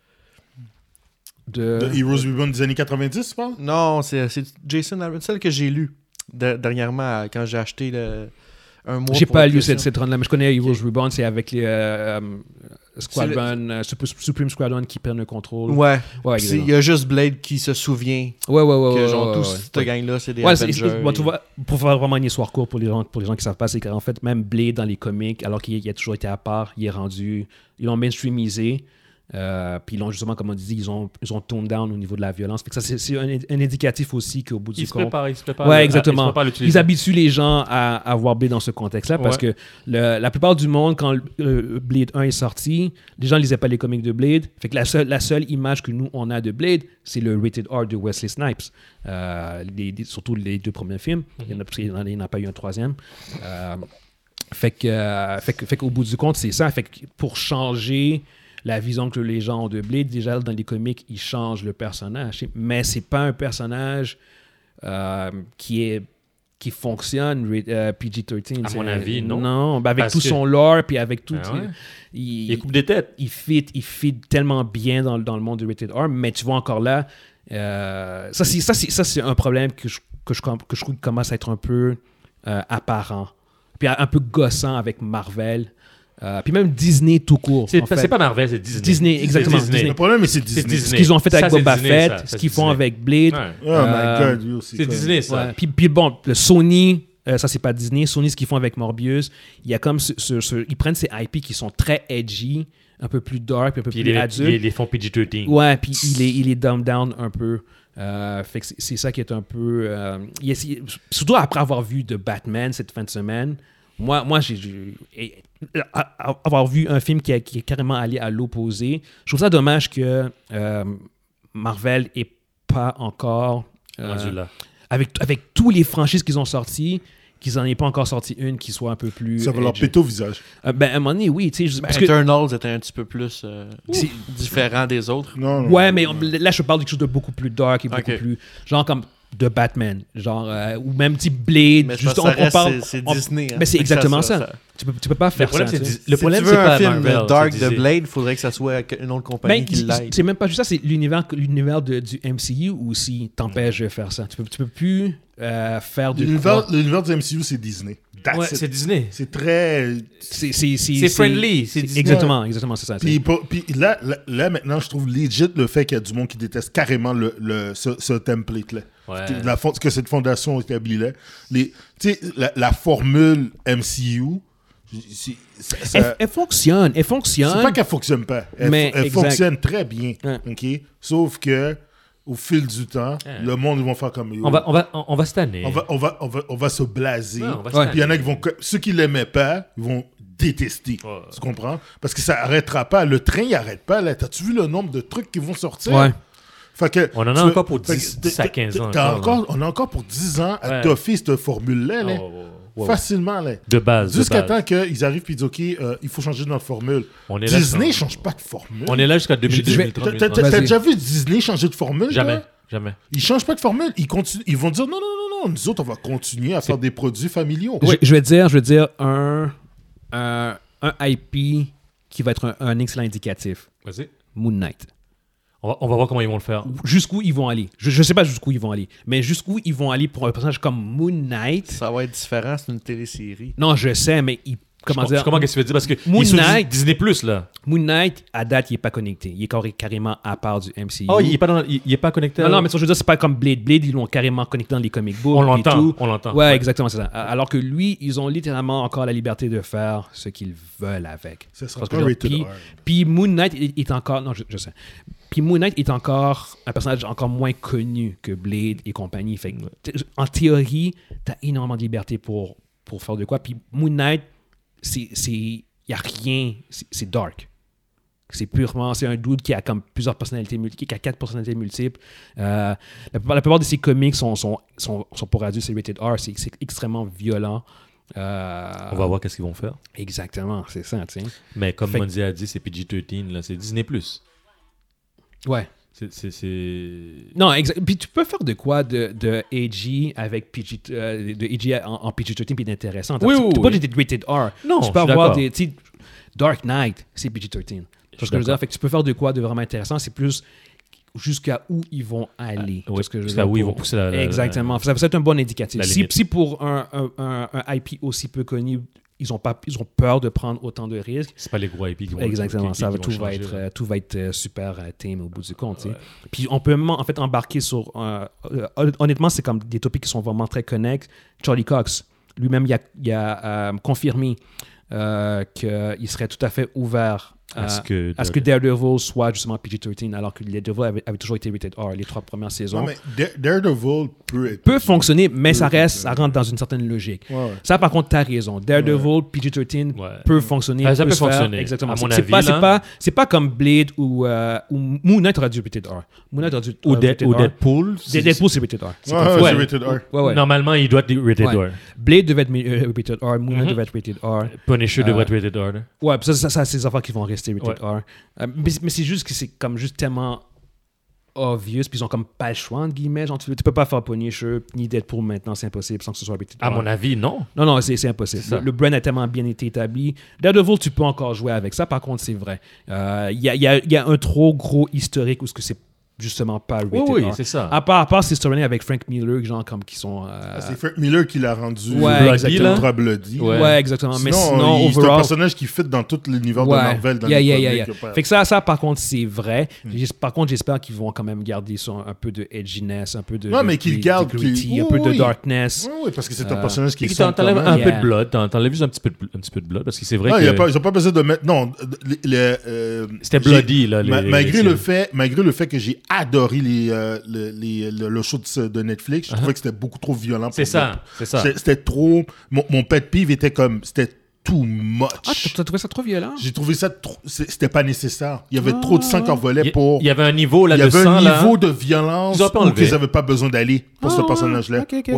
De Heroes Reborn des années 90, tu parles? Non, c'est Jason Aaron, celle que j'ai lue dernièrement quand j'ai acheté un mois. J'ai pas lu cette run-là, mais je connais Heroes Reborn, c'est avec les Squadron, Supreme Squadron qui prennent le contrôle. Ouais. Il y a juste Blade qui se souvient que genre tous cette gang-là, c'est des Avengers. Tu vois, pour faire vraiment une histoire courte pour les gens qui savent pas, c'est qu'en fait, même Blade dans les comics, alors qu'il a toujours été à part, ils l'ont mainstreamisé. Puis ils l'ont justement, comme on dit, ils ont toned down au niveau de la violence. Fait que ça, c'est un indicatif aussi qu'au bout du compte... Ils se préparent. Ouais, exactement. Ils habituent les gens à voir Blade dans ce contexte-là parce que la plupart du monde, quand Blade 1 est sorti, les gens ne lisaient pas les comics de Blade. Fait que la seule image que nous, on a de Blade, c'est le rated R de Wesley Snipes. Surtout les 2 premiers films. Il n'y en a pas eu un 3e. Fait qu'au bout du compte, c'est ça. Fait que pour changer la vision que les gens ont de Blade, déjà dans les comics, ils changent le personnage. Mais c'est pas un personnage qui fonctionne PG-13. À mon avis, non. Non, avec tout son lore, puis avec tout... Il coupe des têtes. Il fit tellement bien dans le monde de Rated R, mais tu vois encore là, ça c'est un problème que je trouve qui commence à être un peu apparent. Puis un peu gossant avec Marvel. Puis même Disney tout court. C'est pas Marvel, c'est Disney. Disney, exactement. Disney. Le problème, c'est Disney. Ce qu'ils ont fait avec Boba Fett, ce qu'ils font avec Blade. Oh my God, c'est Disney, ça. Ouais. Puis bon, le Sony, ça c'est pas Disney. Sony, ce qu'ils font avec Morbius, il y a comme ils prennent ces IP qui sont très edgy, un peu plus dark, un peu plus adultes. Ils les font PG-13. Ouais, puis il est dumbed down un peu. Fait que c'est ça qui est un peu... surtout après avoir vu The Batman cette fin de semaine, Moi, avoir vu un film qui est carrément allé à l'opposé, je trouve ça dommage que Marvel n'ait pas encore... avec tous les franchises qu'ils ont sorties, qu'ils n'en aient pas encore sorti une qui soit un peu plus... Ça va leur péter au visage. À un moment donné, oui. Eternals était un petit peu plus différent des autres. Non. Ouais, mais là, je parle de quelque chose de beaucoup plus dark et beaucoup plus... Genre comme de Batman. Genre, ou même type Blade. Mais juste, c'est Disney. Mais c'est exactement ça. Tu peux pas faire ça. Le problème, c'est pas un film dark de Blade, il faudrait que ça soit une autre compagnie qui l'aide. C'est même pas juste ça, c'est l'univers du MCU aussi t'empêche de faire ça. Tu peux plus faire de l'univers du MCU, c'est Disney. Ouais, c'est Disney. C'est très... C'est friendly. C'est exactement, c'est ça. Puis là, maintenant, je trouve legit le fait qu'il y a du monde qui déteste carrément ce template-là. Ouais. Que cette fondation établie là. La formule MCU... Elle fonctionne. C'est pas qu'elle fonctionne pas. Elle fonctionne très bien. Ouais. OK? Sauf que au fil du temps, le monde, ils vont faire comme... On va se tanner. On va se blaser. Ouais, puis il y en a qui vont... Ceux qui l'aimaient pas, ils vont détester. Ouais. Tu comprends? Parce que ça arrêtera pas. Le train, il arrête pas. Là. T'as-tu vu le nombre de trucs qui vont sortir? Ouais. Fait que, on en a encore pour 10 à 15 ans. On a encore pour 10 ans à toffer cette formule-là. Là. Facilement. Là. De base. Jusqu'à temps qu'ils arrivent et disent OK, il faut changer notre formule. Disney ne change pas de formule. On est là jusqu'à 2030. T'as déjà vu Disney changer de formule? Jamais. Ils changent pas de formule. Ils vont dire non. Nous autres, on va continuer à faire des produits familiaux. Je vais dire un IP qui va être un excellent indicatif. Vas-y. Moon Knight. On va voir comment ils vont le faire. Jusqu'où ils vont aller. Je sais pas jusqu'où ils vont aller. Mais jusqu'où ils vont aller pour un personnage comme Moon Knight. Ça va être différent, c'est une télésérie. Non, je sais, mais comment dire... Comment qu'est-ce que tu veux dire? Parce que Moon Knight, Disney Plus, là. Moon Knight, à date, il n'est pas connecté. Il est carrément à part du MCU. Oh, il est pas connecté? Non, mais ça, je veux dire, c'est pas comme Blade. Blade, ils l'ont carrément connecté dans les comic books. On l'entend. Ouais, exactement, c'est ça. Alors que lui, ils ont littéralement encore la liberté de faire ce qu'ils veulent avec. Ça sera pas rated R. Puis Moon Knight est encore... Non, je sais. Puis Moon Knight est encore un personnage encore moins connu que Blade et compagnie. Fait que, en théorie, t'as énormément de liberté pour faire de quoi. Puis Moon Knight, il n'y a rien, c'est dark. C'est un dude qui a comme plusieurs personnalités multiples, qui a 4 personnalités multiples. La plupart de ses comics sont pour adultes, c'est rated R, c'est extrêmement violent. On va voir qu'est-ce qu'ils vont faire. Exactement, c'est ça, tu sais. Mais comme Monzi a dit, c'est PG-13, là, c'est Disney+. Ouais. Non, exact. Puis tu peux faire de quoi de AG avec PG, de AG en PG-13 puis d'intéressant. Oui. Tu peux pas être rated R. Non, tu peux avoir des... Dark Knight, c'est PG-13. Ce que je veux dire, fait que tu peux faire de quoi de vraiment intéressant. C'est plus jusqu'à où ils vont aller. Jusqu'à où ils vont pousser la... Exactement. Ça va être un bon indicatif. Si pour un IP aussi peu connu, ils ont peur de prendre autant de risques. C'est pas les gros IP qui vont... Exactement. Tout va être super tame au bout du compte. Ouais. Puis on peut même en fait embarquer sur... honnêtement, c'est comme des topics qui sont vraiment très connexes. Charlie Cox, lui-même, il a confirmé qu'il serait tout à fait ouvert à ce que Daredevil soit justement PG-13, alors que Daredevil avait toujours été rated R les 3 premières saisons. Non, mais Daredevil peut fonctionner, mais ça rentre dans une certaine logique. Ouais. Ça, par contre, tu as raison. Daredevil, PG-13 peut fonctionner. Ça peut fonctionner. Exactement. À mon avis, c'est pas comme Blade ou Moon Knight aurait dû rated R. Moon Knight aurait dû ou Deadpool. Deadpool, c'est rated R. C'est rated R. Ouais. Normalement, il doit être rated R. Blade devait être rated R. Moon Knight devait être rated R. Punisher devrait être rated R. Ouais, ça c'est des affaires qui vont rester rated R. Mais c'est juste que c'est comme juste tellement obvious, puis ils ont comme pas le choix, entre guillemets. Genre, tu peux pas faire Punisher ni Deadpool maintenant, c'est impossible sans que ce soit rated R. À mon avis, non. Non, c'est impossible. Le brand a tellement bien été établi. Daredevil, tu peux encore jouer avec ça, par contre, c'est vrai. Il y a un trop gros historique où ce que c'est justement pas rated R. Oui, c'est ça. À part ces stories avec Frank Miller, genre comme qui sont... c'est Frank Miller qui l'a rendu ultra bloody. Ouais, exactement. Mais sinon overall... c'est un personnage qui fit dans tout l'univers de Marvel. Fait que ça, par contre, c'est vrai. Par contre, j'espère qu'ils vont quand même garder un peu de edginess, un peu de... Ouais, mais qu'ils gardent... un peu de darkness. Oui, parce que c'est un personnage qui... T'enlèves un peu de blood. T'enlèves juste un petit peu de blood, parce que c'est vrai que... Ils n'ont pas besoin de mettre... Non, c'était bloody, là. Malgré le fait que j'ai adoré le show de Netflix. Je trouvais que c'était beaucoup trop violent. C'est ça. C'était trop... Mon pet peeve était comme... C'était too much. Ah, t'as trouvé ça trop violent? J'ai trouvé ça trop... C'était pas nécessaire. Il y avait trop de sang qui envolait pour... Il y avait un niveau là de sang. Il y avait un niveau de violence où ils n'avaient pas besoin d'aller pour ce personnage-là. Ok.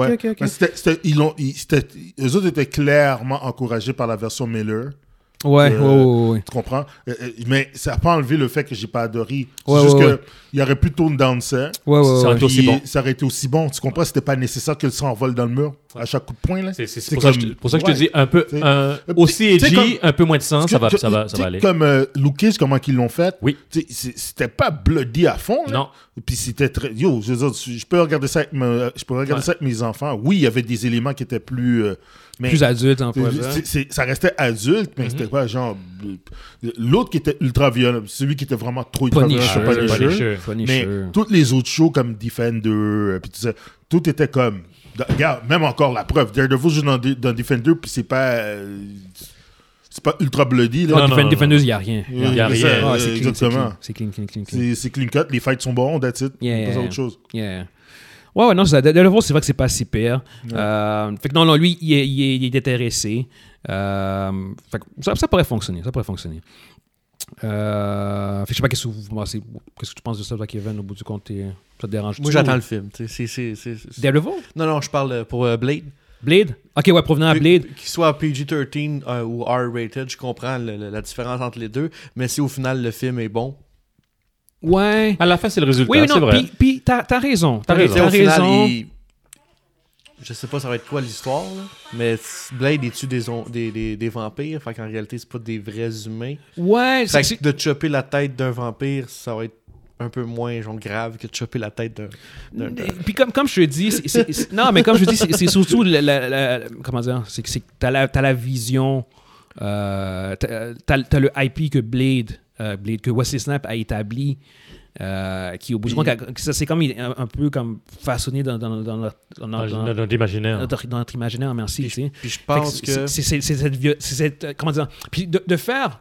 Eux autres étaient clairement encouragés par la version Miller. Ouais. Tu comprends? Mais ça n'a pas enlevé le fait que j'ai pas adoré. C'est Ouais, juste ouais. qu'il y aurait plus tone down ça. Ouais. Ça aurait été aussi bon. Ça aurait été aussi bon. Tu comprends? C'était pas nécessaire que le sang envole dans le mur à chaque coup de poing. Là. C'est pour ça que je te dis un peu aussi edgy, un peu moins de sang, ça va aller. Comme Luke Cage, comment qu'ils l'ont fait. Oui. C'était pas bloody à fond. Là. Non. Puis c'était très... je veux dire, je peux regarder ça avec ça avec mes enfants. Oui, il y avait des éléments qui étaient plus... plus adulte en fait. Ça restait adulte, mais c'était pas genre... L'autre qui était ultra violent, celui qui était vraiment trop ultra violent, c'est Punisher. Mais tous les autres shows comme Defender, puis tout ça, tout était comme... Regarde, même encore la preuve, Daredevil joue dans Defender, puis c'est pas ultra bloody. Là. Defenders, il n'y a rien. Il y a rien. Exactement. C'est clean. C'est clean cut, les fights sont bons, that's it. Yeah. Pas autre chose. Yeah. Ouais, non, Daredevil, c'est vrai que c'est pas si pire. Fait que non, lui, il est intéressé. Fait que ça pourrait fonctionner. Fait que je sais pas qu'est-ce que tu penses de ça, toi, Kevin, au bout du compte, ça te dérange? Moi, j'attends le film. Daredevil? Non, je parle pour Blade. Blade? Ok, ouais, provenant à Blade. Qu'il soit PG-13 ou R-rated, je comprends la différence entre les deux, mais si au final le film est bon... Ouais. À la fin, c'est le résultat, oui, c'est vrai. Puis t'as raison. Au final, je sais pas ça va être quoi l'histoire, là, mais Blade est-tu des vampires? Fait qu'en réalité, c'est pas des vrais humains. Ouais. Fait que de chopper la tête d'un vampire, ça va être un peu moins grave que de chopper la tête d'un... Puis comme je te dis, non, mais comme je dis, c'est surtout comment dire, c'est que t'as la vision, t'as le IP que Blade, que Wesley Snipes a établi, qui au bout du compte, ça c'est comme un peu comme façonné dans notre imaginaire. Dans notre imaginaire, merci. Puis je pense que c'est cette comment dire, puis de faire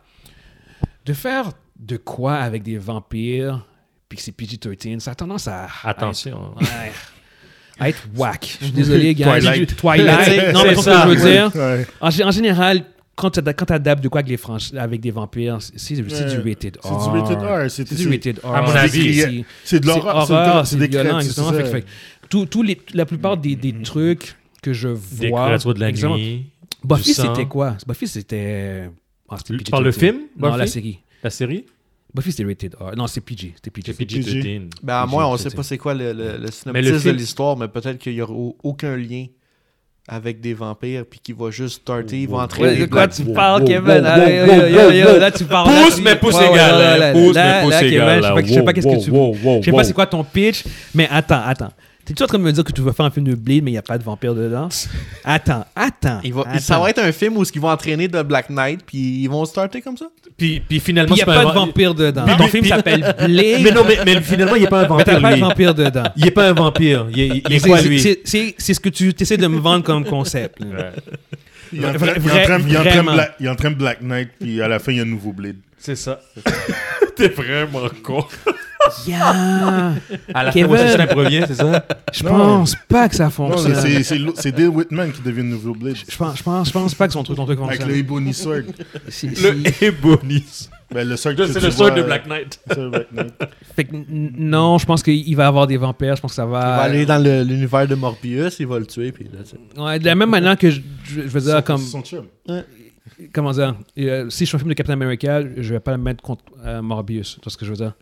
de quoi avec des vampires, puis que c'est PG-13, ça a tendance à attention. À être whack. Je suis désolé, gars. Twilight. Non, mais c'est ce que je veux dire. Ouais. En général, quand tu adaptes de quoi avec des vampires, c'est du rated R. C'est du rated R. C'est du rated R. À mon avis, c'est de l'horreur. C'est violent, exactement. La plupart des trucs que je vois... Des créatures de la nuit. Buffy, c'était quoi? Buffy, c'était... Tu parles le film? Non, la série. La série? Buffy, c'était rated R. Non, c'est PG. C'était PG. Ben, moi, on sait pas c'est quoi le synopsis de l'histoire, mais peut-être qu'il y aura aucun lien avec des vampires, puis qu'il va juste starter, il va entraîner... De quoi tu parles, Kevin? Là, tu parles... Pouce, mais pouce égal. Pouce, mais pouce égal. Je sais pas qu'est-ce que tu veux. Je sais pas c'est quoi ton pitch, mais attends. T'es-tu en train de me dire que tu veux faire un film de Blade, mais il n'y a pas de vampire dedans? Attends. Ça va être un film où ils vont entraîner de Black Knight, puis ils vont starter comme ça? Puis finalement, il n'y a pas de vampire dedans. Ton film s'appelle Blade. Mais non, mais finalement, il n'y a pas un vampire. Mais t'as pas de vampire dedans. Il n'est pas un vampire. Il est quoi, lui? C'est ce que tu essaies de me vendre comme concept. Il entraîne Black Knight, puis à la fin, il y a un nouveau Blade. C'est ça. T'es vraiment con. Yeah. À la fin, Wesley Snipes revient, c'est ça? Je pense pas que ça fonctionne. C'est Dale Whitman qui devient le nouveau Blade. Je pense pas que son truc fonctionne. Avec le Ebony Sword. Le Ebony Sword. Ben, le sword c'est le sword de Black Knight. Fait que non, je pense qu'il va avoir des vampires. Je pense que ça va... Il va aller dans l'univers de Morbius, il va le tuer. Puis là, ouais, de la même manière que je veux dire, comme... Son chum. Comment dire, si je fais un film de Captain America, je vais pas le mettre contre Morbius. Tu vois ce que je veux dire?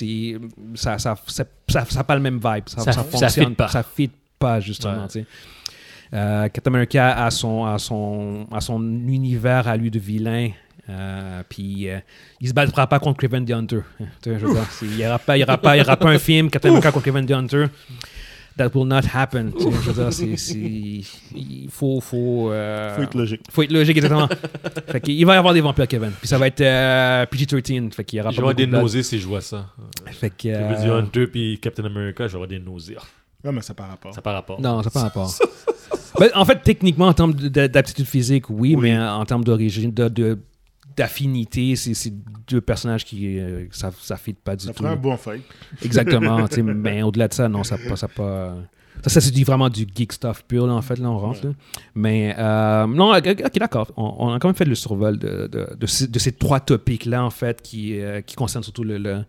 Ça n'a pas le même vibe. Ça fonctionne pas. Ça fit pas, justement. Ouais. Captain America a son univers à lui de vilain. Puis il se battra pas contre Kraven the Hunter. Je veux dire, il y aura pas un film Captain America contre Kraven the Hunter. That will not happen. Je veux dire, il faut être logique. Faut être logique, exactement. Fait qu'il va y avoir des vampires, Kevin. Puis ça va être PG-13. Fait qu'il y aura j'aurai des nausées si je vois ça. Fait que... The Hunter puis Captain America, j'aurai des nausées. Ouais, mais ça par rapport. Non, ça par rapport. Ben, en fait, techniquement, en termes d'aptitude physique, oui, mais en termes d'origine, d'affinité. C'est deux personnages qui ça fit pas du tout. Ça ferait un bon fight. Exactement. Mais au-delà de ça, non, ça pas. Ça c'est vraiment du geek stuff pur, là, en fait, là, on rentre. Là. Mais, non, ok, d'accord. On a quand même fait le survol de ces 3 topics-là, en fait, qui concernent surtout le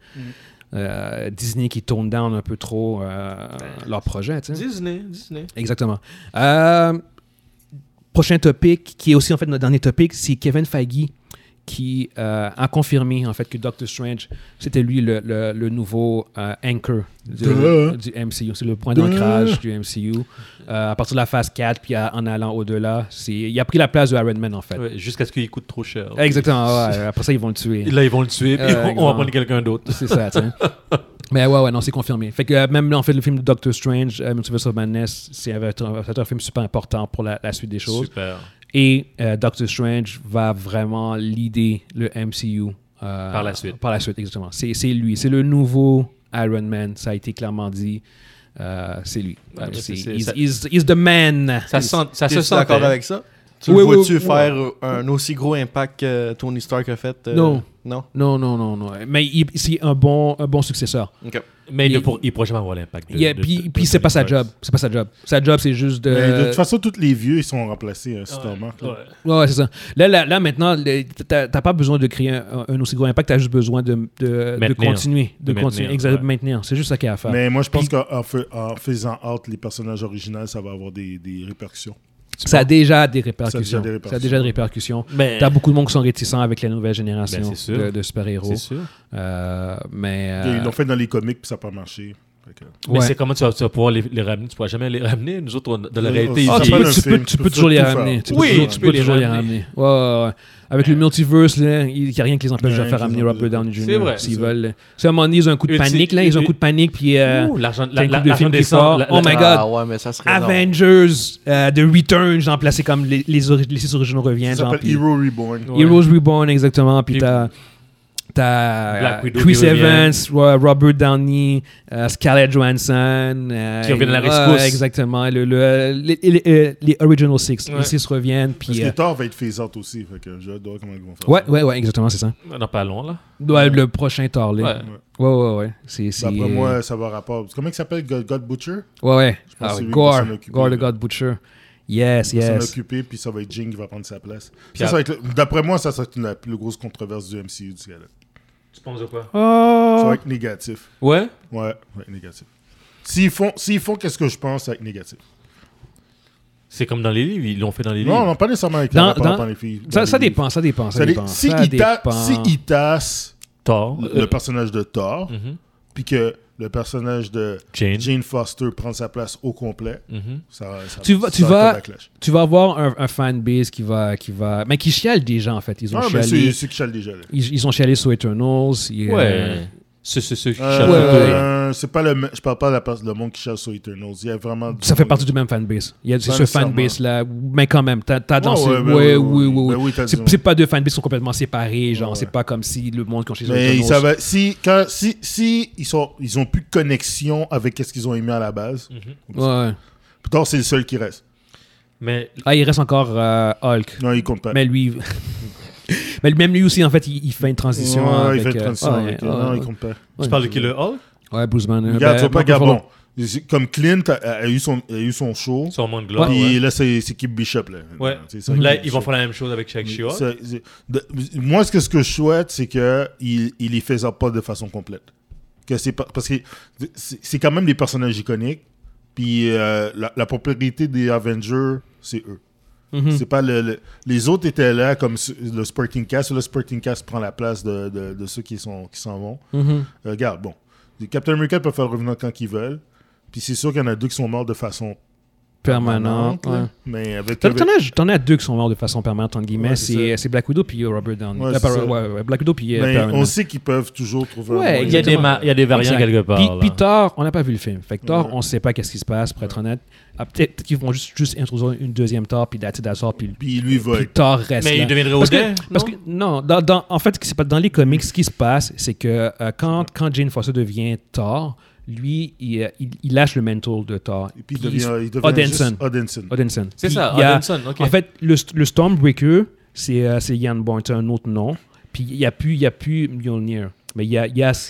Disney qui tourne down un peu trop leur projet. Disney. Exactement. Prochain topic, qui est aussi, en fait, notre dernier topic, c'est Kevin Feige qui a confirmé en fait que Doctor Strange, c'était lui le nouveau anchor du MCU. C'est le point d'ancrage du MCU. À partir de la phase 4, puis en allant au-delà, il a pris la place de Iron Man en fait. Ouais, jusqu'à ce qu'il coûte trop cher. Exactement, ouais. Après ça, ils vont le tuer. Là, ils vont le tuer, puis on va prendre quelqu'un d'autre. C'est ça, tu sais. Mais ouais, non, c'est confirmé. Fait que même en fait, le film de Doctor Strange, Multiverse of Madness, c'est un film super important pour la suite des choses. Super. Et Doctor Strange va vraiment leader le MCU. Par la suite. Par la suite, exactement. C'est lui. C'est le nouveau Iron Man. Ça a été clairement dit. C'est lui. He's the man. Ça se sent d'accord avec ça? Tu oui, vois-tu faire un aussi gros impact que Tony Stark a fait? Non. Non? Non. Mais c'est un bon successeur. OK. Mais il pourra jamais avoir l'impact. Puis c'est pas sa job. C'est pas sa job. Sa job, c'est juste de... Mais de toute façon, tous les vieux, ils sont remplacés, si tu remarques. Ouais, c'est ça. Là maintenant, t'as pas besoin de créer un aussi gros impact. T'as juste besoin de continuer. De continuer. Exactement, maintenir. C'est juste ça qu'il y a à faire. Mais moi, je pense qu'en faisant out les personnages originaux, ça va avoir des répercussions. Ça a déjà des répercussions. Ça a déjà des répercussions. T'as beaucoup de monde qui sont réticents avec la nouvelle génération de super-héros. C'est sûr. Mais ils l'ont fait dans les comics, puis ça n'a pas marché. Mais c'est comment tu vas pouvoir les ramener? Tu ne pourras jamais les ramener. Nous autres, dans la réalité, tu peux toujours les ramener. Tu peux toujours les ramener. Ouais. Avec le multiverse, il n'y a rien qui les empêche de faire ramener Robert Downey Jr. C'est vrai. S'ils veulent. À un moment donné, ils ont un coup de panique. Ils ont un coup de panique. Puis l'argent de film qui sort. Oh my God. Ouais, mais ça serait Avengers, The Return, genre placé comme les 6 originaux reviennent. Ça s'appelle Hero Reborn. Heroes Reborn, exactement. Puis t'as Chris Evans, Robert Downey, Scarlett Johansson. Qui reviennent à la rescousse. Exactement. Les Original Six. Les 6 reviennent. Parce que Thor va être phase-out aussi. Fait que j'ai hâte de voir comment ils vont faire. Ouais, exactement, c'est ça. Non, pas long, là. Ouais, le prochain Thor, là. Ouais. D'après moi, ça va rapport. Comment il s'appelle? God Butcher? Ouais. Gore le God Butcher. Yes. Il va s'en occuper, puis ça va être Jing qui va prendre sa place. D'après moi, ça va être la plus grosse controverse du MCU du gars-là. Tu penses de quoi? Ça va être négatif. Ouais? Ouais, ça va être négatif. S'ils font qu'est-ce que je pense, ça va être négatif. C'est comme dans les livres, ils l'ont fait dans les livres. Non, pas nécessairement avec les filles. Ça dépend. Si ils tassent Thor, le personnage de Thor, puis que le personnage de Jane Foster prend sa place au complet, tu vas avoir un fanbase qui va... Mais qui chiale déjà, en fait. Ils ont chialé. C'est qui chiale déjà. Là. Ils ont chialé sur Eternals. C'est ceux qui c'est pas je parle pas le monde qui chiale sur Eternals. Il y a vraiment... Ça fait partie du même fanbase. Il y a ce fanbase-là. Mais quand même, t'as dansé. Oui. C'est pas deux fanbases qui sont complètement séparés. Genre, c'est pas comme si le monde qui ont chialé sur Eternals... Si ils ont plus de connexion avec ce qu'ils ont aimé à la base, Thor, c'est le seul qui reste. Mais... il reste encore Hulk. Non, il compte pas. Mais lui... Mais même lui aussi, en fait, il fait une transition. Il fait une transition avec... Non, il compte pas. Tu parles de Killer Hulk? Ouais, Bruce Banner. Regarde, comme Clint a eu son show. Son monde de gloire. Puis là, c'est Kip Bishop. Là, ils vont faire la même chose avec chaque She-Hulk. Moi, ce que je souhaite, c'est qu'il les faisait pas de façon complète. Parce que c'est quand même des personnages iconiques. Puis la popularité des Avengers, c'est eux. C'est pas les autres étaient là comme le Sporting Cast. Le Sporting Cast prend la place de ceux qui s'en vont. Regarde, bon. Les Captain America peuvent faire revenir quand ils veulent. Puis c'est sûr qu'il y en a 2 qui sont morts de façon permanente. Mais t'en as 2 qui sont morts de façon permanente, entre guillemets. C'est Black Widow puis Robert Downey. Black Widow puis on sait qu'ils peuvent toujours trouver il y a des variants quelque part. Puis Thor, on n'a pas vu le film. Fait que Thor, on ne sait pas qu'est-ce qui se passe, pour être honnête. Peut-être qu'ils vont juste introduire une deuxième Thor, puis d'asseoir, puis lui va. Puis Thor reste mais là. il deviendrait Odin? Parce que non, en fait, dans les comics, ce qui se passe, c'est que quand Jane Foster devient Thor, lui, il lâche le mantle de Thor. Et puis il devient Odinson. Odinson. Odinson. C'est Puis ça, Odinson, OK. En fait, le Stormbreaker, c'est Ian Bourne, c'est un autre nom. Puis il n'y a plus Mjolnir. Mais il y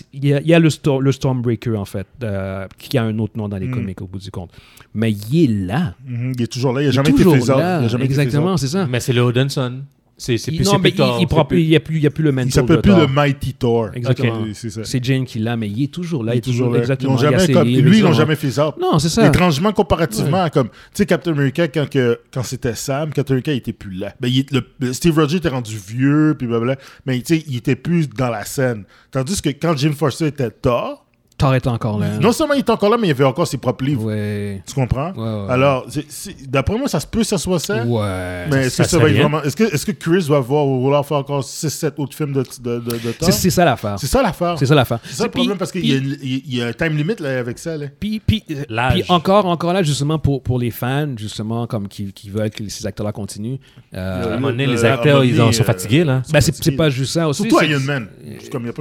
a le Stormbreaker, en fait, qui a un autre nom dans les comics, au bout du compte. Mais il est là. Il est toujours là. Il n'a jamais été faisable. Exactement, c'est ça. Mais c'est le Odinson. C'est plus non, mais Thor. il n'y a plus le mentor. Il s'appelle plus le Mighty Thor. Exactement. Okay. C'est Jane qui l'a, mais il est toujours là. Il est toujours là. Exactement. Lui, ils l'ont jamais fait ça. Non, c'est ça. Étrangement, comparativement, comme, tu sais, Captain America, quand c'était Sam, Captain America, il était plus là. Ben, Steve Rogers était rendu vieux, puis blablabla, mais tu sais, il était plus dans la scène. Tandis que quand Jim Foster était Thor, Thor était encore là. Non seulement il était encore là, mais il y avait encore ses propres livres. Ouais. Tu comprends? Ouais. Alors, d'après moi, ça se peut que ça soit ça. Ouais. Mais est-ce que ça va être vraiment... Est-ce que Chris va vouloir faire encore 6-7 autres films de Thor? C'est ça l'affaire. C'est ça l'affaire. C'est ça l'affaire. C'est ça le problème, parce qu'il y a un time limit là, avec ça. Là. Puis encore là, justement, pour les fans, justement, comme qui veulent que ces acteurs-là continuent. À un moment donné, les acteurs, ils sont fatigués, là. Ben, c'est pas juste ça aussi. Surtout Iron Man. Comme il y a pas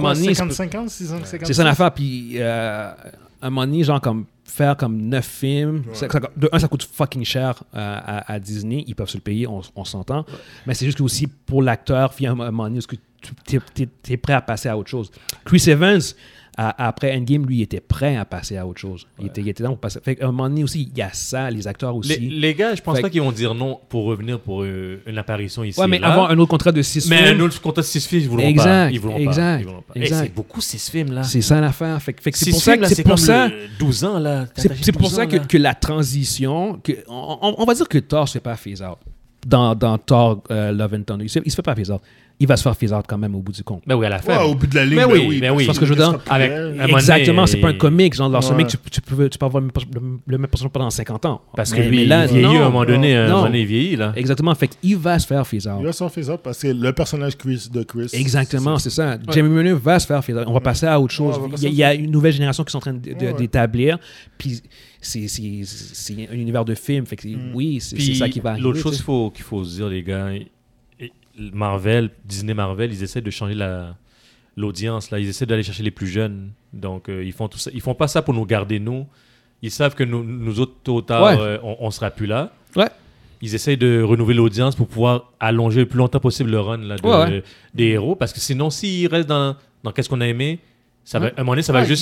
55 ans, 6 ans, 50 ans. C'est ça l'affaire. Puis, à un moment donné, genre, comme faire comme 9 films, ça coûte fucking cher à Disney. Ils peuvent se le payer, on s'entend. Ouais. Mais c'est juste que aussi pour l'acteur, à un moment donné, est-ce que tu es prêt à passer à autre chose? Chris Evans, après Endgame, lui, il était prêt à passer à autre chose. Il était là pour passer. Fait qu'à un moment donné aussi, il y a ça, les acteurs aussi. Les gars, je pense pas qu'ils vont dire non pour revenir pour une apparition ici. Ouais, mais avoir un autre contrat de 6 films. Mais un autre contrat de 6 films, ils voudront pas. Ils voudront pas. C'est beaucoup 6 films, là. C'est ça l'affaire. Fait que c'est pour ça que c'est pour ça. 12 ans, là. C'est pour ça que la transition. On va dire que Thor se fait pas phase out. Dans Thor Love and Thunder. Il se fait pas phase out. Il va se faire phase out quand même au bout du compte. Mais oui, à la fin. Au bout de la ligne, mais oui. C'est ce que je veux dire. Exactement, c'est pas un comic. Genre, dans ce comic, tu peux avoir le même personnage pendant 50 ans. Parce que lui, il vieillit à un moment donné. Il vieillit, là. Exactement. Fait qu'il va se faire phase out. Il va se faire phase out parce que le personnage de Chris. Exactement, c'est ça. Jamie Renner va se faire phase out. On va passer à autre chose. Il y a une nouvelle génération qui sont en train d'établir. Puis c'est un univers de films. Fait que oui, c'est ça qui va arriver. L'autre chose qu'il faut se dire, les gars, Disney Marvel, ils essaient de changer l'audience. Là. Ils essaient d'aller chercher les plus jeunes. Donc, ils font tout ça. Ils font pas ça pour nous garder, nous. Ils savent que nous autres, tôt ou tard, on sera plus là. Ouais. Ils essayent de renouveler l'audience pour pouvoir allonger le plus longtemps possible le run là, des héros. Parce que sinon, s'ils restent dans qu'est-ce qu'on a aimé, ça va, à un moment donné, ça va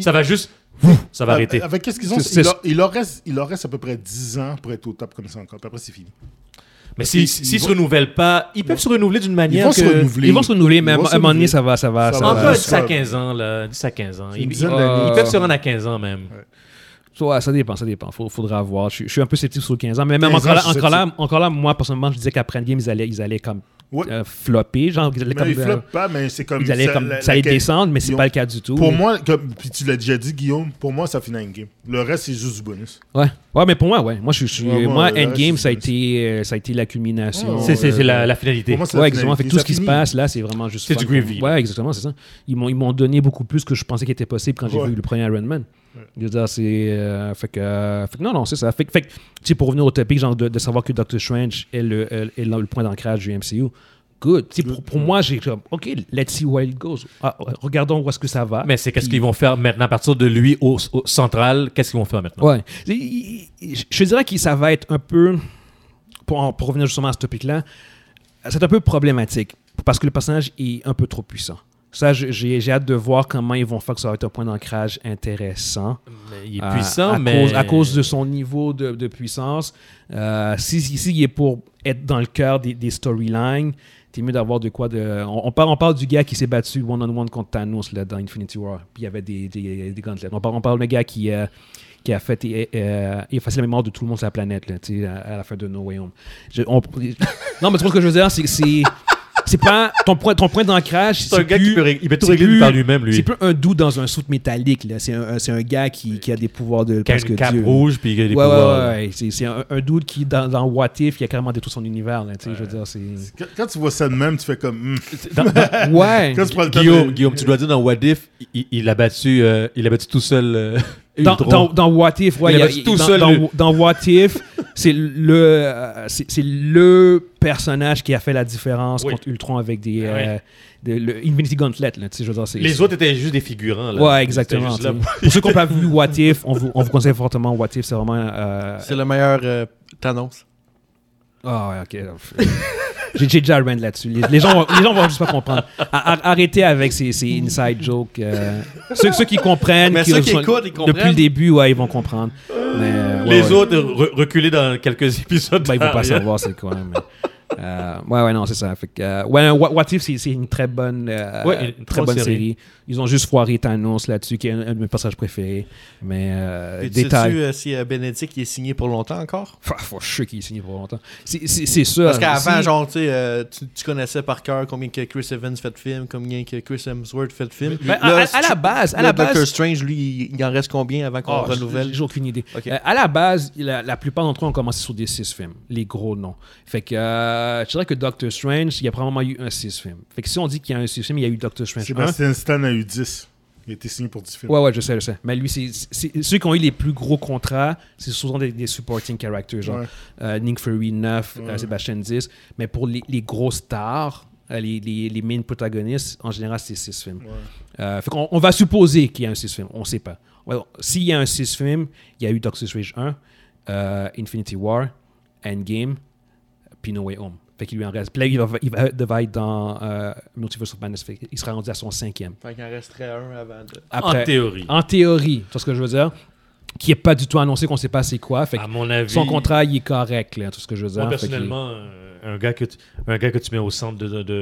arrêter. Avec qu'est-ce qu'ils ont, il leur reste à peu près 10 ans pour être au top comme ça encore. Puis après, c'est fini. Mais s'ils se renouvellent pas, ils peuvent se renouveler d'une manière Ils vont se renouveler, mais à un moment donné, ça va. Encore 10 à 15 ans, là. 10 à 15 ans. Ils peuvent se rendre à 15 ans, même. Ouais, ça dépend. Faudra voir. Je suis un peu sceptique sur 15 ans. Mais même encore là, moi, personnellement, je disais qu'après Endgame, ils allaient comme flopper. Genre, ils floppent pas, mais c'est comme... Ils allaient ça allait descendre, mais c'est pas le cas du tout. Pour moi, puis tu l'as déjà dit, Guillaume, pour moi, ça finit Endgame. Le reste, c'est juste du bonus. Ouais, mais pour moi, ouais. Moi, Endgame, ça a été la culmination. C'est la finalité. Ouais, exactement. Fait que tout ce qui se passe là, c'est vraiment juste... C'est du gravy. Ouais, exactement, c'est ça. Ils m'ont donné beaucoup plus que je pensais qu'il était possible quand j'ai vu le premier Iron Man. Je veux dire, fait que non, c'est ça. Fait que, tu sais, pour revenir au topic, genre de savoir que Doctor Strange est le point d'ancrage du MCU, good. Pour moi, j'ai comme, OK, let's see where it goes. Regardons où est-ce que ça va. Mais c'est qu'est-ce qu'ils vont faire maintenant à partir de lui au central, qu'est-ce qu'ils vont faire maintenant? Ouais. Je dirais que ça va être un peu, pour revenir justement à ce topic-là, c'est un peu problématique parce que le personnage est un peu trop puissant. Ça, j'ai hâte de voir comment ils vont faire que ça va être un point d'ancrage intéressant. Mais il est puissant, à cause de son niveau de puissance. S'il est pour être dans le cœur des storylines, t'es mieux d'avoir de quoi de... On parle du gars qui s'est battu one-on-one contre Thanos là, dans Infinity War. Puis il y avait des gauntlets. On parle d'un gars qui a fait effacer la mémoire de tout le monde sur la planète là, à la fin de No Way Home. Non, mais tu vois ce que je veux dire? C'est pas ton point d'ancrage. C'est un gars qui peut tout régler par lui-même, lui. C'est plus un dude dans un suit métallique. Là. C'est un gars qui a des pouvoirs de presque Dieu. Qui a une cape rouge puis il a des pouvoirs. Ouais. C'est un dude qui, dans What If, qui a carrément détruit son univers. Là, je veux dire, quand tu vois ça de même, tu fais comme... Ouais. Guillaume, tu dois dire dans What If, il a battu tout seul... Dans What If, dans What If, c'est le personnage qui a fait la différence contre Ultron avec le Infinity Gauntlet. Là, je veux dire, les autres étaient juste des figurants. Là. Ouais, exactement. Pour ceux qui n'ont pas vu What If, on vous conseille fortement What If. C'est vraiment... c'est le meilleur Thanos. Ah, ok. J'ai déjà rant là-dessus. Les gens vont juste pas comprendre. Arrêtez avec ces inside jokes. Ceux qui comprennent, mais ceux qui écoutent, ils comprennent. Depuis le début, ouais, ils vont comprendre. Mais, les autres, reculer dans quelques épisodes. Ils vont pas savoir c'est quoi. Mais... ouais, non, c'est ça. Fait que, What If, c'est une très bonne, une très bonne série. Ils ont juste foiré Thanos là-dessus, qui est un de mes passages préférés. Mais, sais-tu si Benedict est signé pour longtemps encore? Je suis sûr qu'il est signé pour longtemps. C'est ça. Parce qu'avant, genre, tu connaissais par cœur combien que Chris Evans fait de films, combien que Chris Hemsworth fait de films. À la base... Doctor Strange, lui, il en reste combien avant qu'on renouvelle? J'ai aucune idée. Okay. À la base, la plupart d'entre eux ont commencé sur des 6 films. Les gros noms. Fait que je dirais que Doctor Strange, il y a probablement eu un 6 films. Fait que si on dit qu'il y a un 6 films, il y a eu Doctor Strange. Sebastian Stan a eu 10. Il a été signé pour 10 films. Ouais, je sais. Mais lui, c'est ceux qui ont eu les plus gros contrats, c'est souvent des supporting characters, genre Nick Fury 9, Sebastian 10. Mais pour les gros stars, les main protagonistes, en général, c'est 6 films. Fait qu'on va supposer qu'il y a un 6 films. On ne sait pas. S'il y a un 6 films, il y a eu Doctor Strange 1, Infinity War, Endgame, puis No Way Home. Fait qu'il lui en reste. Puis là, il devait être dans Multiverse of Madness. Il sera rendu à son 5e. Fait qu'il en resterait un avant de... Après, en théorie. En théorie, tu vois ce que je veux dire? Qui n'est pas du tout annoncé, qu'on ne sait pas c'est quoi. Fait à mon avis... Son contrat, il est correct, là, tout ce que je veux dire. Moi, personnellement, un gars que tu mets au centre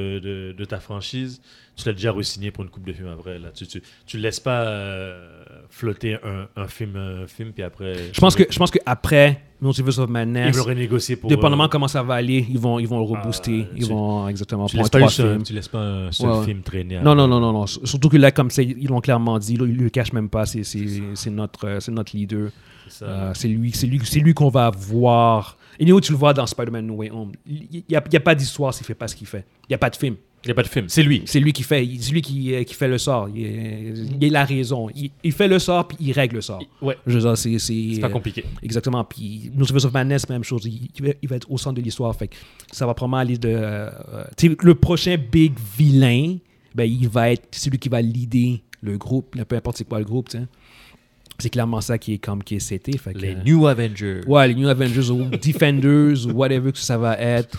de ta franchise, tu l'as déjà re-signé pour une couple de films après. Là. Tu le laisses pas flotter un film, puis après... Je pense que après Multiverse of Madness, ils vont renégocier pour... Dépendamment comment ça va aller, ils vont le rebooster. Ils vont exactement tu pour tu laisses pas un seul film traîner. Non. Surtout que là, comme ça, ils l'ont clairement dit, là, ils le cachent même pas. C'est notre leader. C'est lui qu'on va voir. Et nous, tu le vois dans Spider-Man No Way Home. Il n'y a pas d'histoire s'il fait pas ce qu'il fait. Il n'y a pas de film. Il n'y a pas de film. C'est lui. C'est lui qui fait. C'est lui qui fait le sort. Il a raison. Il fait le sort puis il règle le sort. Ouais. Je veux dire, c'est pas compliqué. Exactement. Puis Multiverse of Madness, même chose. Il va être au centre de l'histoire. Fait que ça va probablement aller de... le prochain big vilain, ben, il va être celui qui va leader le groupe. Peu importe c'est quoi le groupe, t'sais. C'est clairement ça qui est cité. Fait que, les New Avengers. Ouais, les New Avengers ou Defenders ou whatever que ça va être.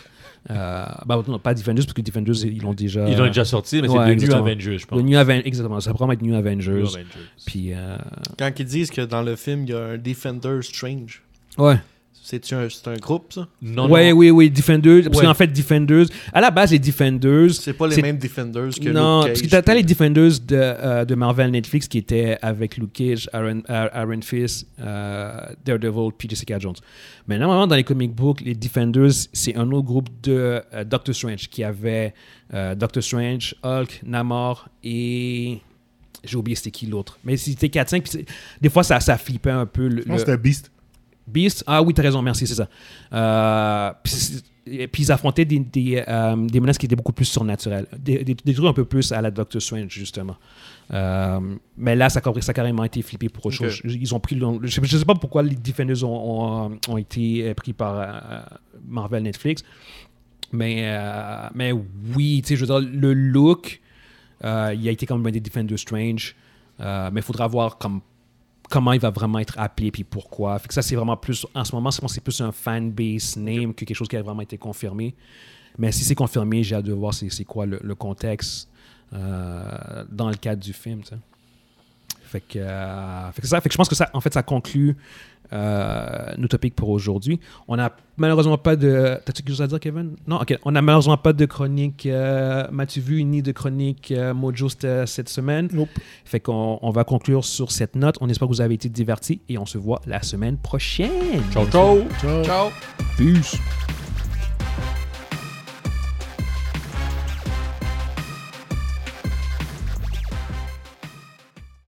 Non, pas Defenders, parce que Defenders, ils l'ont déjà... Ils l'ont déjà sorti, mais c'est le New Avengers, je pense. Exactement, ça va probablement être New Avengers. Puis, quand ils disent que dans le film, il y a un Defender Strange. Ouais. C'est un groupe, ça? Non. Oui, Defenders. Parce qu'en fait, Defenders... À la base, les Defenders... C'est pas les mêmes Defenders que non, Luke Cage. Parce que t'as les Defenders de Marvel Netflix qui étaient avec Luke Cage, Iron Fist, Daredevil, puis Jessica Jones. Mais normalement, dans les comic books, les Defenders, c'est un autre groupe de Doctor Strange qui avait Doctor Strange, Hulk, Namor et... J'ai oublié c'était qui l'autre. Mais c'était 4-5. Des fois, ça flippait un peu. Je pense que c'était Beast. Beast? Ah oui, t'as raison, merci, c'est ça. Puis ils affrontaient des menaces qui étaient beaucoup plus surnaturelles. Des trucs un peu plus à la Doctor Strange, justement. Mais là, ça a carrément été flippé pour autre chose. Ils ont pris je ne sais pas pourquoi les Defenders ont été pris par Marvel Netflix. Mais oui, tu sais, je veux dire, le look, il a été comme un des Defenders Strange. Mais il faudra voir comment il va vraiment être appelé puis pourquoi. Fait que ça, c'est vraiment plus... En ce moment, c'est plus un fanbase name que quelque chose qui a vraiment été confirmé. Mais si c'est confirmé, j'ai hâte de voir c'est quoi le contexte dans le cadre du film. T'sais. Fait que je pense que ça, en fait, ça conclut nos topics pour aujourd'hui. On n'a malheureusement pas de... T'as-tu quelque chose à dire, Kevin? Non? OK. On n'a malheureusement pas de chronique M'as-tu vu ni de chronique Mojo cette semaine. Nope. Fait qu'on va conclure sur cette note. On espère que vous avez été divertis et on se voit la semaine prochaine. Ciao. Ciao. Peace.